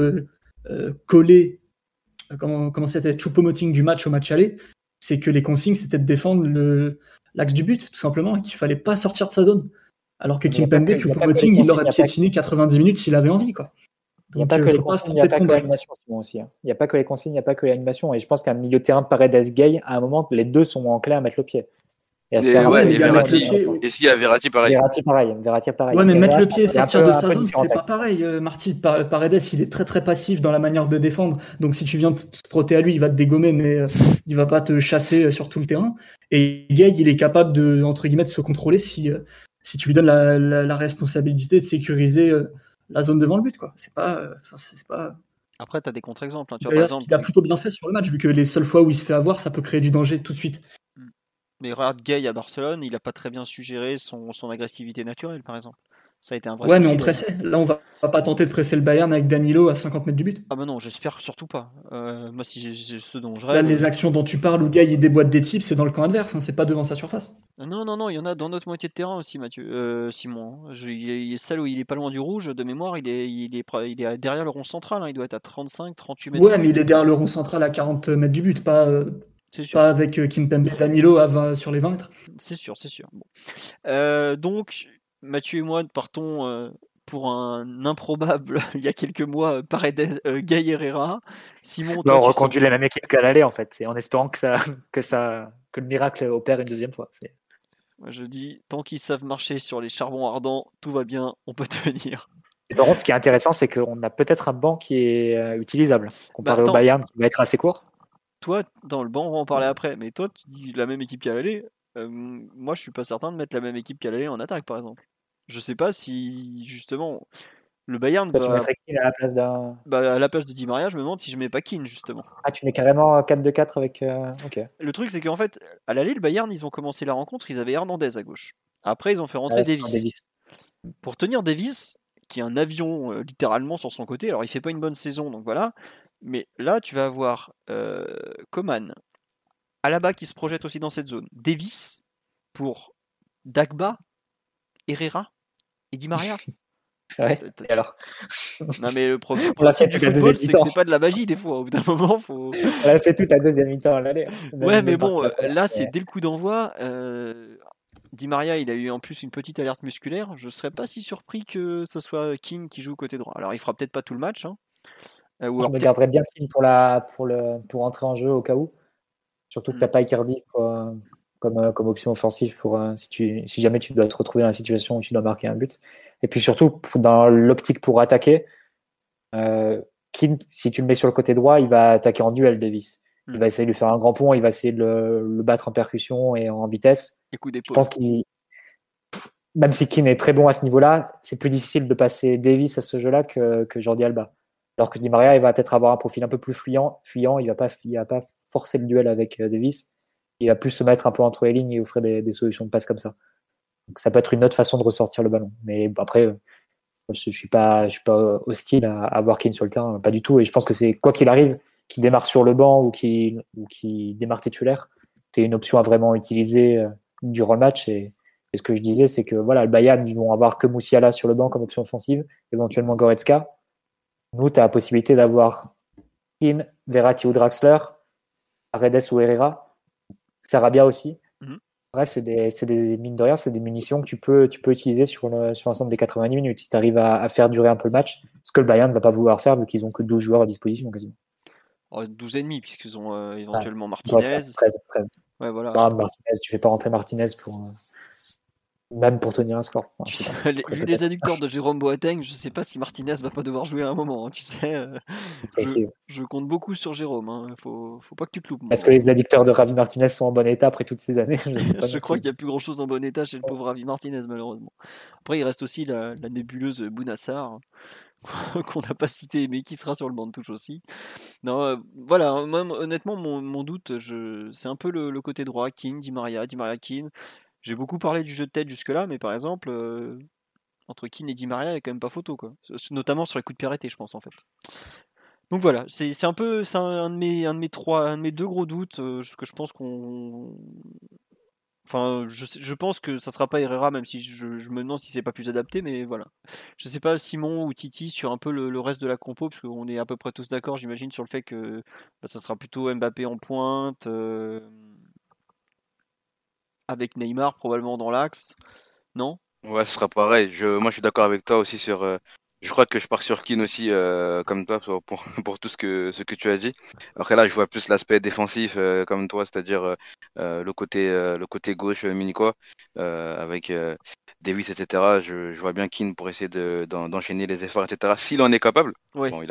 collé, comment c'était, Choupo-Moting du match au match aller, c'est que les consignes, c'était de défendre l'axe du but, tout simplement, et qu'il fallait pas sortir de sa zone. Alors que Mais il y a pas Kimpembe, que- il y a pas que les Choupo-Moting, il l'aurait consignes, il y a pas piétiné 90 minutes s'il avait envie, quoi. Il n'y a Donc, pas que les faut pas se consignes, il n'y a tromper de pas que combat. l'animation, Simon, aussi. Il n'y a pas que les consignes, il n'y a pas que l'animation. Et je pense qu'un milieu de terrain Paredes Gay, à un moment, les deux sont enclins à mettre le pied. Et à se Et faire un ouais, peu mais et il y a mettre le Verratti. pied, oui. Et s'il y a Verratti, pareil. Verratti pareil. Ouais, mais mettre Herrera, le pied et c'est un sortir peu- de un sa peu zone, différent, c'est pas tactique. pareil. Marty, Paredes, il est très très passif dans la manière de défendre. Donc si tu viens te frotter à lui, il va te dégommer, mais il va pas te chasser sur tout le terrain. Et Gay, il est capable de, entre guillemets, de se contrôler si tu lui donnes la responsabilité de sécuriser la zone devant le but, quoi. C'est pas. Après, tu as des contre-exemples. Hein. Tu vois, par D'ailleurs, ce exemple, qu'il a plutôt bien fait sur le match, vu que les seules fois où il se fait avoir, ça peut créer du danger tout de suite. mais regarde Gay à Barcelone, il a pas très bien su gérer son agressivité naturelle, par exemple. Ça a été un vrai Ouais, mais souci. on pressait. Là, on va pas tenter de presser le Bayern avec Danilo à 50 mètres du but. Ah bah non, j'espère surtout pas. Moi, si j'ai ce dont je Là, rêve. les actions dont tu parles où Gay il déboîte des types, c'est dans le camp adverse, hein, c'est pas devant sa surface. Non, il y en a dans notre moitié de terrain aussi, Simon. Hein. Il est celle où il est pas loin du rouge, de mémoire, il est derrière le rond central, hein. Il doit être à 35, 38 mètres Ouais, du mais il but. est derrière le rond central à 40 mètres du but, pas C'est sûr, avec Kimpembe et Danilo à 20 sur les 20 mètres. c'est sûr. Bon. Donc, Mathieu et moi partons pour un improbable, il y a quelques mois, Paredes, Gay Herrera. Simon, Là, toi, on tu reconduit la même équipe qu'à l'aller, en fait. C'est en espérant que le miracle opère une deuxième fois. Moi, je dis, tant qu'ils savent marcher sur les charbons ardents, tout va bien, on peut tenir. Et par contre, ce qui est intéressant, c'est qu'on a peut-être un banc qui est utilisable, comparé attends. au Bayern, qui va être assez court. Toi, dans le banc, on va en parler après, mais toi, tu dis la même équipe qu'à l'aller. Moi, je suis pas certain de mettre la même équipe qu'à l'aller en attaque, par exemple. Je sais pas si, justement, le Bayern Toi, tu va. mettrais qui à la place d'un. À la place de Di Maria, je me demande si je mets pas Keane, justement. Ah, tu mets carrément 4-2-4 avec. Ok. Le truc, c'est qu'en fait, à l'aller, le Bayern, ils ont commencé la rencontre, ils avaient Hernandez à gauche. Après, ils ont fait rentrer Ah, c'est un Davis. Davis. Pour tenir Davis, qui est un avion littéralement sur son côté, alors il fait pas une bonne saison, donc voilà. Mais là, tu vas avoir Coman, Alaba qui se projette aussi dans cette zone, Davis pour Dagba, Herrera et Di Maria. Ouais. Et alors Non mais le On l'a principe fait du toute la football, deuxième c'est que mi-temps. c'est pas de la magie des fois. Au bout d'un moment, faut. On l'a fait toute la deuxième mi-temps à l'aller. Ouais, mais bon, partie de la première, là c'est dès le coup d'envoi. Di Maria, il a eu en plus une petite alerte musculaire. Je serais pas si surpris que ce soit King qui joue côté droit. Alors il fera peut-être pas tout le match. Hein. Ou Je alors me peut-être- garderais bien Keane pour entrer en jeu au cas où. Surtout que tu n'as pas Icardi comme option offensive pour si jamais tu dois te retrouver dans la situation où tu dois marquer un but. Et puis surtout, dans l'optique pour attaquer, Keane, si tu le mets sur le côté droit, il va attaquer en duel, Davis. Il va essayer de lui faire un grand pont, il va essayer de le battre en percussion et en vitesse. Je pense même si Keane est très bon à ce niveau-là, c'est plus difficile de passer Davis à ce jeu-là que Jordi Alba. Alors que Di Maria, il va peut-être avoir un profil un peu plus fuyant, il va pas forcer le duel avec Davis. Il va plus se mettre un peu entre les lignes et offrir des solutions de passe comme ça. Donc ça peut être une autre façon de ressortir le ballon. Mais après, je suis pas hostile à avoir Keane sur le terrain, pas du tout. Et je pense que c'est quoi qu'il arrive, qu'il démarre sur le banc ou qu'il démarre titulaire, c'est une option à vraiment utiliser durant le match. Et ce que je disais, c'est que voilà, le Bayern, ils vont avoir que Musiala sur le banc comme option offensive, éventuellement Goretzka. Nous, tu as la possibilité d'avoir Keane, Verratti ou Draxler, Paredes ou Herrera, Sarabia aussi. Bref, c'est des mine de rien, c'est des munitions que tu peux utiliser sur l'ensemble des 90 minutes si tu arrives à faire durer un peu le match. Ce que le Bayern ne va pas vouloir faire vu qu'ils ont que 12 joueurs à disposition quasiment. 12 et demi, puisqu'ils ont éventuellement Ouais, Martinez. 13. Ouais, voilà. Non, Martinez, tu fais pas rentrer Martinez même pour tenir un score. Enfin, Tu je sais sais, pas, vu peut-être. les adducteurs de Jérôme Boateng, je sais pas si Martinez va pas devoir jouer à un moment. Hein, tu sais, Possible. je compte beaucoup sur Jérôme. Hein. Faut pas que tu te loupes. Est-ce que les adducteurs de Ravi Martinez sont en bon état après toutes ces années? Je sais pas Je non crois plus. qu'il n'y a plus grand chose en bon état chez le pauvre Ravi Martinez, malheureusement. Après, il reste aussi la nébuleuse Bounassar, qu'on n'a pas cité, mais qui sera sur le banc de touche aussi. Non, voilà, hein, moi, honnêtement, mon doute, c'est un peu le côté droit. Keane, Di Maria, Keane. J'ai beaucoup parlé du jeu de tête jusque-là, mais par exemple, entre Keane et Di Maria, il n'y a quand même pas photo, quoi. Notamment sur les coups de pied arrêtés, je pense, en fait. Donc voilà, c'est un peu un de mes deux gros doutes, que je pense qu'on. Enfin, je pense que ça sera pas Herrera, même si je me demande si c'est pas plus adapté, mais voilà. Je sais pas Simon ou Titi sur un peu le reste de la compo, parce qu'on est à peu près tous d'accord, j'imagine, sur le fait que ça sera plutôt Mbappé en pointe, avec Neymar probablement dans l'axe, non? Ouais, ce sera pareil. Moi, je suis d'accord avec toi aussi sur. Je crois que je pars sur Keane aussi, comme toi, pour tout ce que tu as dit. Après là, je vois plus l'aspect défensif, comme toi, c'est-à-dire le côté gauche munichois, avec Davis, etc. Je vois bien Keane pour essayer d'enchaîner les efforts, etc. S'il en est capable. Ouais. Bon,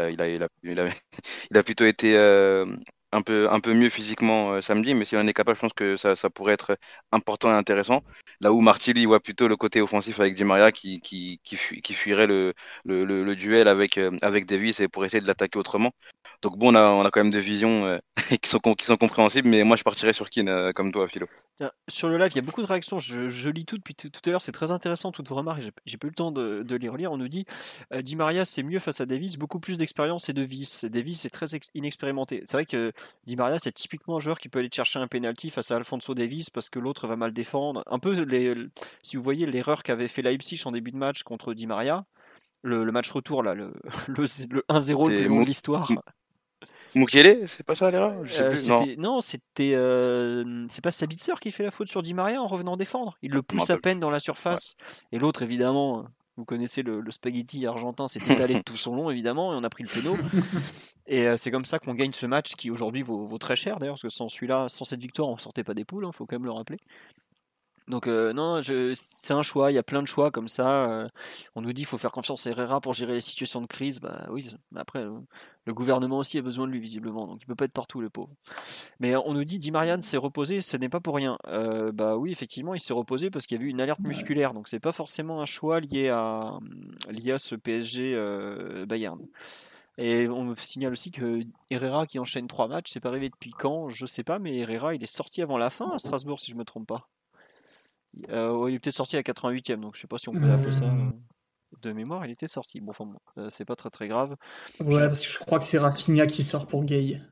il a plutôt été un peu mieux physiquement samedi, mais s'il en est capable, je pense que ça pourrait être important et intéressant. Là où Martilly voit plutôt le côté offensif avec Di Maria qui fuirait le duel avec Davis et pour essayer de l'attaquer autrement. Donc bon, on a quand même des visions qui sont compréhensibles, mais moi je partirais sur Keane comme toi, Philo. Tiens, sur le live, il y a beaucoup de réactions. Je lis tout depuis tout à l'heure. C'est très intéressant, toutes vos remarques. J'ai pas eu le temps de les relire. On nous dit Di Maria, c'est mieux face à Davis, beaucoup plus d'expérience et de vice. Davis est très inexpérimenté. C'est vrai que Di Maria, c'est typiquement un joueur qui peut aller te chercher un penalty face à Alphonso Davies parce que l'autre va mal défendre. Un peu, si vous voyez l'erreur qu'avait fait Leipzig en début de match contre Di Maria, le match retour, là, le 1-0 le plus C'est long de l'histoire. Mukiele, c'est pas ça l'erreur? Je sais plus. Non. C'était c'est pas Sabitzer qui fait la faute sur Di Maria en revenant défendre. Il le Je m'en pousse à rappelle peine dans la surface. Et l'autre, évidemment, vous connaissez le spaghetti argentin, s'est étalé de tout son long, évidemment, et on a pris le péno. Et c'est comme ça qu'on gagne ce match qui aujourd'hui vaut très cher d'ailleurs, parce que sans celui-là, sans cette victoire, on sortait pas des poules, faut quand même le rappeler. Donc non, c'est un choix, il y a plein de choix comme ça. On nous dit qu'il faut faire confiance à Herrera pour gérer les situations de crise. Bah oui, mais après, le gouvernement aussi a besoin de lui visiblement, donc il peut pas être partout le pauvre. Mais on nous dit Di Maria s'est reposé, ce n'est pas pour rien. Bah oui, effectivement, il s'est reposé parce qu'il y a eu une alerte musculaire, donc c'est pas forcément un choix lié à ce PSG Bayern. Et on me signale aussi que Herrera qui enchaîne 3 matchs, c'est pas arrivé depuis quand, je sais pas, mais Herrera il est sorti avant la fin à Strasbourg si je me trompe pas. Ouais, il est peut-être sorti à la 88e, donc je sais pas si on peut appeler ça. De mémoire, il était sorti. Bon, enfin bon, c'est pas très très grave. Ouais, parce que je crois que c'est Rafinha qui sort pour Gay.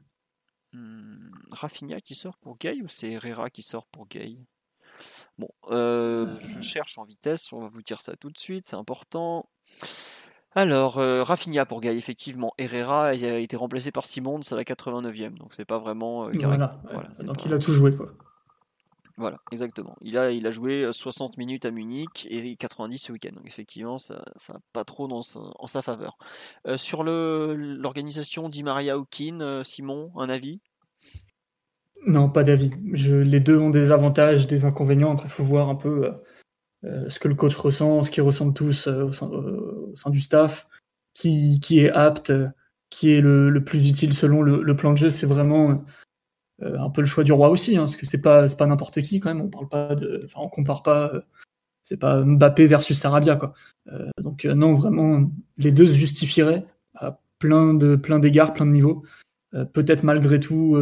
Rafinha qui sort pour Gay ou c'est Herrera qui sort pour Gay? Bon, je cherche en vitesse, on va vous dire ça tout de suite, c'est important. Alors, Rafinha pour Gay, effectivement. Herrera a été remplacé par Simons à la 89e, donc c'est pas vraiment Voilà, donc pas... il a tout joué, quoi. Voilà, exactement. Il a joué 60 minutes à Munich et 90 ce week-end. Donc effectivement, ça n'a pas trop en sa faveur. Sur l'organisation Di Maria ou Keane, Simon, un avis? Non, pas d'avis. Les deux ont des avantages, des inconvénients. Après, il faut voir un peu ce que le coach ressent, ce qu'ils ressentent tous au sein du staff, qui est apte, qui est le plus utile selon le plan de jeu. C'est vraiment un peu le choix du roi aussi, parce que c'est pas n'importe qui quand même. On compare pas. C'est pas Mbappé versus Sarabia, quoi. Donc non, vraiment, les deux se justifieraient à plein d'égards, plein de niveaux. Peut-être malgré tout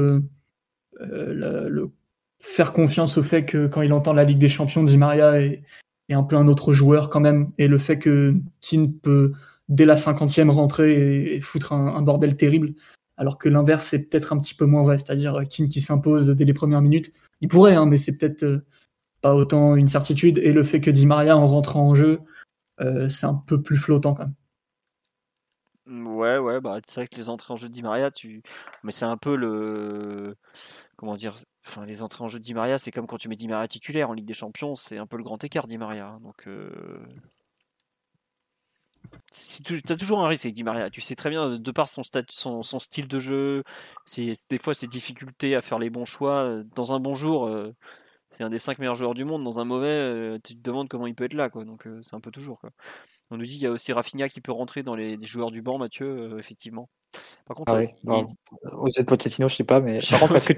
le faire confiance au fait que quand il entend la Ligue des Champions, Di Maria est un peu un autre joueur quand même, et le fait que Keane peut dès la 50e rentrer et foutre un bordel terrible, alors que l'inverse c'est peut-être un petit peu moins vrai, c'est-à-dire Keane qui s'impose dès les premières minutes. Il pourrait, mais c'est peut-être pas autant une certitude, et le fait que Di Maria en rentrant en jeu, c'est un peu plus flottant quand même. Ouais, bah c'est vrai que les entrées en jeu de Di Maria, mais c'est un peu le. Comment dire? Enfin, les entrées en jeu de Di Maria, c'est comme quand tu mets Di Maria titulaire en Ligue des Champions, c'est un peu le grand écart, Di Maria, hein. Donc, t'as toujours un risque avec Di Maria. Tu sais très bien, de par son style de jeu, des fois ses difficultés à faire les bons choix. Dans un bon jour, c'est un des 5 meilleurs joueurs du monde. Dans un mauvais, tu te demandes comment il peut être là, quoi. Donc, c'est un peu toujours, quoi. On nous dit qu'il y a aussi Rafinha qui peut rentrer dans les joueurs du banc, Mathieu, effectivement. Par contre, Ah oui, aux yeux de Pochettino, je sais pas, mais par contre, est-ce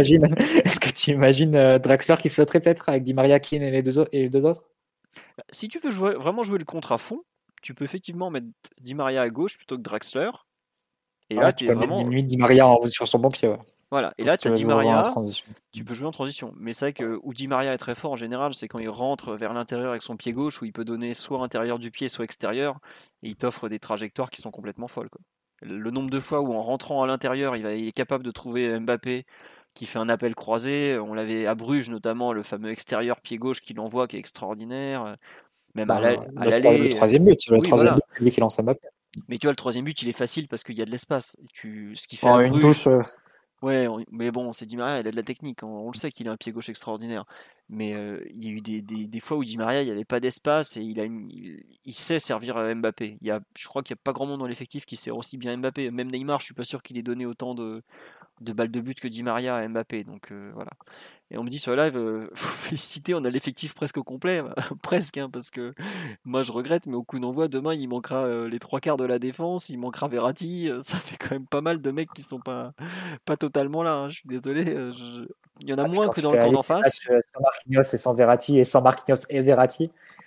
que tu imagines Draxler qui sauterait peut-être avec Di Maria, Keane et les deux autres? si tu veux vraiment jouer le contre à fond, tu peux effectivement mettre Di Maria à gauche plutôt que Draxler. Et là, tu tu es peux mettre vraiment. Di Maria sur son bon pied. Ouais. Voilà. Et Si là, tu tu as veux Di jouer vraiment en Maria. transition. Tu peux jouer en transition. Mais c'est vrai que où Di Maria est très fort en général, c'est quand il rentre vers l'intérieur avec son pied gauche, où il peut donner soit intérieur du pied, soit extérieur. Et il t'offre des trajectoires qui sont complètement folles, quoi. Le nombre de fois où en rentrant à l'intérieur, il est capable de trouver Mbappé qui fait un appel croisé. On l'avait à Bruges notamment, le fameux extérieur pied gauche qu'il envoie qui est extraordinaire. Même à l'aller. Le troisième but, Oui, voilà. c'est lui qui lance Mbappé. Mais tu vois, le troisième but, il est facile parce qu'il y a de l'espace. Ce qui fait En à une Bruges. touche. Ouais, mais bon, c'est Di Maria, il a de la technique. On le sait qu'il a un pied gauche extraordinaire. Mais il y a eu des fois où Di Maria, il n'y avait pas d'espace et il sait servir Mbappé. Je crois qu'il n'y a pas grand monde dans l'effectif qui sert aussi bien Mbappé. Même Neymar, je suis pas sûr qu'il ait donné autant de balles de but que Di Maria à Mbappé. Donc voilà. Et on me dit sur le live, faut féliciter, on a l'effectif presque au complet, presque, hein, parce que moi je regrette, mais au coup d'envoi, demain il manquera les trois quarts de la défense, il manquera Verratti, ça fait quand même pas mal de mecs qui sont pas totalement là, hein. Je suis désolé, il y en a moins que dans le camp d'en face. Sans Marquinhos et sans Verratti, et sans Marquinhos et Verratti,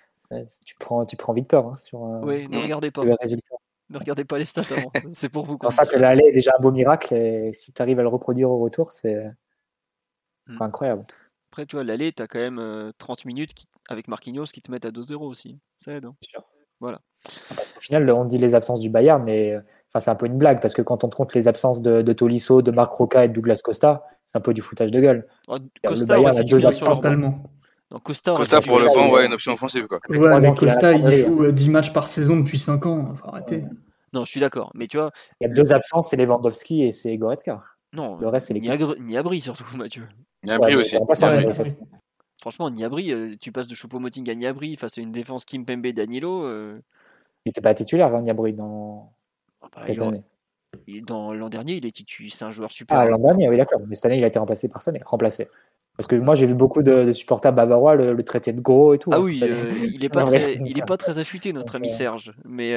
tu prends vite peur sur, Oui, ne regardez pas. sur les résultats. Ne regardez pas les stats avant, c'est pour vous qu'on C'est pour dit ça que l'aller est déjà un beau miracle, et si tu arrives à le reproduire au retour, c'est incroyable. Après, tu vois, l'aller, tu as quand même 30 minutes avec Marquinhos qui te mettent à 2-0 aussi. Ça aide, hein. Voilà. Au final, on dit les absences du Bayern, mais c'est un peu une blague, parce que quand on te compte les absences de Tolisso, de Marc Roca et de Douglas Costa, c'est un peu du foutage de gueule. Costa le Bayern a deux absences. Totalement. Costa pour le banc, ouais, une option offensive, quoi. Ouais, mais Costa, il joue 10 matchs par saison depuis 5 ans. Faut arrêter. Non, je suis d'accord. Mais tu vois. Il y a deux absences, c'est Lewandowski et c'est Goretzka. Non, le reste, c'est Niabri surtout, Mathieu. Niabri aussi. Franchement, Niabri, tu passes de Choupo-Moting à Niabri face à une défense Kimpembe Danilo. Il n'était pas titulaire, Niabri, dans cette année. Dans l'an dernier, il est titulaire. C'est un joueur super. Ah, l'an dernier, oui, d'accord. Mais cette année, il a été remplacé par Sané. Parce que moi, j'ai vu beaucoup de supporters bavarois le traiter de gros et tout. Ah oui, il n'est pas très affûté, notre ami Serge. Mais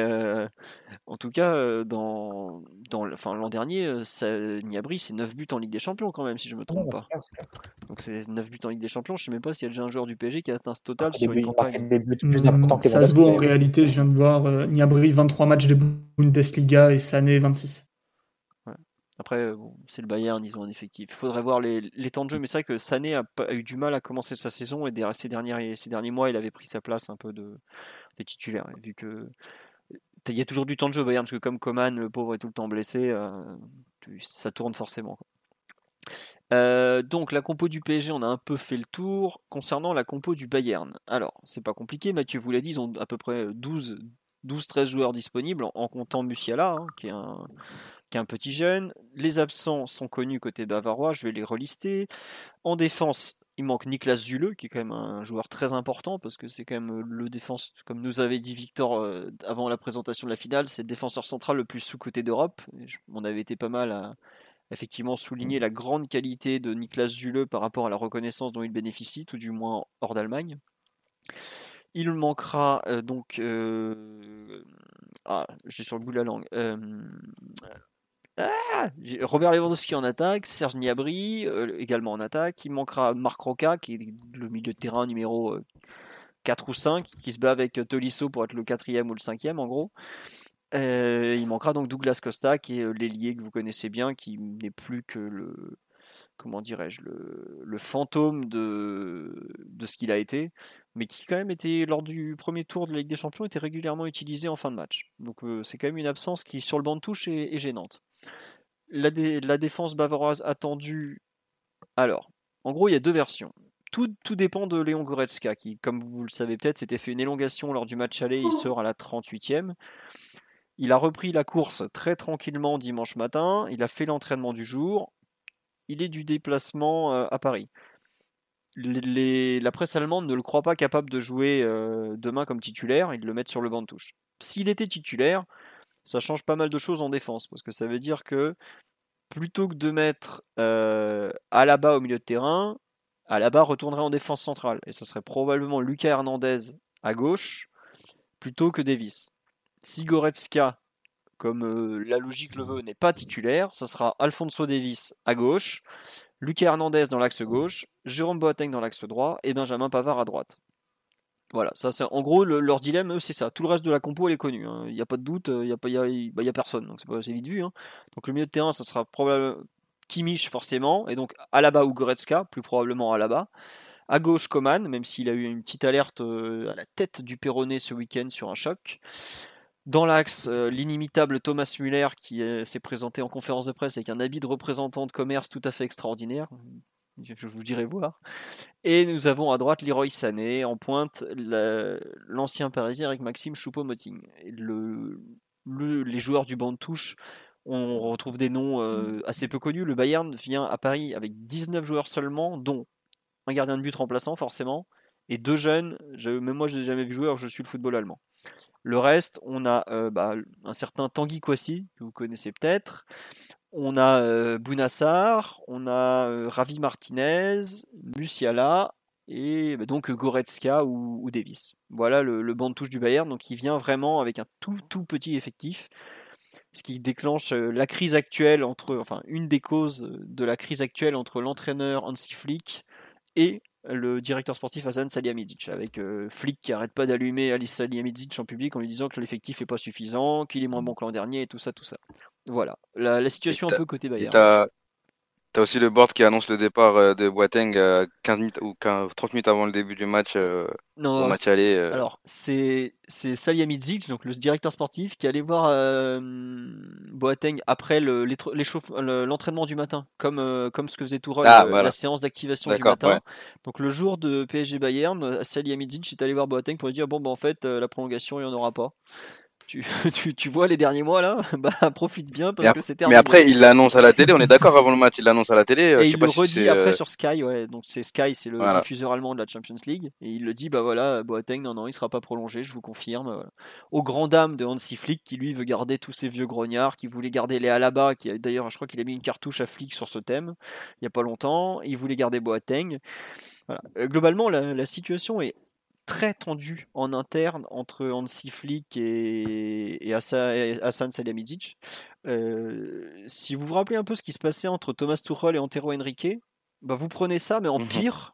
en tout cas, l'an dernier, Niabri, c'est 9 buts en Ligue des Champions quand même, si je ne me trompe pas. C'est clair. Donc c'est 9 buts en Ligue des Champions. Je ne sais même pas s'il y a déjà un joueur du PSG qui a atteint ce total sur une campagne. Des buts plus importants que ça se vaut en réalité, je viens de voir Niabri 23 matchs de Bundesliga et Sané 26. Après, c'est le Bayern, ils ont un effectif. Il faudrait voir les temps de jeu, mais c'est vrai que Sané a eu du mal à commencer sa saison et ces derniers mois, il avait pris sa place un peu de titulaire. Vu que il y a toujours du temps de jeu au Bayern, parce que comme Coman, le pauvre, est tout le temps blessé, ça tourne forcément. Donc la compo du PSG, on a un peu fait le tour. Concernant la compo du Bayern, alors c'est pas compliqué, Mathieu vous l'a dit, ils ont à peu près 12-13 joueurs disponibles en comptant Musiala, hein, qui est un petit jeune. Les absents sont connus côté bavarois, je vais les relister. En défense, il manque Niklas Süle, qui est quand même un joueur très important, parce que c'est quand même le défense, comme nous avait dit Victor avant la présentation de la finale, c'est le défenseur central le plus sous-coté d'Europe. On avait été pas mal à effectivement souligner la grande qualité de Niklas Süle par rapport à la reconnaissance dont il bénéficie, tout du moins hors d'Allemagne. Il manquera j'ai sur le bout de la langue. Robert Lewandowski en attaque, Serge Gnabry également en attaque. Il manquera Marc Roca, qui est le milieu de terrain numéro 4 ou 5, qui se bat avec Tolisso pour être le 4e ou le 5e en gros. Il manquera donc Douglas Costa, qui est l'ailier que vous connaissez bien, qui n'est plus que le fantôme de ce qu'il a été, mais qui quand même était, lors du premier tour de la Ligue des Champions, était régulièrement utilisé en fin de match. Donc c'est quand même une absence qui, sur le banc de touche, est gênante. La défense bavaroise attendue. Alors, en gros, il y a deux versions. Tout dépend de Léon Goretzka, qui, comme vous le savez peut-être, s'était fait une élongation lors du match aller, il sort à la 38e. Il a repris la course très tranquillement dimanche matin. Il a fait l'entraînement du jour. Il est du déplacement à Paris. La presse allemande ne le croit pas capable de jouer demain comme titulaire. Ils le mettent sur le banc de touche. S'il était titulaire, ça change pas mal de choses en défense. Parce que ça veut dire que plutôt que de mettre Alaba au milieu de terrain, Alaba retournerait en défense centrale. Et ça serait probablement Lucas Hernandez à gauche plutôt que Davis. Si Goretzka, comme la logique le veut, n'est pas titulaire, ça sera Alphonso Davies à gauche, Lucas Hernandez dans l'axe gauche, Jérôme Boateng dans l'axe droit et Benjamin Pavard à droite. Voilà, ça c'est en gros leur dilemme, eux, c'est ça. Tout le reste de la compo elle est connue, il n'y a pas de doute, il y a personne, donc c'est vite vu. Donc le milieu de terrain, ça sera probablement Kimmich forcément, et donc Alaba ou Goretzka, plus probablement Alaba. À gauche, Coman, même s'il a eu une petite alerte à la tête du Péroné ce week-end sur un choc. Dans l'axe, l'inimitable Thomas Müller qui s'est présenté en conférence de presse avec un habit de représentant de commerce tout à fait extraordinaire. Je vous dirai voir. Et nous avons à droite Leroy Sané, en pointe l'ancien Parisien avec Maxime Choupo-Moting. Les joueurs du banc de touche, on retrouve des noms assez peu connus. Le Bayern vient à Paris avec 19 joueurs seulement, dont un gardien de but remplaçant forcément, et 2 jeunes, même moi je ne les ai jamais vu jouer alors que je suis le football allemand. Le reste, on a un certain Tanguy Kouassi, que vous connaissez peut-être, on a Bounassar, on a Ravi Martinez, Musiala, et donc Goretzka ou Davis. Voilà le banc de touche du Bayern, donc il vient vraiment avec un tout petit effectif, ce qui déclenche la crise actuelle une des causes de la crise actuelle entre l'entraîneur Hansi Flick et le directeur sportif Hasan Salihamidzic, avec Flick qui arrête pas d'allumer Alice Salihamidzic en public en lui disant que l'effectif est pas suffisant, qu'il est moins bon que l'an dernier et tout ça. Voilà, la situation un peu côté Bayern. T'as aussi le board qui annonce le départ de Boateng 15 minutes ou 30 minutes avant le début du match au match aller. Alors, c'est Salihamidzic, donc le directeur sportif, qui allait voir Boateng après l'entraînement du matin, comme ce que faisait Tourelle, voilà. la séance d'activation du matin. Ouais. Donc le jour de PSG Bayern, Salihamidzic est allé voir Boateng pour lui dire bon, en fait, la prolongation, il n'y en aura pas. Tu vois les derniers mois là, profite bien parce que c'est terminé. Mais après, il l'annonce à la télé, on est d'accord avant le match, il l'annonce à la télé. Et il le redit après sur Sky, ouais. Donc Sky, c'est le diffuseur allemand de la Champions League. Et il le dit, Boateng, non, il sera pas prolongé, je vous confirme. Voilà. Aux grandes dames de Hansi Flick, qui lui veut garder tous ces vieux grognards, qui voulait garder les Alaba, qui d'ailleurs, je crois qu'il a mis une cartouche à Flick sur ce thème, il y a pas longtemps. Il voulait garder Boateng. Voilà. Globalement, la situation est très tendu en interne entre Hansi Flick et Hasan Salihamidzic. Si vous vous rappelez un peu ce qui se passait entre Thomas Tuchel et Antero Henrique, vous prenez ça, mais en pire.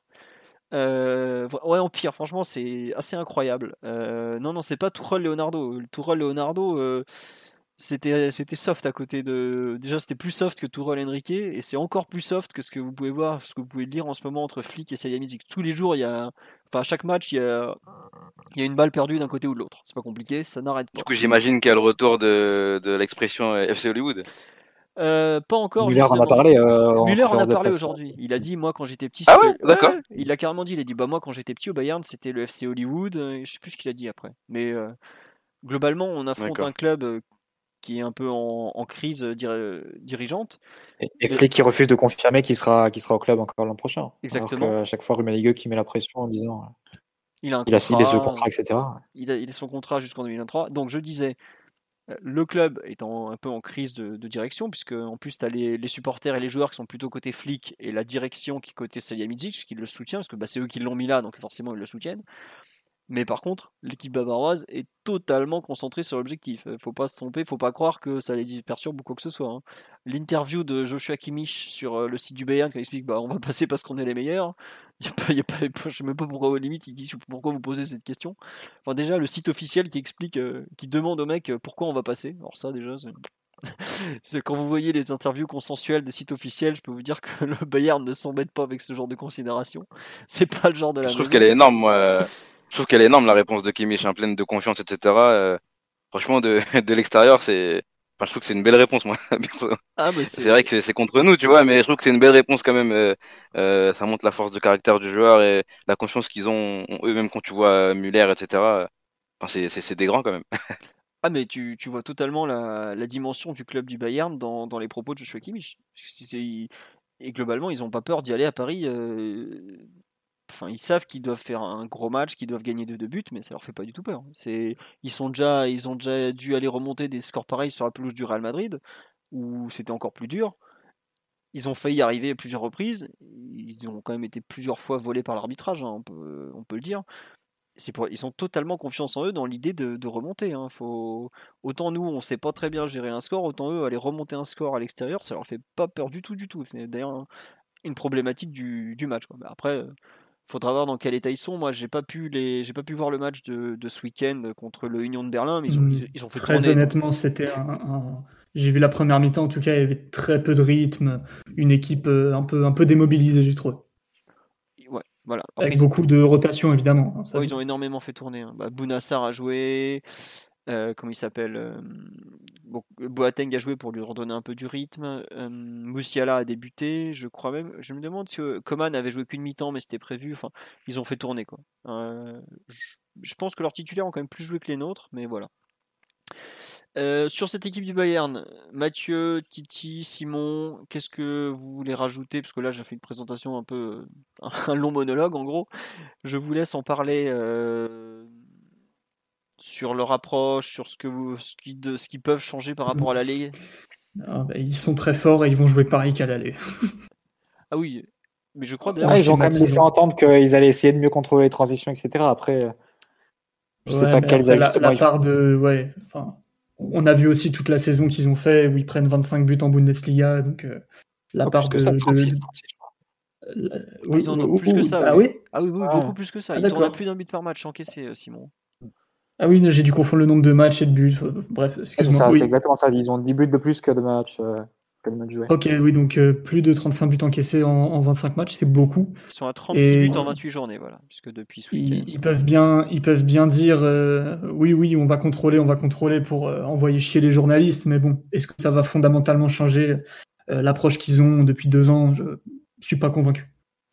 En pire, franchement, c'est assez incroyable. Non, c'est pas Tuchel-Leonardo. Tuchel-Leonardo, c'était soft à côté de. Déjà, c'était plus soft que Tuchel Henrique, et c'est encore plus soft que ce que vous pouvez voir, ce que vous pouvez lire en ce moment entre Flick et Salihamidzic. Tous les jours, à chaque match, il y a une balle perdue d'un côté ou de l'autre. C'est pas compliqué, ça n'arrête pas. Du coup, j'imagine qu'il y a le retour de l'expression FC Hollywood. Pas encore. Müller en a parlé. Müller en a parlé aujourd'hui. Il a dit, moi, quand j'étais petit. D'accord. Il a carrément dit, moi, quand j'étais petit au Bayern, c'était le FC Hollywood. Je sais plus ce qu'il a dit après. Mais globalement, on affronte un club qui est un peu en crise dirigeante. Et Flick qui refuse de confirmer qu'il sera au club encore l'an prochain. Exactement. Alors qu'à chaque fois, Rummenigge qui met la pression en disant il a ce contrat, etc. Il a son contrat jusqu'en 2023. Donc je disais, le club est un peu en crise de direction, puisque en plus tu as les supporters et les joueurs qui sont plutôt côté Flick et la direction qui est côté Salihamidzic qui le soutient, parce que c'est eux qui l'ont mis là, donc forcément ils le soutiennent. Mais par contre, l'équipe bavaroise est totalement concentrée sur l'objectif. Faut pas se tromper, faut pas croire que ça les perturbe ou quoi que ce soit. L'interview de Joshua Kimmich sur le site du Bayern qui explique on va passer parce qu'on est les meilleurs. Je sais même pas pourquoi limite il dit pourquoi vous posez cette question. Enfin déjà le site officiel qui explique, qui demande au mec pourquoi on va passer. Alors ça déjà c'est quand vous voyez les interviews consensuelles des sites officiels, je peux vous dire que le Bayern ne s'embête pas avec ce genre de considération. C'est pas le genre de la Je trouve qu'elle est énorme, moi. Je trouve qu'elle est énorme la réponse de Kimmich, pleine de confiance, etc. Franchement, de l'extérieur, je trouve que c'est une belle réponse, moi. C'est vrai que c'est contre nous, tu vois, mais je trouve que c'est une belle réponse quand même. Ça montre la force de caractère du joueur et la confiance qu'ils ont eux-mêmes quand tu vois Müller, etc. C'est des grands quand même. Ah, mais tu vois totalement la dimension du club du Bayern dans les propos de Joshua Kimmich. Et globalement, ils n'ont pas peur d'y aller à Paris. Enfin, ils savent qu'ils doivent faire un gros match, qu'ils doivent gagner de 2 buts, mais ça leur fait pas du tout peur. Ils ont déjà dû aller remonter des scores pareils sur la pelouse du Real Madrid, où c'était encore plus dur. Ils ont failli y arriver à plusieurs reprises. Ils ont quand même été plusieurs fois volés par l'arbitrage, hein, on peut le dire. Ils sont totalement confiance en eux dans l'idée de remonter, hein. Autant nous, on sait pas très bien gérer un score, autant eux, aller remonter un score à l'extérieur, ça leur fait pas peur du tout, du tout. C'est d'ailleurs une problématique du match, quoi. Après, faudra voir dans quel état ils sont. Moi, j'ai pas pu voir le match de ce week-end contre le Union de Berlin, mais ils ont fait Très tourner. honnêtement, c'était j'ai vu la première mi-temps, en tout cas, il y avait très peu de rythme, une équipe un peu démobilisée, j'ai trouvé. Ouais, voilà. Après, Avec beaucoup de rotation, évidemment. Hein, ils ont énormément fait tourner, hein. Bounassar a joué, comment il s'appelle, Boateng a joué pour lui redonner un peu du rythme. Musiala a débuté, je crois même. Je me demande si Coman avait joué qu'une mi-temps, mais c'était prévu. Enfin, ils ont fait tourner, quoi. Je pense que leurs titulaires ont quand même plus joué que les nôtres, mais voilà. Sur cette équipe du Bayern, Mathieu, Titi, Simon, qu'est-ce que vous voulez rajouter? Parce que là, j'ai fait une présentation un peu, un long monologue en gros. Je vous laisse en parler sur leur approche, sur ce qu'ils peuvent changer par rapport à l'aller. Ils sont très forts et ils vont jouer pareil qu'à l'aller. Ah oui, mais je crois d'ailleurs. Ils ont quand même laissé entendre qu'ils allaient essayer de mieux contrôler les transitions, etc. Après, je sais pas quels ajustements la part de. Ouais, enfin, on a vu aussi toute la saison qu'ils ont fait où ils prennent 25 buts en Bundesliga. Donc, la part plus que ça, 36, ils en ont plus que ça. Ah oui, oui, beaucoup plus que ça. Ils tournent à plus d'un but par match encaissé, Simon. Ah oui, j'ai dû confondre le nombre de matchs et de buts. Bref, excuse-moi. C'est exactement ça. Ils ont 10 buts de plus que de matchs joués. Ok, oui, donc plus de 35 buts encaissés en 25 matchs, c'est beaucoup. Ils sont à 36 buts en 28 journées, voilà. Puisque depuis ce week-end. Ils peuvent bien dire oui, on va contrôler pour envoyer chier les journalistes, mais bon, est-ce que ça va fondamentalement changer l'approche qu'ils ont depuis 2 ans? Je suis pas convaincu.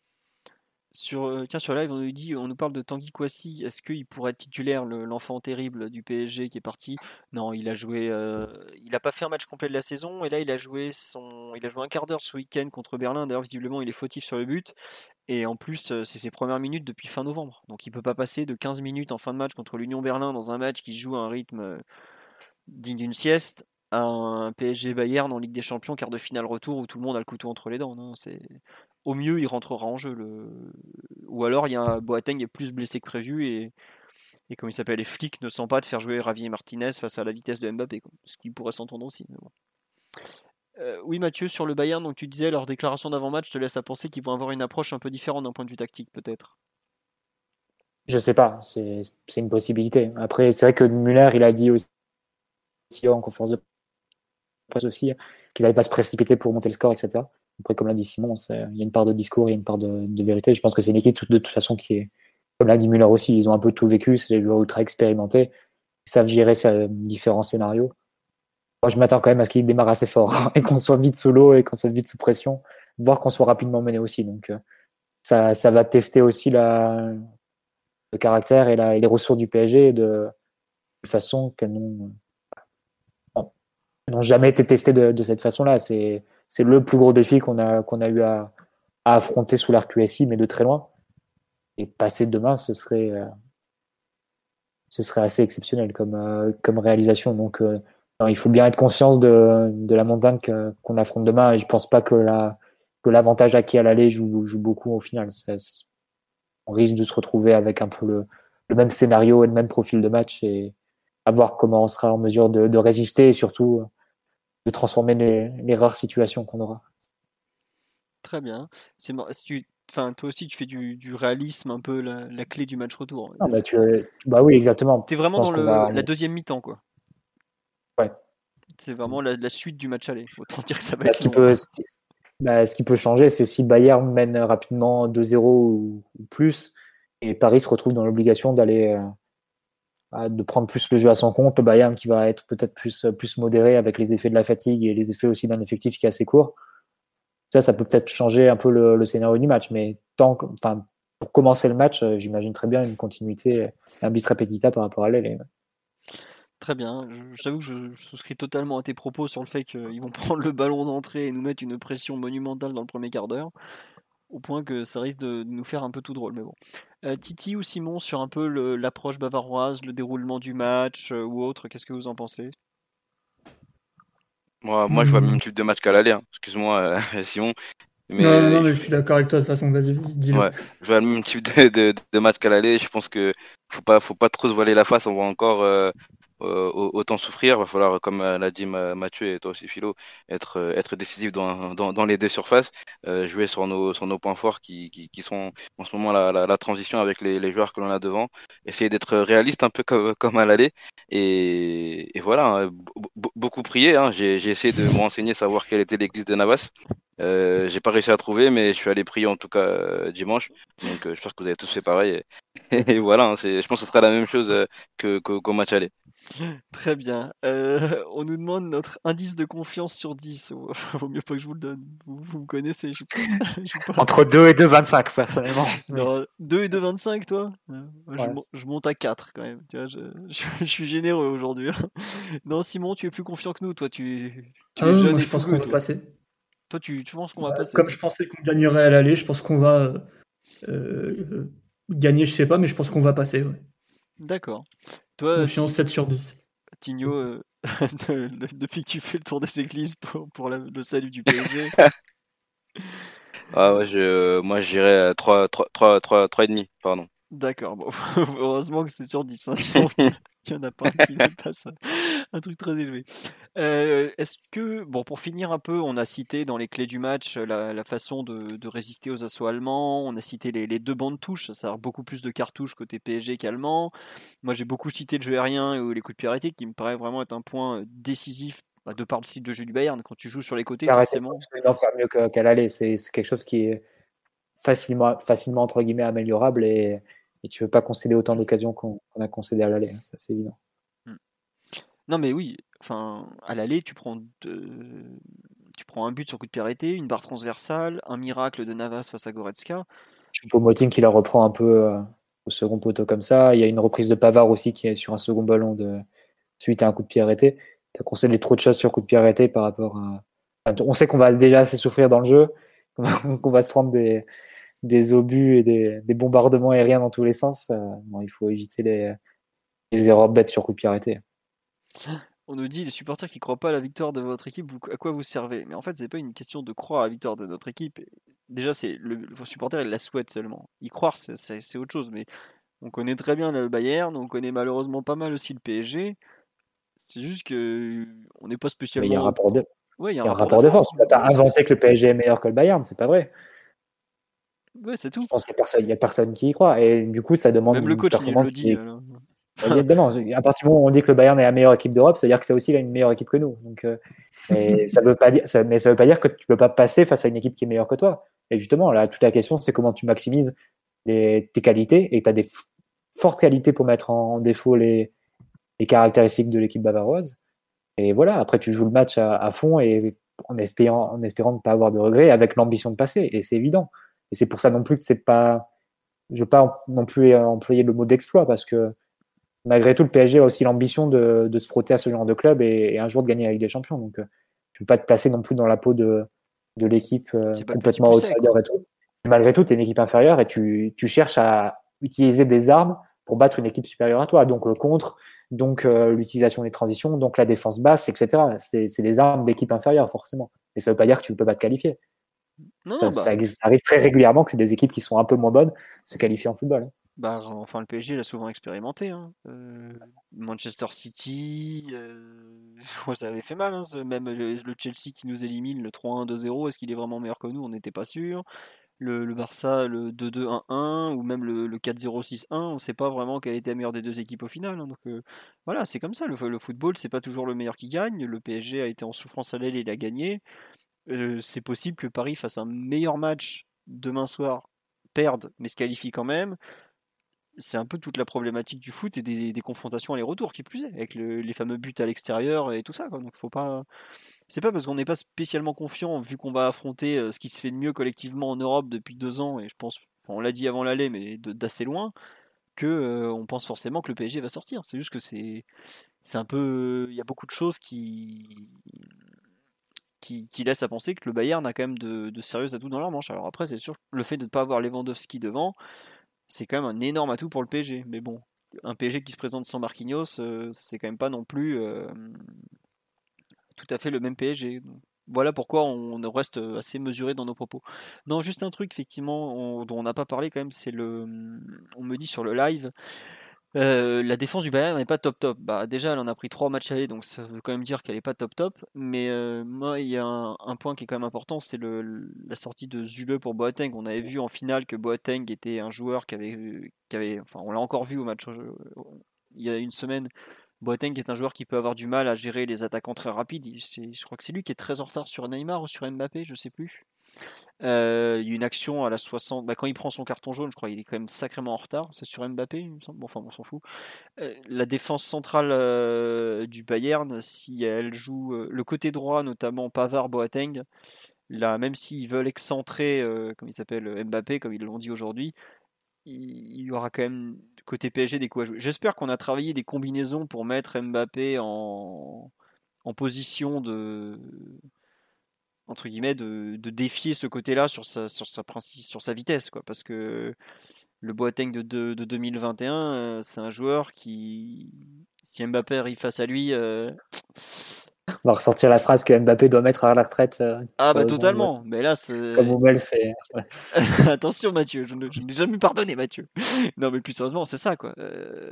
Sur live, on nous parle de Tanguy Kouassi. Est-ce qu'il pourrait être titulaire, l'enfant terrible du PSG qui est parti? Non, il a joué. Il n'a pas fait un match complet de la saison. Et là, il a joué un quart d'heure ce week-end contre Berlin. D'ailleurs, visiblement, il est fautif sur le but. Et en plus, c'est ses premières minutes depuis fin novembre. Donc, il peut pas passer de 15 minutes en fin de match contre l'Union Berlin dans un match qui se joue à un rythme digne d'une sieste à un PSG Bayern en Ligue des Champions, quart de finale retour où tout le monde a le couteau entre les dents. Non, au mieux, il rentrera en jeu. Ou alors, il y a Boateng est plus blessé que prévu et comme il s'appelle, les flics ne sentent pas de faire jouer Javier Martinez face à la vitesse de Mbappé, quoi. Ce qui pourrait s'entendre aussi. Mais bon. Oui, Mathieu, sur le Bayern, donc tu disais leur déclaration d'avant-match te laisse à penser qu'ils vont avoir une approche un peu différente d'un point de vue tactique, peut-être. Je sais pas, c'est une possibilité. Après, c'est vrai que Müller, il a dit aussi en conférence de presse aussi qu'ils n'allaient pas se précipiter pour monter le score, etc. Après, comme l'a dit Simon, il y a une part de discours, il y a une part de vérité. Je pense que c'est une équipe de toute façon qui est, comme l'a dit Müller aussi, ils ont un peu tout vécu, c'est des joueurs ultra expérimentés, ils savent gérer différents scénarios. Moi, je m'attends quand même à ce qu'ils démarrent assez fort et qu'on soit vite sous l'eau et qu'on soit vite sous pression, voire qu'on soit rapidement mené aussi. Donc, ça va tester aussi le caractère et les ressources du PSG de façon qu'elles n'ont jamais été testées de cette façon-là. C'est le plus gros défi qu'on a eu à affronter sous l'RQSI, mais de très loin. Et passer demain, ce serait assez exceptionnel comme réalisation. Donc, non, il faut bien être conscient de la montagne qu'on affronte demain. Et je pense pas que l'avantage acquis à l'aller joue beaucoup au final. On risque de se retrouver avec un peu le même scénario et le même profil de match et à voir comment on sera en mesure de résister et surtout de transformer les rares situations qu'on aura. Très bien. Toi aussi, tu fais du réalisme, un peu la clé du match retour. Non, bah oui, exactement. T'es vraiment dans la deuxième mi-temps, quoi. Ouais. C'est vraiment la suite du match aller. Autant dire que ça va être ce qui peut changer, c'est si Bayern mène rapidement 2-0 ou plus, et Paris se retrouve dans l'obligation d'aller de prendre plus le jeu à son compte. Le Bayern qui va être peut-être plus modéré avec les effets de la fatigue et les effets aussi d'un effectif qui est assez court. Ça peut peut-être changer un peu le scénario du match, mais pour commencer le match, j'imagine très bien une continuité, un bis repetita par rapport à l'aile. Très bien. J'avoue que je souscris totalement à tes propos sur le fait qu'ils vont prendre le ballon d'entrée et nous mettre une pression monumentale dans le premier quart d'heure, au point que ça risque de nous faire un peu tout drôle. Mais bon. Titi ou Simon, sur un peu l'approche bavaroise, le déroulement du match ou autre, qu'est-ce que vous en pensez? Moi, je vois le même type de match qu'à l'aller, hein. Excuse-moi, Simon, Non, mais mais je suis d'accord avec toi, de toute façon, vas-y, dis-le. ouais, je vois le même type de match qu'à l'aller. Je pense que faut pas trop se voiler la face. On va encore autant souffrir. Va falloir, comme l'a dit Mathieu et toi aussi Philo, être décisif dans les deux surfaces, jouer sur nos points forts qui sont en ce moment la transition avec les joueurs que l'on a devant. Essayer d'être réaliste un peu comme à l'aller. Et voilà, hein, beaucoup prié, hein. J'ai essayé de me renseigner, savoir quelle était l'église de Navas. J'ai pas réussi à trouver, mais je suis allé prier en tout cas dimanche. Donc j'espère que vous avez tous fait pareil. Et voilà, hein, je pense que ce sera la même chose qu'au match aller. Très bien. On nous demande notre indice de confiance sur 10. Vaut mieux pas que je vous le donne. Vous me connaissez. Je suis pas- Entre 2 et 2,25 personnellement. Non, 2 et 2,25 toi? Ouais. Je monte à 4 quand même. Tu vois, je suis généreux aujourd'hui. Non, Simon, tu es plus confiant que nous. Toi, tu es jeune Moi, et je pense qu'on fougueux, va toi. passer. Toi, tu penses qu'on va passer? Comme je pensais qu'on gagnerait à l'aller, je pense qu'on va gagner, je sais pas, mais je pense qu'on va passer. Ouais. D'accord. Toi, Confiance 7 sur 10. Tigno, depuis que tu fais le tour des églises pour le salut du PSG, Ah ouais, moi j'irais 3 et demi, pardon. d'accord. Bon, heureusement que c'est sur 10, hein, sinon il y en a pas un qui dépasse un truc très élevé. Est-ce que, bon, pour finir un peu, on a cité dans les clés du match la façon de résister aux assauts allemands. On a cité les deux bancs de touche, ça a beaucoup plus de cartouches côté PSG qu'allemand. Moi, j'ai beaucoup cité le jeu aérien et les coups de pied arrêtés, qui me paraît vraiment être un point décisif de par le style de jeu du Bayern. Quand tu joues sur les côtés, Arrêtez forcément. absolument faire mieux qu'à l'aller. C'est quelque chose qui est facilement entre guillemets améliorable et tu veux pas concéder autant d'occasions qu'on a concédé à l'aller. Ça, c'est évident. Non, mais oui, enfin, à l'aller, tu prends un but sur coup de pied arrêté, une barre transversale, un miracle de Navas face à Goretzka. Choupo-Moting qui la reprend un peu au second poteau comme ça. Il y a une reprise de Pavard aussi qui est sur un second ballon suite à un coup de pied arrêté. Tu as concédé trop de choses sur coup de pied arrêté par rapport à. Enfin, on sait qu'on va déjà assez souffrir dans le jeu, qu'on va se prendre des obus et des bombardements aériens dans tous les sens. Il faut éviter les erreurs bêtes sur coup de pied arrêté. On nous dit, les supporters qui ne croient pas à la victoire de votre équipe, à quoi vous servez? Mais en fait, c'est pas une question de croire à la victoire de notre équipe. Déjà, c'est le supporter, il la souhaite seulement. Y croire, c'est autre chose. Mais on connaît très bien le Bayern, on connaît malheureusement pas mal aussi le PSG. C'est juste que on n'est pas Mais il y a un spécialement. rapport de, Ouais, il y a il y un a un rapport de rapport de force. force. Tu as inventé que le PSG est meilleur que le Bayern, c'est pas vrai. Ouais, c'est tout. Je pense qu'il n'y a personne qui y croit. Et du coup, ça demande Même le une coach, il performance le qui dit. est. Évidemment, à partir du moment où on dit que le Bayern est la meilleure équipe d'Europe, ça veut dire que c'est aussi une meilleure équipe que nous. Donc, mais ça veut pas dire que tu peux pas passer face à une équipe qui est meilleure que toi. Et justement, là, toute la question, c'est comment tu maximises tes qualités. Et tu as des fortes qualités pour mettre en défaut les caractéristiques de l'équipe bavaroise. Et voilà, après, tu joues le match à fond et en espérant ne pas avoir de regrets avec l'ambition de passer. Et c'est évident. Et c'est pour ça non plus que c'est pas. Je veux pas non plus employer le mot d'exploit parce que malgré tout, le PSG a aussi l'ambition de se frotter à ce genre de club et un jour de gagner la Ligue des Champions. Donc, tu ne peux pas te placer non plus dans la peau de l'équipe C'est pas le petit complètement poucet, outsider quoi. et tout. Malgré tout, tu es une équipe inférieure et tu cherches à utiliser des armes pour battre une équipe supérieure à toi. Donc, le contre, donc l'utilisation des transitions, donc la défense basse, etc. C'est des armes d'équipe inférieure, forcément. Et ça ne veut pas dire que tu ne peux pas te qualifier. Non, Ça arrive très régulièrement que des équipes qui sont un peu moins bonnes se qualifient en football. enfin, le PSG l'a souvent expérimenté, hein. Manchester City, ouais, ça avait fait mal, hein, même le Chelsea qui nous élimine, le 3-1, 2-0, est-ce qu'il est vraiment meilleur que nous? On n'était pas sûr. Le Barça, le 2-2, 1-1, ou même le 4-0, 6-1, on ne sait pas vraiment quelle était la meilleure des deux équipes au final, hein. Donc voilà, c'est comme ça. Le football, c'est pas toujours le meilleur qui gagne. Le PSG a été en souffrance à l'aile et il a gagné. C'est possible que Paris fasse un meilleur match demain soir, perde, mais se qualifie quand même. C'est un peu toute la problématique du foot et des confrontations aller-retour qui plus est, avec les fameux buts à l'extérieur et tout ça, quoi. Donc faut pas. C'est pas parce qu'on n'est pas spécialement confiant vu qu'on va affronter ce qui se fait de mieux collectivement en Europe depuis 2 ans, et je pense, enfin, on l'a dit avant l'aller, mais d'assez loin, que on pense forcément que le PSG va sortir. C'est juste que c'est un peu, il y a beaucoup de choses qui laissent à penser que le Bayern a quand même de sérieux atouts dans leur manche. Alors après, c'est sûr, le fait de ne pas avoir Lewandowski devant, c'est quand même un énorme atout pour le PSG. Mais bon, un PSG qui se présente sans Marquinhos, c'est quand même pas non plus tout à fait le même PSG. Donc, voilà pourquoi on reste assez mesuré dans nos propos. Non, juste un truc, effectivement, dont on n'a pas parlé quand même, c'est on me dit sur le live, la défense du Bayern n'est pas top top. Bah, déjà, elle en a pris 3 matchs allés, donc ça veut quand même dire qu'elle n'est pas top top. Mais moi, il y a un point qui est quand même important, c'est la sortie de Zule pour Boateng. On avait vu en finale que Boateng était un joueur enfin, on l'a encore vu au match il y a une semaine. Boateng est un joueur qui peut avoir du mal à gérer les attaquants très rapides. Je crois que c'est lui qui est très en retard sur Neymar ou sur Mbappé, je sais plus. Il y a une action à la 60. Bah, quand il prend son carton jaune, je crois qu'il est quand même sacrément en retard. C'est sur Mbappé, il me semble. Bon, enfin, on s'en fout. La défense centrale du Bayern, si elle joue le côté droit, notamment Pavard, Boateng, là, même s'ils veulent excentrer, comme il s'appelle, Mbappé, comme ils l'ont dit aujourd'hui, il y aura quand même côté PSG des coups à jouer. J'espère qu'on a travaillé des combinaisons pour mettre Mbappé en position de entre guillemets de défier ce côté-là sur sa vitesse, quoi, parce que le Boateng de 2021, c'est un joueur qui, si Mbappé arrive face à lui, On va ressortir la phrase que Mbappé doit mettre à la retraite. ah Pour bah le bon joueur. totalement. Mais là, Comme Hummels, c'est. Ouais. attention Mathieu, je n'ai jamais pardonné Mathieu. Non mais plus sérieusement, c'est ça quoi.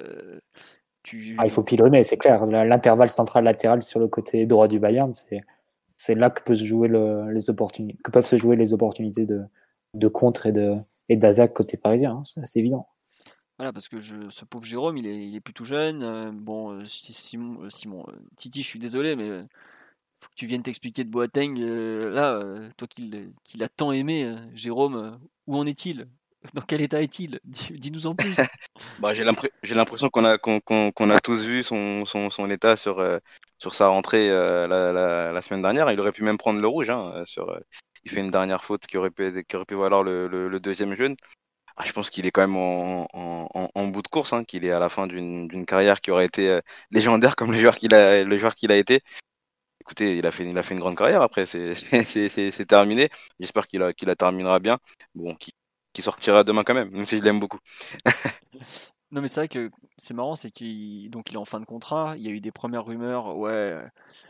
Ah, il faut pilonner, c'est clair. L'intervalle central-latéral sur le côté droit du Bayern, c'est là que, les opportunités, que peuvent se jouer les opportunités de contre et d'attaque côté parisien. Hein, c'est évident. Voilà, parce que ce pauvre Jérôme, il est plutôt jeune. Bon, Titi, je suis désolé, mais faut que tu viennes t'expliquer de Boateng. Là, toi qui l'as tant aimé, Jérôme, où en est-il? Dans quel état est-il? Dis-nous en plus. Bah, j'ai l'impression qu'on a tous vu son état sur sa rentrée la semaine dernière. Il aurait pu même prendre le rouge. Hein, il fait une dernière faute qui aurait pu valoir le deuxième jaune. Ah, je pense qu'il est quand même en bout de course, hein, qu'il est à la fin d'une carrière qui aurait été légendaire comme le joueur qu'il a été. Écoutez, il a fait une grande carrière après, c'est terminé. J'espère qu'il la terminera bien. Bon, qu'il sortira demain quand même si je l'aime beaucoup. Non, mais c'est vrai que c'est marrant, c'est il est en fin de contrat. Il y a eu des premières rumeurs, ouais,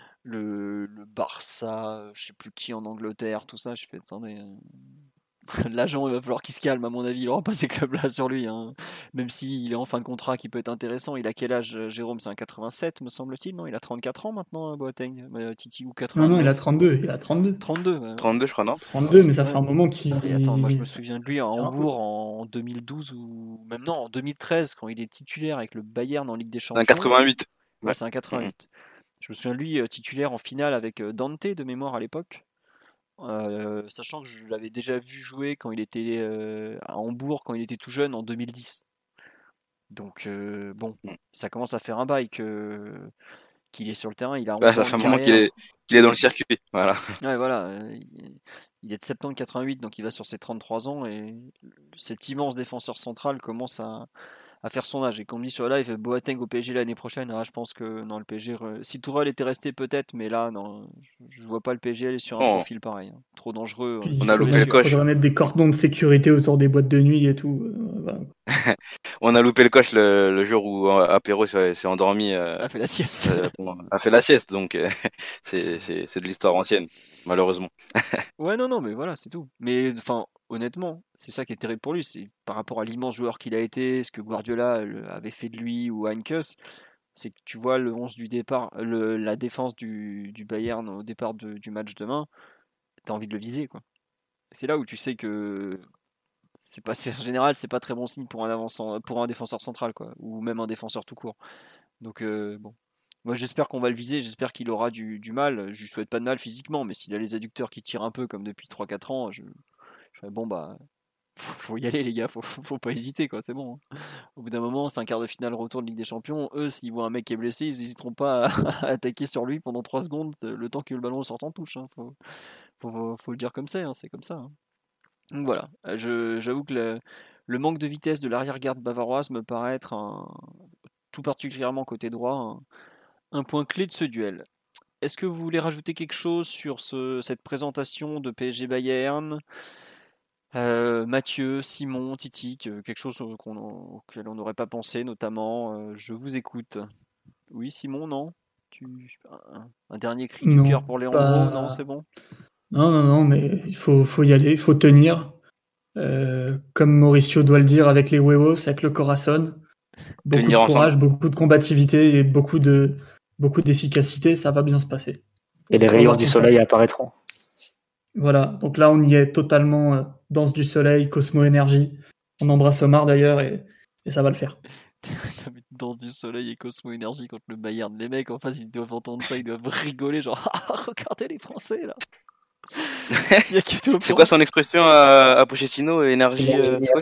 le Barça, je sais plus qui en Angleterre, tout ça. Je fais, attendez, l'agent, il va falloir qu'il se calme, à mon avis. Il aura pas ces clubs-là sur lui, hein. Même s'il est en fin de contrat qui peut être intéressant. Il a quel âge, Jérôme? C'est un 87, me semble-t-il, non? Il a 34 ans maintenant, Boateng. Titi ou Non, il a 89? 32. Il a 32. 32, ouais. 32, je crois, non? 32, mais ça Ouais. fait un moment qu'il. Et attends, moi je me souviens de lui à C'est un Hambourg en 2012 ou même non, en 2013 quand il est titulaire avec le Bayern en Ligue des C'est un Champions. 88. Ouais, Ouais. c'est un Mhm. 88. Je me souviens de lui titulaire en finale avec Dante de mémoire à l'époque. Sachant que je l'avais déjà vu jouer quand il était à Hambourg, quand il était tout jeune en 2010. Donc bon, Mhm. ça commence à faire un bail qu'il est sur le terrain. Il a Ouais, 11 ça ans fait de un moment carrière. qu'il est dans le circuit. Voilà. Ouais, voilà. Il est de septembre 88, donc il va sur ses 33 ans et cet immense défenseur central commence à faire son âge. Et comme dit sur le live, Boateng au PSG l'année prochaine, je pense que non, le PSG, si Tourelle était resté peut-être, mais là, non, je vois pas le PSG aller sur un Oh, profil pareil, hein. Trop dangereux. Puis il on a loupé le coche. faudrait mettre des cordons de sécurité autour des boîtes de nuit et tout. Voilà. On a loupé le coche le jour où Apéro s'est endormi, A fait la sieste. a fait la sieste. Donc, c'est de l'histoire ancienne, malheureusement. Ouais, non, non, mais voilà, c'est tout. Mais enfin, honnêtement, c'est ça qui est terrible pour lui. C'est par rapport à l'immense joueur qu'il a été, ce que Guardiola avait fait de lui ou Heinkes, c'est que tu vois le 11 du départ, la défense du Bayern au départ du match demain, t'as envie de le viser, quoi. C'est là où tu sais que en général, c'est pas très bon signe pour pour un défenseur central, quoi, ou même un défenseur tout court. Donc bon. Moi j'espère qu'on va le viser, j'espère qu'il aura du mal. Je lui souhaite pas de mal physiquement, mais s'il a les adducteurs qui tirent un peu comme depuis 3-4 ans, je fais bon bah faut y aller les gars, faut pas hésiter quoi, c'est bon, hein. Au bout d'un moment, c'est un quart de finale retour de Ligue des Champions. Eux, s'ils voient un mec qui est blessé, ils n'hésiteront pas à attaquer sur lui pendant 3 secondes, le temps que le ballon sorte en touche, hein. Faut le dire comme c'est comme ça, hein. Donc voilà, j'avoue que le manque de vitesse de l'arrière-garde bavaroise me paraît être tout particulièrement côté droit, un point clé de ce duel. Est-ce que vous voulez rajouter quelque chose sur cette présentation de PSG Bayern? Mathieu, Simon, Titi, quelque chose auquel on n'aurait pas pensé notamment. Je vous écoute. Oui, Simon, non? Un dernier cri du cœur pour les Rambos? Non, c'est bon? Non, mais il faut y aller, il faut tenir. Comme Mauricio doit le dire avec les huevos, avec le corazon. Beaucoup de courage, beaucoup de combativité et beaucoup d'efficacité, ça va bien se passer. Et les rayons du soleil apparaîtront. Voilà, donc là on y est totalement danse du soleil, Cosmo Énergie. On embrasse Omar d'ailleurs et ça va le faire. Danse du soleil et Cosmo Énergie contre le Bayern. Les mecs en face ils doivent entendre ça, ils doivent rigoler genre regardez les Français là. C'est quoi son expression à Pochettino? Énergie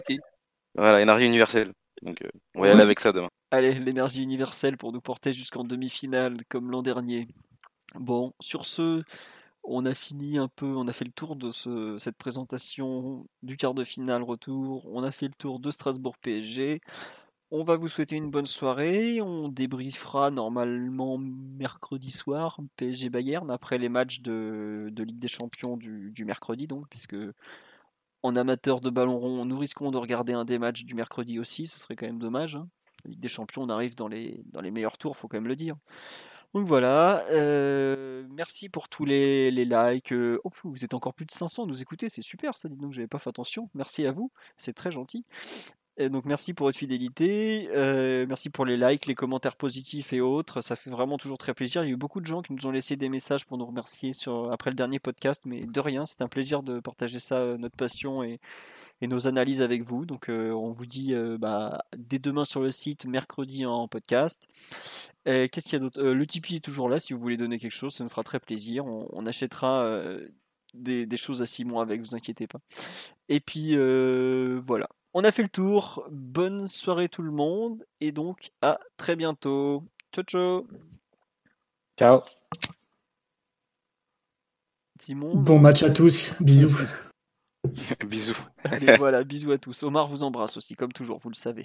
Voilà, énergie universelle. Donc on va y aller avec ça demain. Allez, l'énergie universelle pour nous porter jusqu'en demi-finale comme l'an dernier. Bon, sur ce, on a fait le tour de cette présentation du quart de finale retour. On a fait le tour de Strasbourg PSG. On va vous souhaiter une bonne soirée. On débriefera normalement mercredi soir PSG Bayern après les matchs de Ligue des Champions du mercredi, donc, puisque en amateur de ballon rond, nous risquons de regarder un des matchs du mercredi aussi. Ce serait quand même dommage. Hein. La Ligue des Champions, on arrive dans les meilleurs tours, faut quand même le dire. Donc voilà, merci pour tous les likes. Vous êtes encore plus de 500 à nous écouter, c'est super ça, dites donc, j'avais pas fait attention. Merci à vous, c'est très gentil. Et donc merci pour votre fidélité, merci pour les likes, les commentaires positifs et autres, ça fait vraiment toujours très plaisir. Il y a eu beaucoup de gens qui nous ont laissé des messages pour nous remercier après le dernier podcast, mais de rien, c'est un plaisir de partager ça, notre passion et nos analyses avec vous. Donc on vous dit dès demain sur le site, mercredi en podcast. Qu'est-ce qu'il y a d'autre? Le Tipeee est toujours là si vous voulez donner quelque chose, ça nous fera très plaisir. On achètera des choses à Simon avec, vous inquiétez pas. Et puis voilà. On a fait le tour. Bonne soirée tout le monde. Et donc à très bientôt. Ciao ciao. Ciao. Simon. Bon match à tous. Bisous. Bisous. Allez, voilà, bisous à tous. Omar vous embrasse aussi, comme toujours, vous le savez.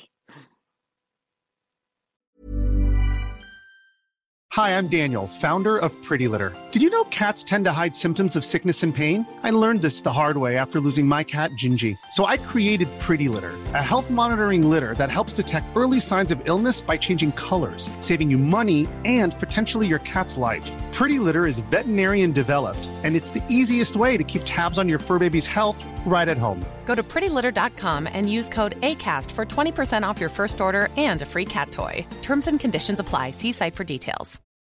Hi, I'm Daniel, founder of Pretty Litter. Did you know cats tend to hide symptoms of sickness and pain? I learned this the hard way after losing my cat, Gingy. So I created Pretty Litter, a health monitoring litter that helps detect early signs of illness by changing colors, saving you money and potentially your cat's life. Pretty Litter is veterinarian developed, and it's the easiest way to keep tabs on your fur baby's health right at home. Go to prettylitter.com and use code ACAST for 20% off your first order and a free cat toy. Terms and conditions apply. See site for details.